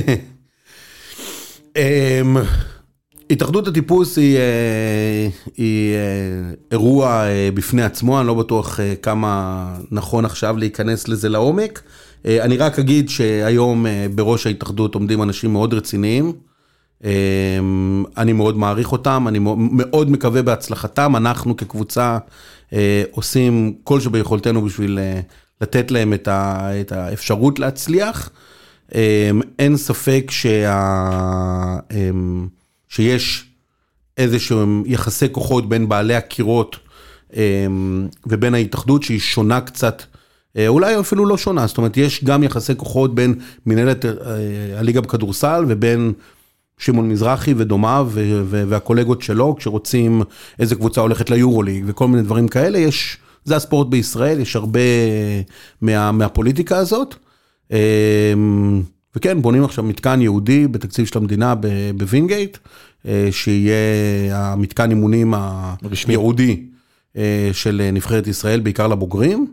התאחדות הטיפוס היא אירוע בפני עצמו, אני לא בטוח כמה נכון עכשיו להיכנס לזה לעומק, אני רק אגיד שהיום בראש ההתאחדות עומדים אנשים מאוד רציניים, אני מאוד מעריך אותם, אני מאוד מקווה בהצלחתם, אנחנו כקבוצה עושים כל שביכולתנו בשביל לתת להם את האפשרות להצליח, אין ספק שיש איזשהם יחסי כוחות בין בעלי הקירות ובין ההתאחדות שהיא שונה קצת, אולי אפילו לא שונה, זאת אומרת יש גם יחסי כוחות בין מנהלת הליגה בכדורסל ובין שמעון מזרחי ודומיו והקולגות שלו, כשרוצים איזה קבוצה הולכת ליורוליג וכל מיני דברים כאלה, זה הספורט בישראל, יש הרבה מהפוליטיקה הזאת, וכן, בונים עכשיו מתקן יהודי בתקציב של המדינה בווינגייט, שיהיה המתקן אימונים היהודי של נבחרת ישראל, בעיקר לבוגרים,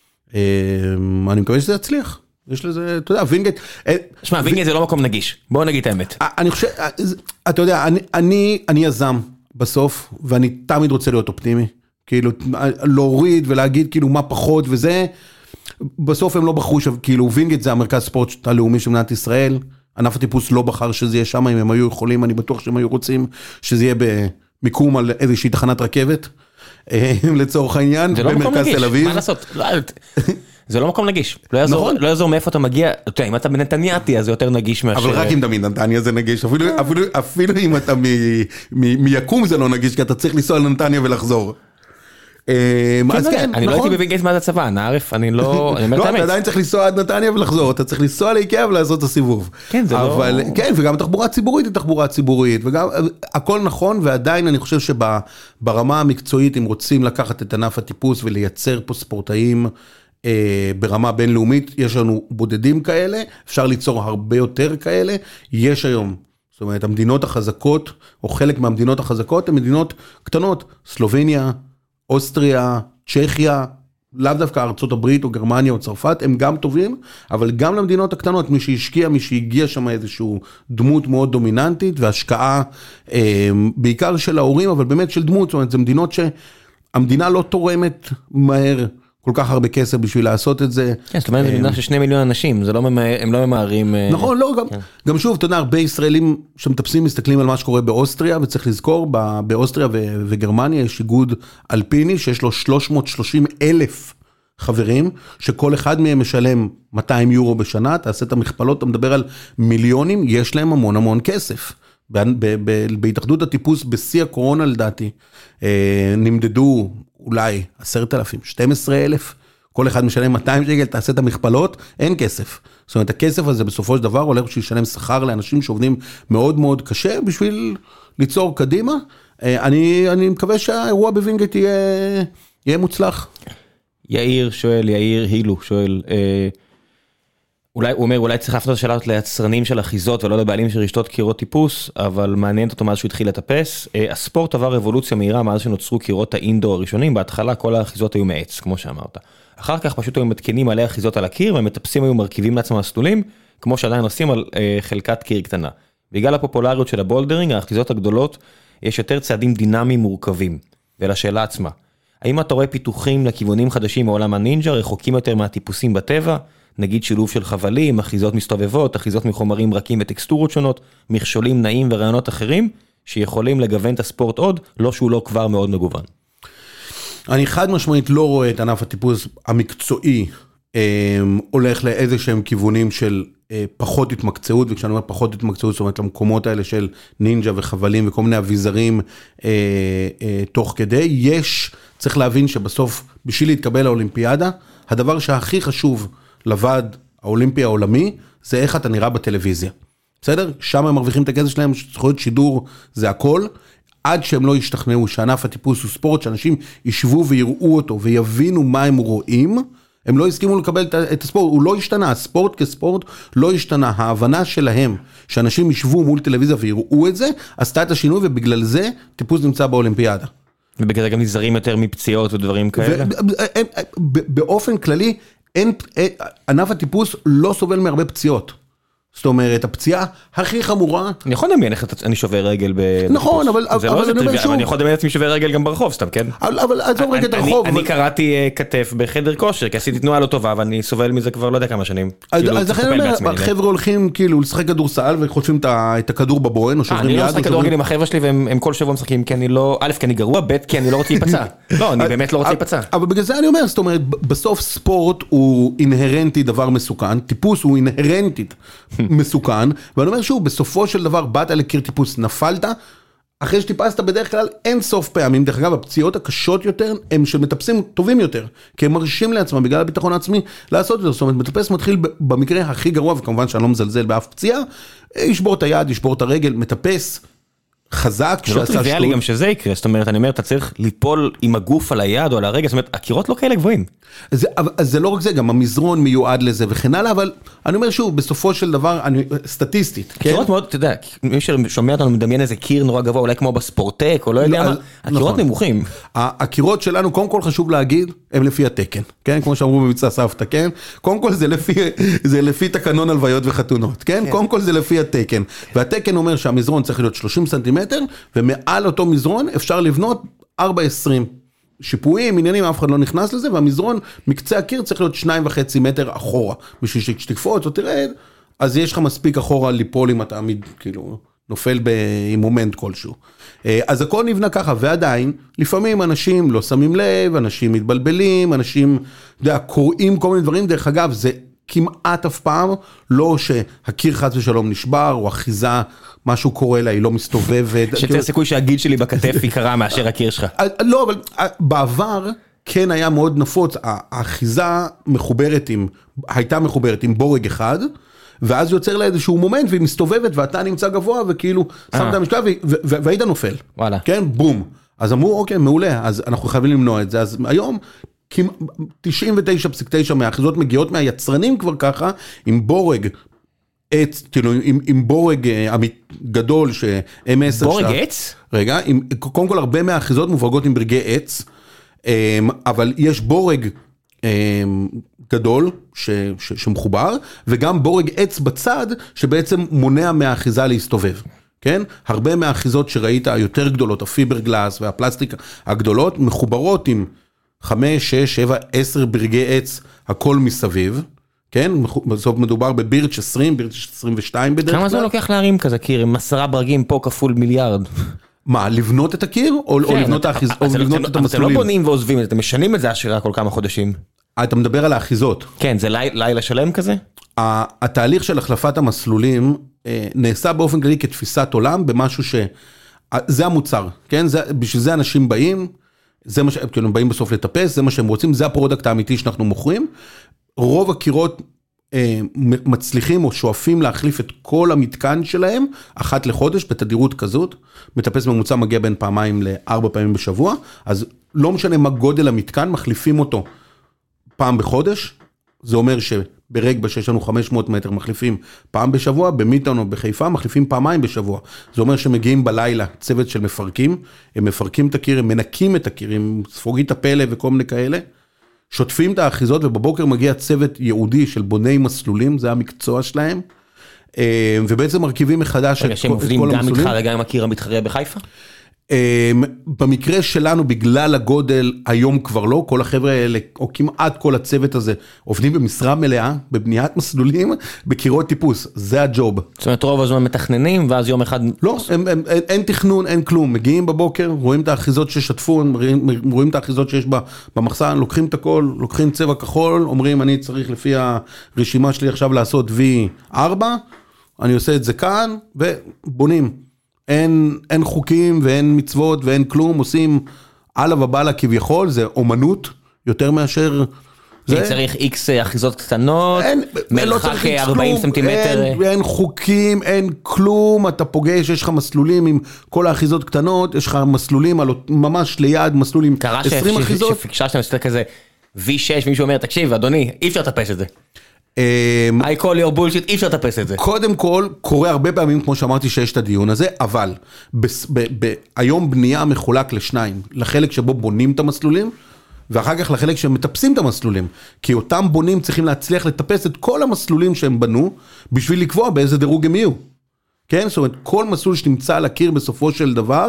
אני מקווה שזה יצליח. יש לזה, אתה יודע, וינגייט... שמע, וינגייט זה לא מקום נגיש, בואו נגיד את האמת. אני חושב, אתה יודע, אני יזם בסוף, ואני תמיד רוצה להיות אופטימי, כאילו, להוריד ולהגיד כאילו מה פחות וזה, בסוף הם לא בחרו, כאילו, וינגייט זה המרכז ספורט הלאומי של מדינת ישראל, ענף הטיפוס לא בחר שזה יהיה שם, אם הם היו יכולים, אני בטוח שהם היו רוצים, שזה יהיה במיקום על איזושהי תחנת רכבת, לצורך העניין, במרכז תל אביב. מה לעשות? זה לא מקום נגיש, לא יעזור מאיפה אתה מגיע, אתה יודע, אם אתה בנתניאתי, אז זה יותר נגיש מאשר... אבל רק אם אתה מנתניה זה נגיש, אפילו אם אתה מיקום זה לא נגיש, כי אתה צריך לנסוע לנתניה ולחזור. אז כן, אני לא הייתי בווינגייט מאז הצבא, נערף, אני לא... לא, אתה עדיין צריך לנסוע עד נתניה ולחזור, אתה צריך לנסוע לאיקאה ולעשות את הסיבוב. כן, זה לא... כן, וגם תחבורה ציבורית היא תחבורה ציבורית, וגם הכל נכון, ועדיין אני חושב שברמה המקצועית, אם רוצים לקחת את ענף הטיפוס ולייצר פה ספורטאים ברמה בינלאומית, יש לנו בודדים כאלה, אפשר ליצור הרבה יותר כאלה, יש היום, זאת אומרת, המדינות החזקות, או חלק מהמדינות החזקות, הן מדינות קטנות, סלובניה, אוסטריה, צ'כיה, לאו דווקא ארצות הברית או גרמניה או צרפת, הם גם טובים, אבל גם למדינות הקטנות, מי שהשקיע, מי שהגיע שם איזשהו דמות מאוד דומיננטית, והשקעה בעיקר של ההורים, אבל באמת של דמות, זאת אומרת, זה מדינות שהמדינה לא תורמת מהר, כל כך הרבה כסף בשביל לעשות את זה. כן, זאת אומרת, זה מדינה של 2 מיליון אנשים, הם לא ממהרים... נכון, לא, גם שוב, אתה יודע, הרבה ישראלים שמטפסים, מסתכלים על מה שקורה באוסטריה, וצריך לזכור, באוסטריה וגרמניה יש איגוד אלפיני, שיש לו 330,000 חברים, שכל אחד מהם משלם 200 יורו בשנה, תעשה את המכפלות, אתה מדבר על מיליונים, יש להם המון המון כסף. בהתאחדות הטיפוס, בשיא הקורונה לדעתי, נמדדו אולי 10,000, 12,000, כל אחד משלם 200 שקל, תעשה את המכפלות, אין כסף. זאת אומרת, הכסף הזה בסופו של דבר הולך בשביל לשלם שכר לאנשים שעובדים מאוד מאוד קשה, בשביל ליצור קדימה. אני מקווה שהאירוע בווינגייט יהיה מוצלח. יאיר הילו שואל, הוא אומר, אולי צריך להפנות השאלות ליצרנים של אחיזות ולא לבעלים של רשתות קירות טיפוס, אבל מעניינת אותו מאז שהוא התחיל לטפס. הספורט עבר רבולוציה מהירה מאז שנוצרו קירות האינדור הראשונים, בהתחלה כל האחיזות היו מעץ, כמו שאמרת. אחר כך פשוט היו מתקנים עלי אחיזות על הקיר, והמטפסים היו מרכיבים לעצמם מסלולים, כמו שעדיין עושים על חלקת קיר קטנה. בגלל הפופולריות של הבולדרינג, האחיזות הגדולות, יש יותר צעדים דינמיים מורכבים. ולשאלה עצמה, האם אתה רואה פיתוחים לכיוונים חדשים מעולם הנינג'ה, רחוקים יותר מהטיפוסים בטבע, נגיד שילוב של חבלים, אחיזות מסתובבות, אחיזות מחומרים רכים וטקסטורות שונות, מכשולים נעים ורעיונות אחרים, שיכולים לגוון את הספורט עוד, לא שהוא לא כבר מאוד מגוון. אני חד משמעית לא רואה את ענף הטיפוס המקצועי, הולך לאיזה שהם כיוונים של פחות התמקצעות, וכשאני אומר פחות התמקצעות, זאת אומרת למקומות האלה של נינג'ה וחבלים וכל מיני אביזרים תוך כדי, צריך להבין שבסוף בשביל להתקבל לאולימפיאדה, הדבר שהכי חשוב לוועד האולימפי העולמי, זה איך אתה נראה בטלוויזיה. בסדר? שם הם מרוויחים את הכסף שלהם, זכויות שידור זה הכל, עד שהם לא ישתכנעו שענף הטיפוס הוא ספורט, שאנשים ישבו ויראו אותו ויבינו מה הם רואים, הם לא הסכימו לקבל את הספורט, הוא לא השתנה, הספורט כספורט לא השתנה, ההבנה שלהם שאנשים ישבו מול טלוויזיה ויראו את זה, עשתה את השינוי ובגלל זה טיפוס נמצא באולימפיאדה. ובגלל זה גם נזהרים יותר מפציעות ודברים כאלה? באופן כללי, ענף הטיפוס לא סובל מהרבה פציעות. זאת אומרת, הפציעה הכי חמורה... אני יכול לדמיין איך אני שובר רגל בטיפוס. נכון, אבל אני יכול לדמיין עצמי שובר רגל גם ברחוב, סתם, כן? אבל עזוב רגע את הרחוב. אני קראתי כתף בחדר כושר, כי עשיתי תנועה לא טובה, ואני סובל מזה כבר לא יודע כמה שנים. אז לכן אני אומר, החבר'ה הולכים כאילו לשחק כדורסל, וחוטפים את הכדור בבוהן, או שוברים יד. אני לא משחק כדורגל עם החבר'ה שלי, והם כל שבוע משחקים, כי אני לא... א', כי אני גרוע, ב', כי אני לא רוצה להיפצע. לא, אני באמת לא רוצה להיפצע. אבל בגלל זה אני אומר, זאת אומרת, בסוף ספורט הוא אינהרנטי דבר מסוכן, טיפוס הוא אינהרנטית מסוכן, ואני אומר שוב, בסופו של דבר, באת לקיר טיפוס, נפלת, אחרי שטיפסת בדרך כלל, אין סוף פעמים, דרך אגב, הפציעות הקשות יותר, הם של מטפסים טובים יותר, כי הם מרשים לעצמם, בגלל הביטחון העצמי, לעשות את זה, זאת אומרת, מטפס מתחיל במקרה הכי גרוע, וכמובן שאני לא מזלזל באף פציעה, ישבור את היד, ישבור את הרגל, מטפס, חזק, זה לא טריוויאלי גם שזה יקרה, זאת אומרת, אני אומר, אתה צריך ליפול עם הגוף על היד או על הרגל, זאת אומרת, הקירות לא כאלה גבוהים. זה לא רק זה, גם המזרון מיועד לזה וכן הלאה, אבל אני אומר שוב, בסופו של דבר, סטטיסטית. הקירות מאוד, אתה יודע, מי ששומע אותנו מדמיין איזה קיר נורא גבוה, אולי כמו בספורטק, או לא יודע מה, הקירות נמוכים. הקירות שלנו, קודם כל חשוב להגיד, הם לפי התקן, כן? כמו שאמרו במצע סבתא, כן? קודם כל זה לפי תקנון הלוויות וחתונות, כן? קודם כל זה לפי התקן. והתקן אומר שהמזרון צריך להיות 30 סנטימטר, ומעל אותו מזרון אפשר לבנות 4.20. שיפועים, עניינים, אף אחד לא נכנס לזה, והמזרון מקצה הקיר צריך להיות 2.5 מטר אחורה. בשביל שתקפוץ או תרד, אז יש לך מספיק אחורה ליפול אם אתה כאילו נופל עם מומנט כלשהו. אז הכל נבנה ככה, ועדיין, לפעמים אנשים לא שמים לב, אנשים מתבלבלים, אנשים, אתה יודע, קוראים כל מיני דברים, דרך אגב, זה כמעט אף פעם, לא שהקיר חס ושלום נשבר, או אחיזה, משהו קורה לה, היא לא מסתובבת. שיותר סיכוי שהגיד שלי בכתף היא קרה מאשר הקיר שלך. לא, אבל בעבר כן היה מאוד נפוץ, האחיזה הייתה מחוברת עם בורג אחד, ואז יוצר לה איזשהו מומנט, והיא מסתובבת, ואתה נמצא גבוה, וכאילו שמת המשקל, והיית נופל. וואלה. כן, בום. אז אמרו, אוקיי, מעולה, אז אנחנו חייבים למנוע את זה. אז היום, 99.9 מהאחיזות מגיעות מהיצרנים כבר ככה, עם בורג עץ, כאילו, עם בורג גדול, ש-M10... בורג עץ? רגע, קודם כל הרבה מהאחיזות מוברגות עם ברגי עץ, אבל יש בורג גדול שמחובר, וגם בורג עץ בצד, שבעצם מונע מהאחיזה להסתובב. כן? הרבה מהאחיזות שראית, היותר גדולות, הפיברגלס והפלסטיק הגדולות, מחוברות עם 5, 6, 7, 10 ברגי עץ, הכל מסביב. כן? בסוף מדובר בבירץ' 20, בירץ' 22 בדרך כלל. כמה זה לוקח להרים כזה קיר, עם 10 ברגים פה כפול מיליארד? מה, לבנות את הקיר? או לבנות את המסלולים? אתם לא בונים ועוזבים, אתם משנים את זה השירה כל כמה חודשים. אתה מדבר על האחיזות. כן, זה לילה שלם כזה? התהליך של החלפת המסלולים נעשה באופן כללי כתפיסת עולם, במשהו זה המוצר, כן? בשביל זה אנשים באים, זה מה שהם באים בסוף לטפס, זה מה שהם רוצים, זה הפרודקט האמיתי שאנחנו מוכרים. רוב הקירות מצליחים או שואפים להחליף את כל המתקן שלהם, אחת לחודש בתדירות כזאת, מטפס ממוצע מגיע בין 2 ל4 פעמים בשבוע, אז לא משנה מה גודל המתקן, מחליפים אותו פעם בחודש, זה אומר ברגבה שיש לנו 500 מטר מחליפים פעם בשבוע, במיטאון או בחיפה מחליפים פעמיים בשבוע. זה אומר שמגיעים בלילה צוות של מפרקים, הם מפרקים את הקיר, הם מנקים את הקיר, עם ספוגית הפלא וכל מיני כאלה, שוטפים את האחיזות ובבוקר מגיע צוות ייעודי של בוני מסלולים, זה המקצוע שלהם, ובעצם מרכיבים מחדש את כל המסלולים. שהם עובדים גם איתך וגם עם הקיר המתחרה בחיפה? במקרה שלנו, בגלל הגודל, היום כבר לא, כל החבר'ה האלה, או כמעט כל הצוות הזה, עובדים במשרה מלאה, בבניית מסלולים, בקירות טיפוס, זה הג'וב. זאת אומרת, רוב הזמן מתכננים, ואז יום אחד... לא, אין תכנון, אין כלום, מגיעים בבוקר, רואים את האחיזות ששטפו, רואים את האחיזות שיש במחסן, לוקחים את הכל, לוקחים צבע כחול, אומרים, אני צריך לפי הרשימה שלי עכשיו לעשות V4, אני עושה את זה כאן, ובונים. אין חוקים ואין מצוות ואין כלום, עושים עלה ובאלה כביכול, זה אומנות יותר מאשר... צריך איקס אחיזות קטנות, מרחק 40 סנטימטר. אין חוקים, אין כלום, אתה פוגש, יש לך מסלולים עם כל האחיזות קטנות, יש לך מסלולים ממש ליד, מסלולים 20 אחיזות. קרה שפיקשה שאתה כזה V6, ומישהו אומר, תקשיב, אדוני, אי אפשר לטפס את זה. I call your bullshit, אי אפשר לטפס את זה. קודם כל, קורה הרבה פעמים, כמו שאמרתי, שיש את הדיון הזה, אבל היום בנייה מחולק לשניים, לחלק שבו בונים את המסלולים, ואחר כך לחלק שמטפסים את המסלולים, כי אותם בונים צריכים להצליח לטפס את כל המסלולים שהם בנו, בשביל לקבוע באיזה דירוג הם יהיו. כן? זאת אומרת, כל מסלול שנמצא על הקיר בסופו של דבר,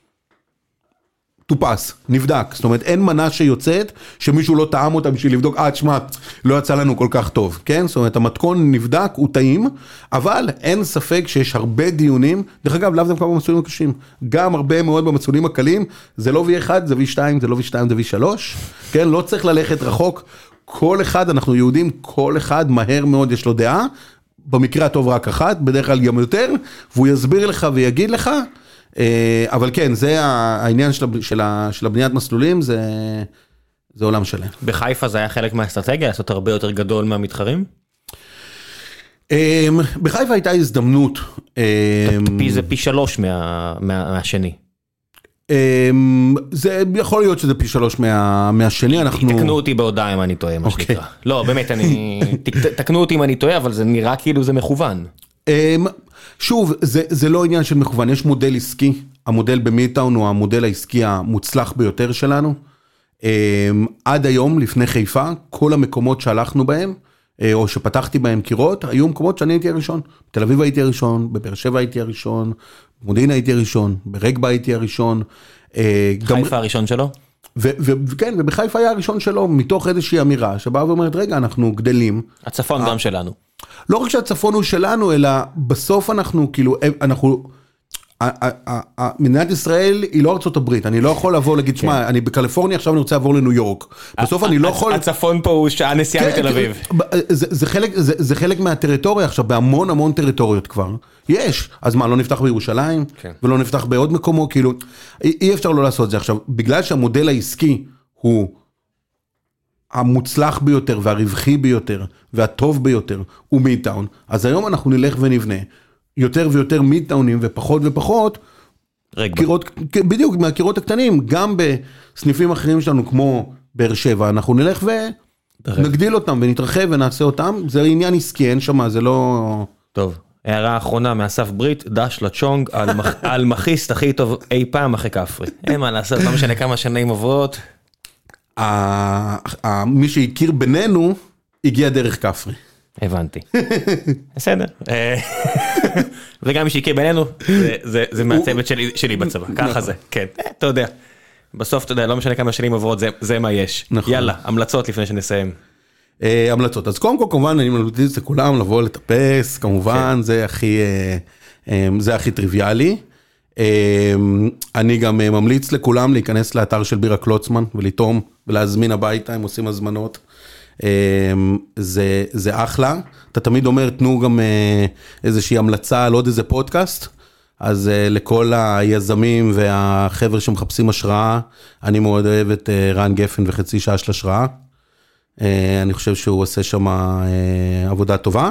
טופס, נבדק, זאת אומרת אין מנה שיוצאת שמישהו לא טעם אותה בשביל לבדוק, תשמע, לא יצא לנו כל כך טוב, כן? זאת אומרת המתכון נבדק, הוא טעים, אבל אין ספק שיש הרבה דיונים, דרך אגב לאו דווקא במסלולים הקשים, גם הרבה מאוד במסלולים הקלים, זה לא V1, זה V2, זה לא V2, זה V3, כן? לא צריך ללכת רחוק, כל אחד, אנחנו יהודים, כל אחד מהר מאוד יש לו דעה, במקרה הטוב רק אחת, בדרך כלל גם יותר, והוא יסביר לך ויגיד לך, אבל כן, זה העניין של הבניית מסלולים, זה עולם שלם. בחיפה זה היה חלק מהאסטרטגיה, לעשות הרבה יותר גדול מהמתחרים? בחיפה הייתה הזדמנות. זה פי 3 מהשני. זה יכול להיות שזה פי 3 מהשני, אנחנו... תקנו אותי בהודעה אם אני טועה, מה שנקרא. לא, באמת, תקנו אותי אם אני טועה, אבל זה נראה כאילו זה מכוון. שוב, זה לא עניין של מכוון, יש מודל עסקי, המודל במיטאון הוא המודל העסקי המוצלח ביותר שלנו, עד היום, לפני חיפה, כל המקומות שהלכנו בהם, או שפתחתי בהם קירות, היו מקומות שאני הייתי הראשון, בתל אביב הייתי הראשון, בבאר שבע הייתי הראשון, במודיעין הייתי הראשון, ברגבה הייתי הראשון. חיפה הראשון שלו? וכן, ובחיפה היה הראשון שלו, מתוך איזושהי אמירה, שבאה ואומרת, רגע, אנחנו גדלים. הצפון גם שלנו. לא רק שהצפון הוא שלנו, אלא בסוף אנחנו, כאילו, מדינת ישראל היא לא ארצות הברית, אני לא יכול לבוא להגיד, שמע, אני בקליפורניה, עכשיו אני רוצה לעבור לניו יורק. בסוף אני לא יכול... הצפון פה הוא שעה נסיעה בתל אביב. זה חלק מהטריטוריה עכשיו, בהמון המון טריטוריות כבר. יש, אז מה, לא נפתח בירושלים, ולא נפתח בעוד מקומו, כאילו, אי אפשר לא לעשות זה עכשיו, בגלל שהמודל העסקי הוא המוצלח ביותר, והרווחי ביותר, והטוב ביותר, הוא מיטאון, אז היום אנחנו נלך ונבנה, יותר ויותר מיטאונים, ופחות ופחות, קירות, בדיוק, מהקירות הקטנים, גם בסניפים אחרים שלנו, כמו באר שבע, אנחנו נלך ונגדיל אותם, ונתרחב ונעשה אותם, זה עניין עסקי, אין שמה, זה לא... טוב, הערה האחרונה מאסף ברית, דש לצ'ונג, על מחיסט הכי טוב אי פעם אחרי כפרי. אין מה לעשות, לא משנה כמה שנים עוברות. מי שהכיר בינינו, הגיע דרך כפרי. הבנתי. בסדר. וגם מי שהכיר בינינו, זה מהצוות שלי בצבא. ככה זה, כן. אתה יודע. בסוף, אתה יודע, לא משנה כמה שנים עוברות, זה מה יש. יאללה, המלצות לפני שנסיים. המלצות. אז קודם כל, כמובן, אני ממליץ לכולם לבוא לטפס, כמובן, זה הכי טריוויאלי. אני גם ממליץ לכולם להיכנס לאתר של בירה קלוצמן ולטעום ולהזמין הביתה, הם עושים הזמנות. זה אחלה. אתה תמיד אומר, תנו גם איזושהי המלצה על עוד איזה פודקאסט, אז לכל היזמים והחבר'ה שמחפשים השראה, אני מאוד אוהב את רן גפן וחצי שעה של השראה. אני חושב שהוא עושה שם עבודה טובה.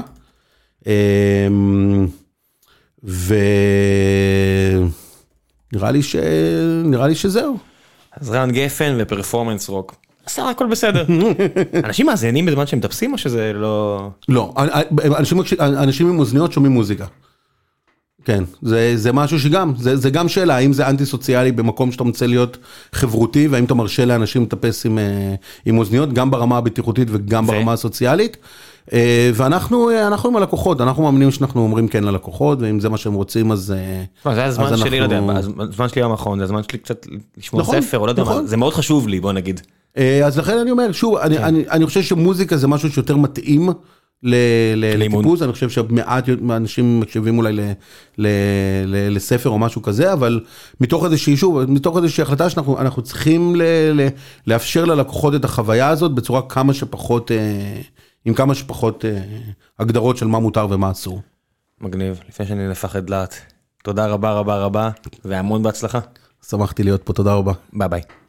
ונראה לי שזהו. אז רן גפן ופרפורמנס רוק. בסדר, הכל בסדר. אנשים מאזינים בזמן שהם מטפסים או שזה לא... לא, אנשים עם אוזניות שומעים מוזיקה. כן, זה משהו שגם, זה גם שאלה, האם זה אנטי סוציאלי במקום שאתה רוצה להיות חברותי, והאם אתה מרשה לאנשים לטפס עם אוזניות, גם ברמה הבטיחותית וגם ברמה הסוציאלית. ואנחנו עם הלקוחות, אנחנו מאמינים שאנחנו אומרים כן ללקוחות, ואם זה מה שהם רוצים, אז זה הזמן שלי, לא יודע, הזמן שלי במכון, זה הזמן שלי קצת לשמוע ספר, או לא יודע מה, זה מאוד חשוב לי, בוא נגיד. אז לכן אני אומר, שוב, אני חושב שמוזיקה זה משהו שיותר מתאים לטיפוס, אני חושב שמעט אנשים מקשיבים אולי לספר או משהו כזה, אבל מתוך איזושהי החלטה שאנחנו צריכים לאפשר ללקוחות את החוויה הזאת בצורה כמה שפחות, עם כמה שפחות הגדרות של מה מותר ומה אסור. מגניב, לפני שאני נפחד לאט. תודה רבה רבה רבה, והמון בהצלחה. שמחתי להיות פה, תודה רבה. ביי ביי.